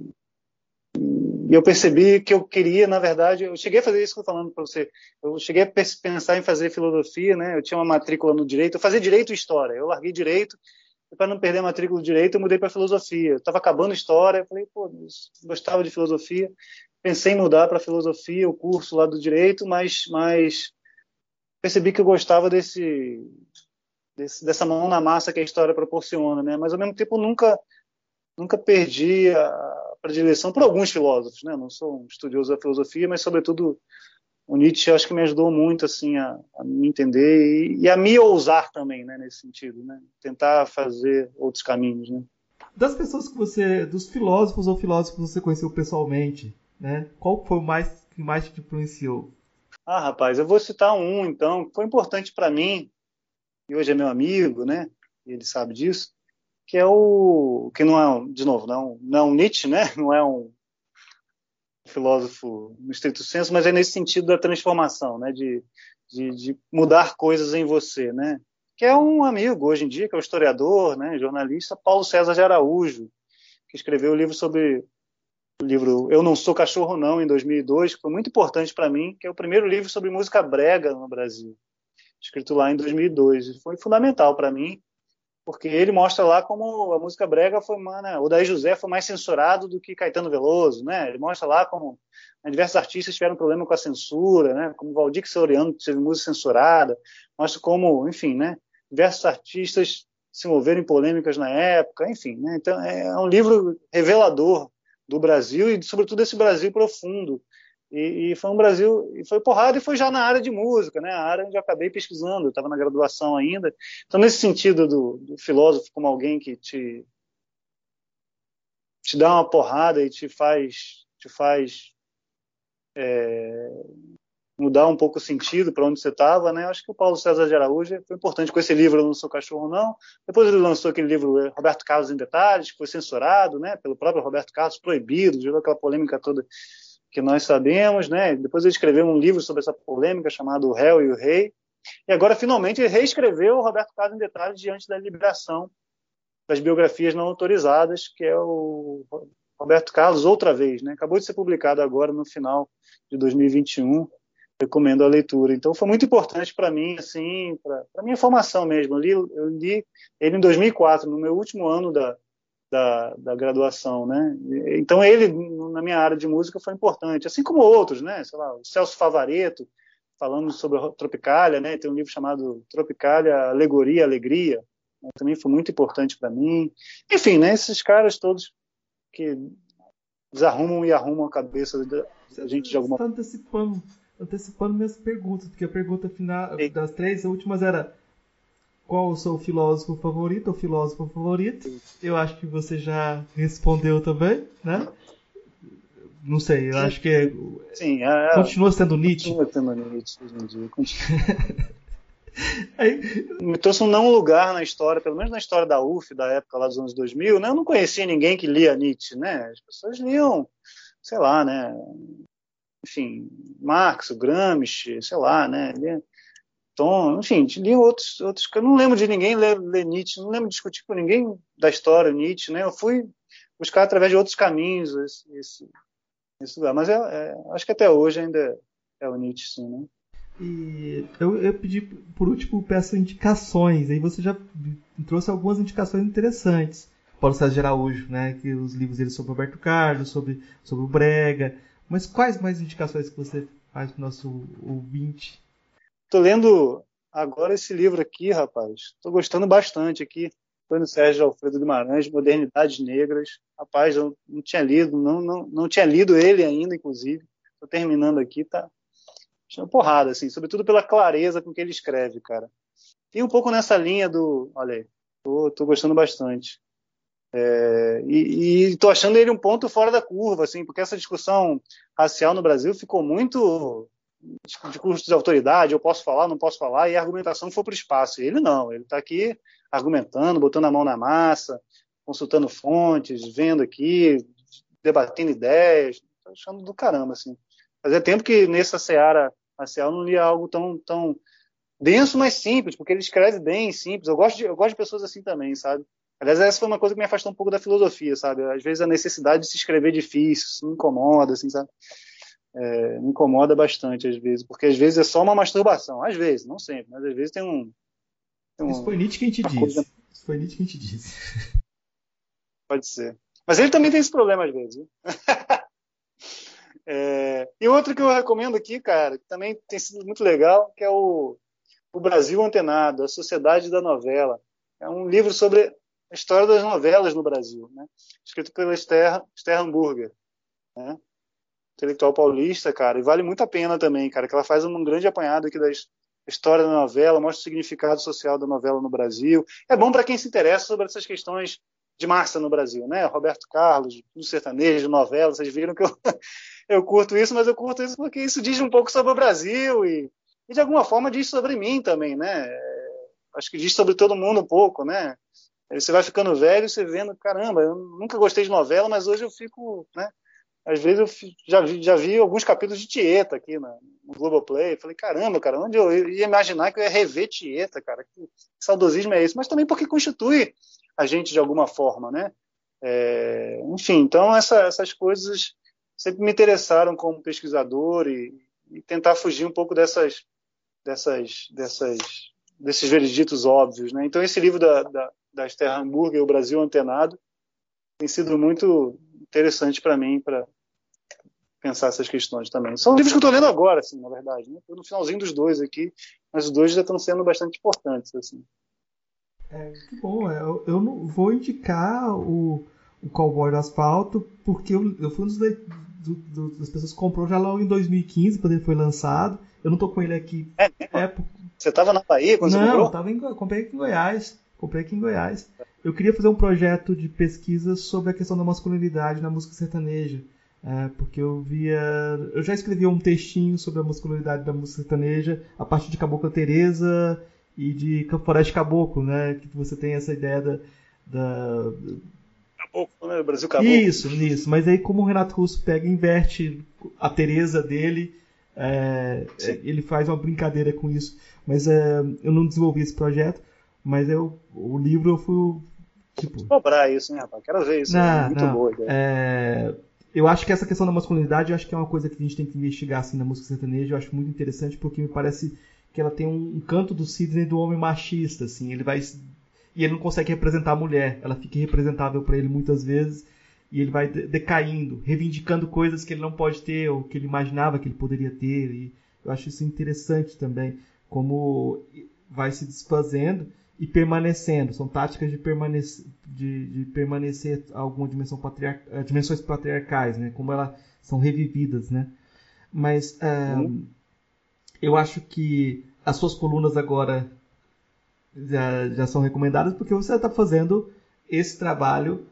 eu percebi que eu queria, na verdade, eu cheguei a fazer isso que eu estou falando para você. Eu cheguei a pensar em fazer filosofia, né? Eu tinha uma matrícula no direito, eu fazia direito e história. Eu larguei direito, e para não perder a matrícula do direito, eu mudei para filosofia. Eu estava acabando história, eu falei, pô, eu gostava de filosofia. Pensei em mudar para filosofia, o curso lá do direito, mas percebi que eu gostava dessa mão na massa que a história proporciona, né? Mas ao mesmo tempo nunca perdi a predileção por alguns filósofos, né? Não sou um estudioso da filosofia, mas sobretudo o Nietzsche acho que me ajudou muito assim a me entender e a me ousar também, né, nesse sentido, né? Tentar fazer outros caminhos, né? Das pessoas dos filósofos ou filósofos que você conheceu pessoalmente, né? Qual foi o que mais te influenciou? Rapaz, eu vou citar um então, que foi importante para mim e hoje é meu amigo, né? E ele sabe disso, que é que não é de novo, não é um Nietzsche, né? Não é um filósofo no estrito senso, mas é nesse sentido da transformação, né? De mudar coisas em você, né? Que é um amigo hoje em dia, que é o historiador, né? Jornalista Paulo César de Araújo, que escreveu o livro Eu Não Sou Cachorro Não, em 2002, que foi muito importante para mim, que é o primeiro livro sobre música brega no Brasil, escrito lá em 2002. E foi fundamental para mim, porque ele mostra lá como a música brega foi, né, o Odair José foi mais censurado do que Caetano Veloso, né? Ele mostra lá como, né, diversos artistas tiveram problema com a censura, né? Como Valdir Soriano teve música censurada, mostra como, enfim, né, diversos artistas se envolveram em polêmicas na época, enfim, né? Então é um livro revelador do Brasil e sobretudo desse Brasil profundo. E foi um Brasil, e foi porrada, e foi já na área de música, né? A área onde eu acabei pesquisando, eu estava na graduação ainda. Então, nesse sentido do filósofo como alguém que te dá uma porrada e te faz mudar um pouco o sentido para onde você estava, né? Acho que o Paulo César de Araújo foi importante com esse livro Eu Não Sou Cachorro Não. Depois ele lançou aquele livro Roberto Carlos em Detalhes, que foi censurado, né? Pelo próprio Roberto Carlos, proibido, gerou aquela polêmica toda que nós sabemos, né? Depois ele escreveu um livro sobre essa polêmica chamado O Réu e o Rei. E agora, finalmente, ele reescreveu o Roberto Carlos em Detalhes diante da liberação das biografias não autorizadas, que é o Roberto Carlos outra vez, né? Acabou de ser publicado agora no final de 2021. Recomendo a leitura. Então, foi muito importante para mim, assim, para a minha formação mesmo. Eu li ele em 2004, no meu último ano da graduação, né? Então ele na minha área de música foi importante, assim como outros, né? Sei lá, o Celso Favaretto falando sobre a Tropicália, né? Tem um livro chamado Tropicália, Alegoria, Alegria, né? Também foi muito importante para mim. Enfim, né? Esses caras todos que desarrumam e arrumam a cabeça da gente de alguma Você está antecipando minhas perguntas, porque a pergunta final das três últimas era qual o seu filósofo favorito ou filósofo favorito? Eu acho que você já respondeu também, né? Não sei, eu acho que sim, continua sendo Nietzsche. Continua sendo Nietzsche hoje em dia. Me trouxe um não lugar na história, pelo menos na história da UF, da época lá dos anos 2000, né? Eu não conhecia ninguém que lia Nietzsche, né? As pessoas liam, sei lá, né? Enfim, Marx, o Gramsci, sei lá, né? Tom, enfim, li outros, eu não lembro de ninguém ler Nietzsche, não lembro de discutir com ninguém da história Nietzsche, né? Eu fui buscar através de outros caminhos esse lugar, mas acho que até hoje ainda é o Nietzsche, sim, né? E eu pedi, por último, peço indicações, aí você já trouxe algumas indicações interessantes. Paulo César de Araújo, né? Que os livros dele sobre Roberto Carlos, sobre o Brega, mas quais mais indicações que você faz para o nosso ouvinte? Tô lendo agora esse livro aqui, rapaz. Tô gostando bastante aqui. Antônio Sérgio Alfredo Guimarães, Modernidades Negras. Rapaz, eu não tinha lido, não tinha lido ele ainda, inclusive. Tô terminando aqui, tá achando porrada, assim, sobretudo pela clareza com que ele escreve, cara. E um pouco nessa linha olha aí, tô gostando bastante. E tô achando ele um ponto fora da curva, assim, porque essa discussão racial no Brasil ficou muito discurso de autoridade, eu posso falar, não posso falar, e a argumentação foi para o espaço. E ele não, ele está aqui argumentando, botando a mão na massa, consultando fontes, vendo aqui, debatendo ideias. Estou achando do caramba, assim. Fazia tempo que nessa seara racial não lia algo tão denso, mas simples, porque ele escreve bem, simples. Eu gosto de pessoas assim também, sabe? Aliás, essa foi uma coisa que me afastou um pouco da filosofia, sabe? Às vezes a necessidade de se escrever difícil, isso me incomoda, assim, sabe? Me incomoda bastante às vezes, porque às vezes é só uma masturbação, às vezes, não sempre, mas às vezes tem Isso foi Nietzsche quem te disse. Coisa... Isso foi Nietzsche quem te disse. Pode ser. Mas ele também tem esse problema às vezes. E outro que eu recomendo aqui, cara, que também tem sido muito legal, que é o Brasil Antenado, a Sociedade da Novela. É um livro sobre a história das novelas no Brasil, né? Escrito pela Esther Hamburger, né? Intelectual paulista, cara, e vale muito a pena também, cara, que ela faz um grande apanhado aqui da história da novela, mostra o significado social da novela no Brasil. É bom para quem se interessa sobre essas questões de massa no Brasil, né? Roberto Carlos, do sertanejo, novela, vocês viram que eu curto isso, mas eu curto isso porque isso diz um pouco sobre o Brasil e de alguma forma diz sobre mim também, né? Acho que diz sobre todo mundo um pouco, né? Aí você vai ficando velho, você vendo, caramba, eu nunca gostei de novela, mas hoje eu fico, né? às vezes já vi alguns capítulos de Tieta aqui no Globoplay. Falei, caramba, cara, onde eu ia imaginar que eu ia rever Tieta, cara? Que saudosismo é esse? Mas também porque constitui a gente de alguma forma, né? Enfim, então essas coisas sempre me interessaram como pesquisador e tentar fugir um pouco desses vereditos óbvios, né? Então esse livro da Esther Hamburger, O Brasil Antenado, tem sido muito interessante para mim, para pensar essas questões também. São livros que eu estou lendo agora, assim, na verdade, né? Estou no finalzinho dos dois aqui, mas os dois já estão sendo bastante importantes, assim. Que bom. Eu não vou indicar o Cowboy do Asfalto, porque eu fui um das pessoas que comprou já lá em 2015, quando ele foi lançado. Eu não tô com ele aqui. Você estava na Bahia quando você comprou? Não, comprei aqui em Goiás. Comprei aqui em Goiás. Eu queria fazer um projeto de pesquisa sobre a questão da masculinidade na música sertaneja. Porque eu já escrevi um textinho sobre a masculinidade da música sertaneja a partir de Cabocla Teresa e de Floresta Caboclo, né? Que você tem essa ideia da Caboclo, né? Brasil Caboclo. Isso. Mas aí como o Renato Russo pega e inverte a Teresa dele, ele faz uma brincadeira com isso. Mas eu não desenvolvi esse projeto, mas o livro eu fui... Vou cobrar isso, hein, rapaz? Quero ver isso. Muito boa ideia. Eu acho que essa questão da masculinidade, eu acho que é uma coisa que a gente tem que investigar assim, na música sertaneja. Eu acho muito interessante porque me parece que ela tem um canto do Sidney do homem machista, assim. E ele não consegue representar a mulher. Ela fica irrepresentável para ele muitas vezes e ele vai decaindo, reivindicando coisas que ele não pode ter ou que ele imaginava que ele poderia ter. E eu acho isso interessante também, como vai se desfazendo e permanecendo. São táticas de permanecer alguma dimensões patriarcais, né? Como elas são revividas, né? Mas eu acho que as suas colunas agora já são recomendadas porque você está fazendo esse trabalho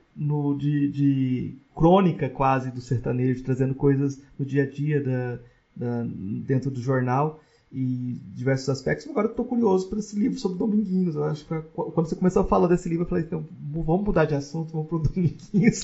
de crônica quase do sertanejo, trazendo coisas do dia a dia dentro do jornal e diversos aspectos. Agora eu estou curioso para esse livro sobre Dominguinhos. Eu acho que quando você começou a falar desse livro, eu falei, então, vamos mudar de assunto, vamos para o Dominguinhos.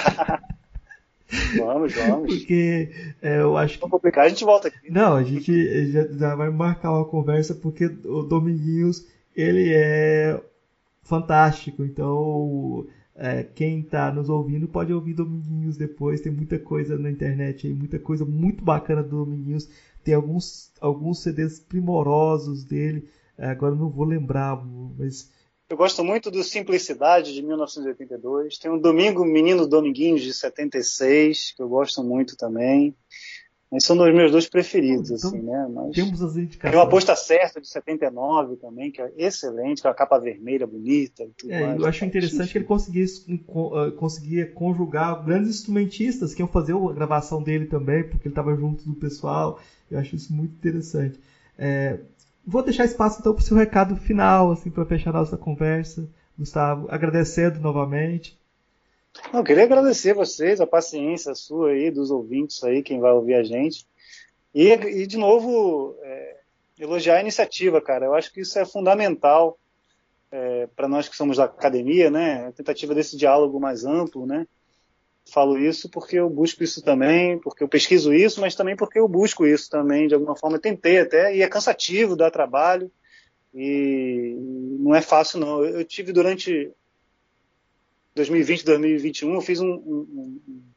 Vamos. Porque eu acho que... Vamos complicar, a gente volta aqui. Não, a gente já vai marcar uma conversa, porque o Dominguinhos, ele é fantástico. Então, quem está nos ouvindo pode ouvir Dominguinhos depois. Tem muita coisa na internet aí, muita coisa muito bacana do Dominguinhos. Tem alguns CDs primorosos dele. Agora eu não vou lembrar, mas... Eu gosto muito do Simplicidade, de 1982. Tem o Menino Dominguinhos, de 76, que eu gosto muito também. Mas são os meus dois preferidos, então, assim, né? Mas temos as indicações. Tem uma Aposta Certa, de 79 também, que é excelente, com a capa vermelha bonita. E tudo mais. Eu acho interessante que ele conseguia conjugar grandes instrumentistas que iam fazer a gravação dele também, porque ele estava junto do pessoal. Eu acho isso muito interessante. Vou deixar espaço então para o seu recado final, assim, para fechar a nossa conversa, Gustavo, agradecendo novamente. Eu queria agradecer vocês, a paciência sua aí, dos ouvintes aí, quem vai ouvir a gente, e de novo elogiar a iniciativa, cara. Eu acho que isso é fundamental para nós que somos da academia, né? A tentativa desse diálogo mais amplo, né? Falo isso porque eu busco isso também, porque eu pesquiso isso, mas também porque eu busco isso também, de alguma forma. Tentei até, e é cansativo, dá trabalho, e não é fácil, não. Eu tive durante 2020, 2021, eu fiz um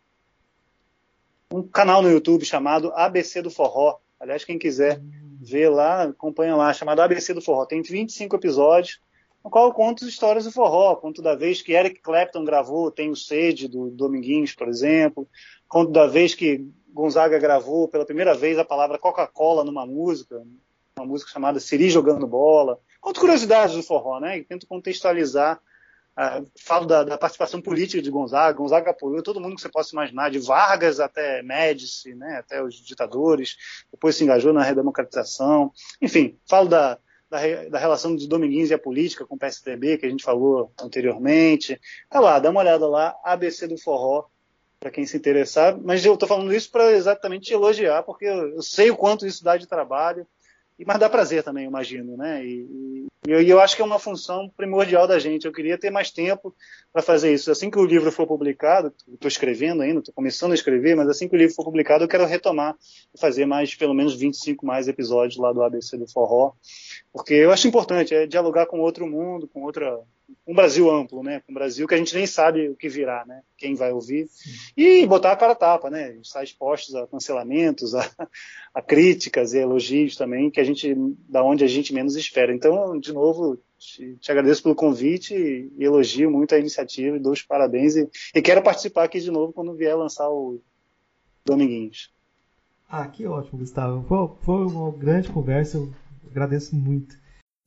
canal no YouTube chamado ABC do Forró. Aliás, quem quiser ver lá, acompanha lá, chamado ABC do Forró. Tem 25 episódios, no qual eu conto histórias do forró. Conto da vez que Eric Clapton gravou Tenho Sede, do Dominguinhos, por exemplo. Conto da vez que Gonzaga gravou pela primeira vez a palavra Coca-Cola numa música, uma música chamada Siri Jogando Bola. Conto curiosidades do forró, né? E tento contextualizar. Falo da participação política de Gonzaga. Gonzaga apoiou todo mundo que você possa imaginar, de Vargas até Médici, né? Até os ditadores. Depois se engajou na redemocratização. Enfim, falo da relação dos Dominguinhos e a política com o PSDB, que a gente falou anteriormente. Tá lá, dá uma olhada lá, ABC do Forró, para quem se interessar. Mas eu estou falando isso para exatamente elogiar, porque eu sei o quanto isso dá de trabalho, Mas dá prazer também, eu imagino, né? E eu acho que é uma função primordial da gente. Eu queria ter mais tempo para fazer isso. Assim que o livro for publicado, estou escrevendo ainda, estou começando a escrever, mas assim que o livro for publicado, eu quero retomar e fazer pelo menos 25 mais episódios lá do ABC do Forró, porque eu acho importante dialogar com outro mundo, com um Brasil amplo, né? Com um Brasil que a gente nem sabe o que virá, né? Quem vai ouvir. E botar a cara a tapa, né? Estar expostos a cancelamentos, a críticas e elogios também, da onde a gente menos espera. Então, de novo, te agradeço pelo convite e elogio muito a iniciativa e dou os parabéns e quero participar aqui de novo quando vier lançar o Dominguinhos. Ah, que ótimo, Gustavo. Foi uma grande conversa, eu agradeço muito.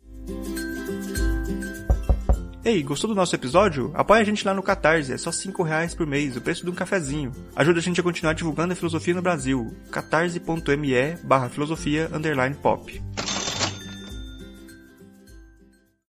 Ei, gostou do nosso episódio? Apoia a gente lá no Catarse, é só R$5 por mês, o preço de um cafezinho. Ajuda a gente a continuar divulgando a filosofia no Brasil. catarse.me/filosofia_pop.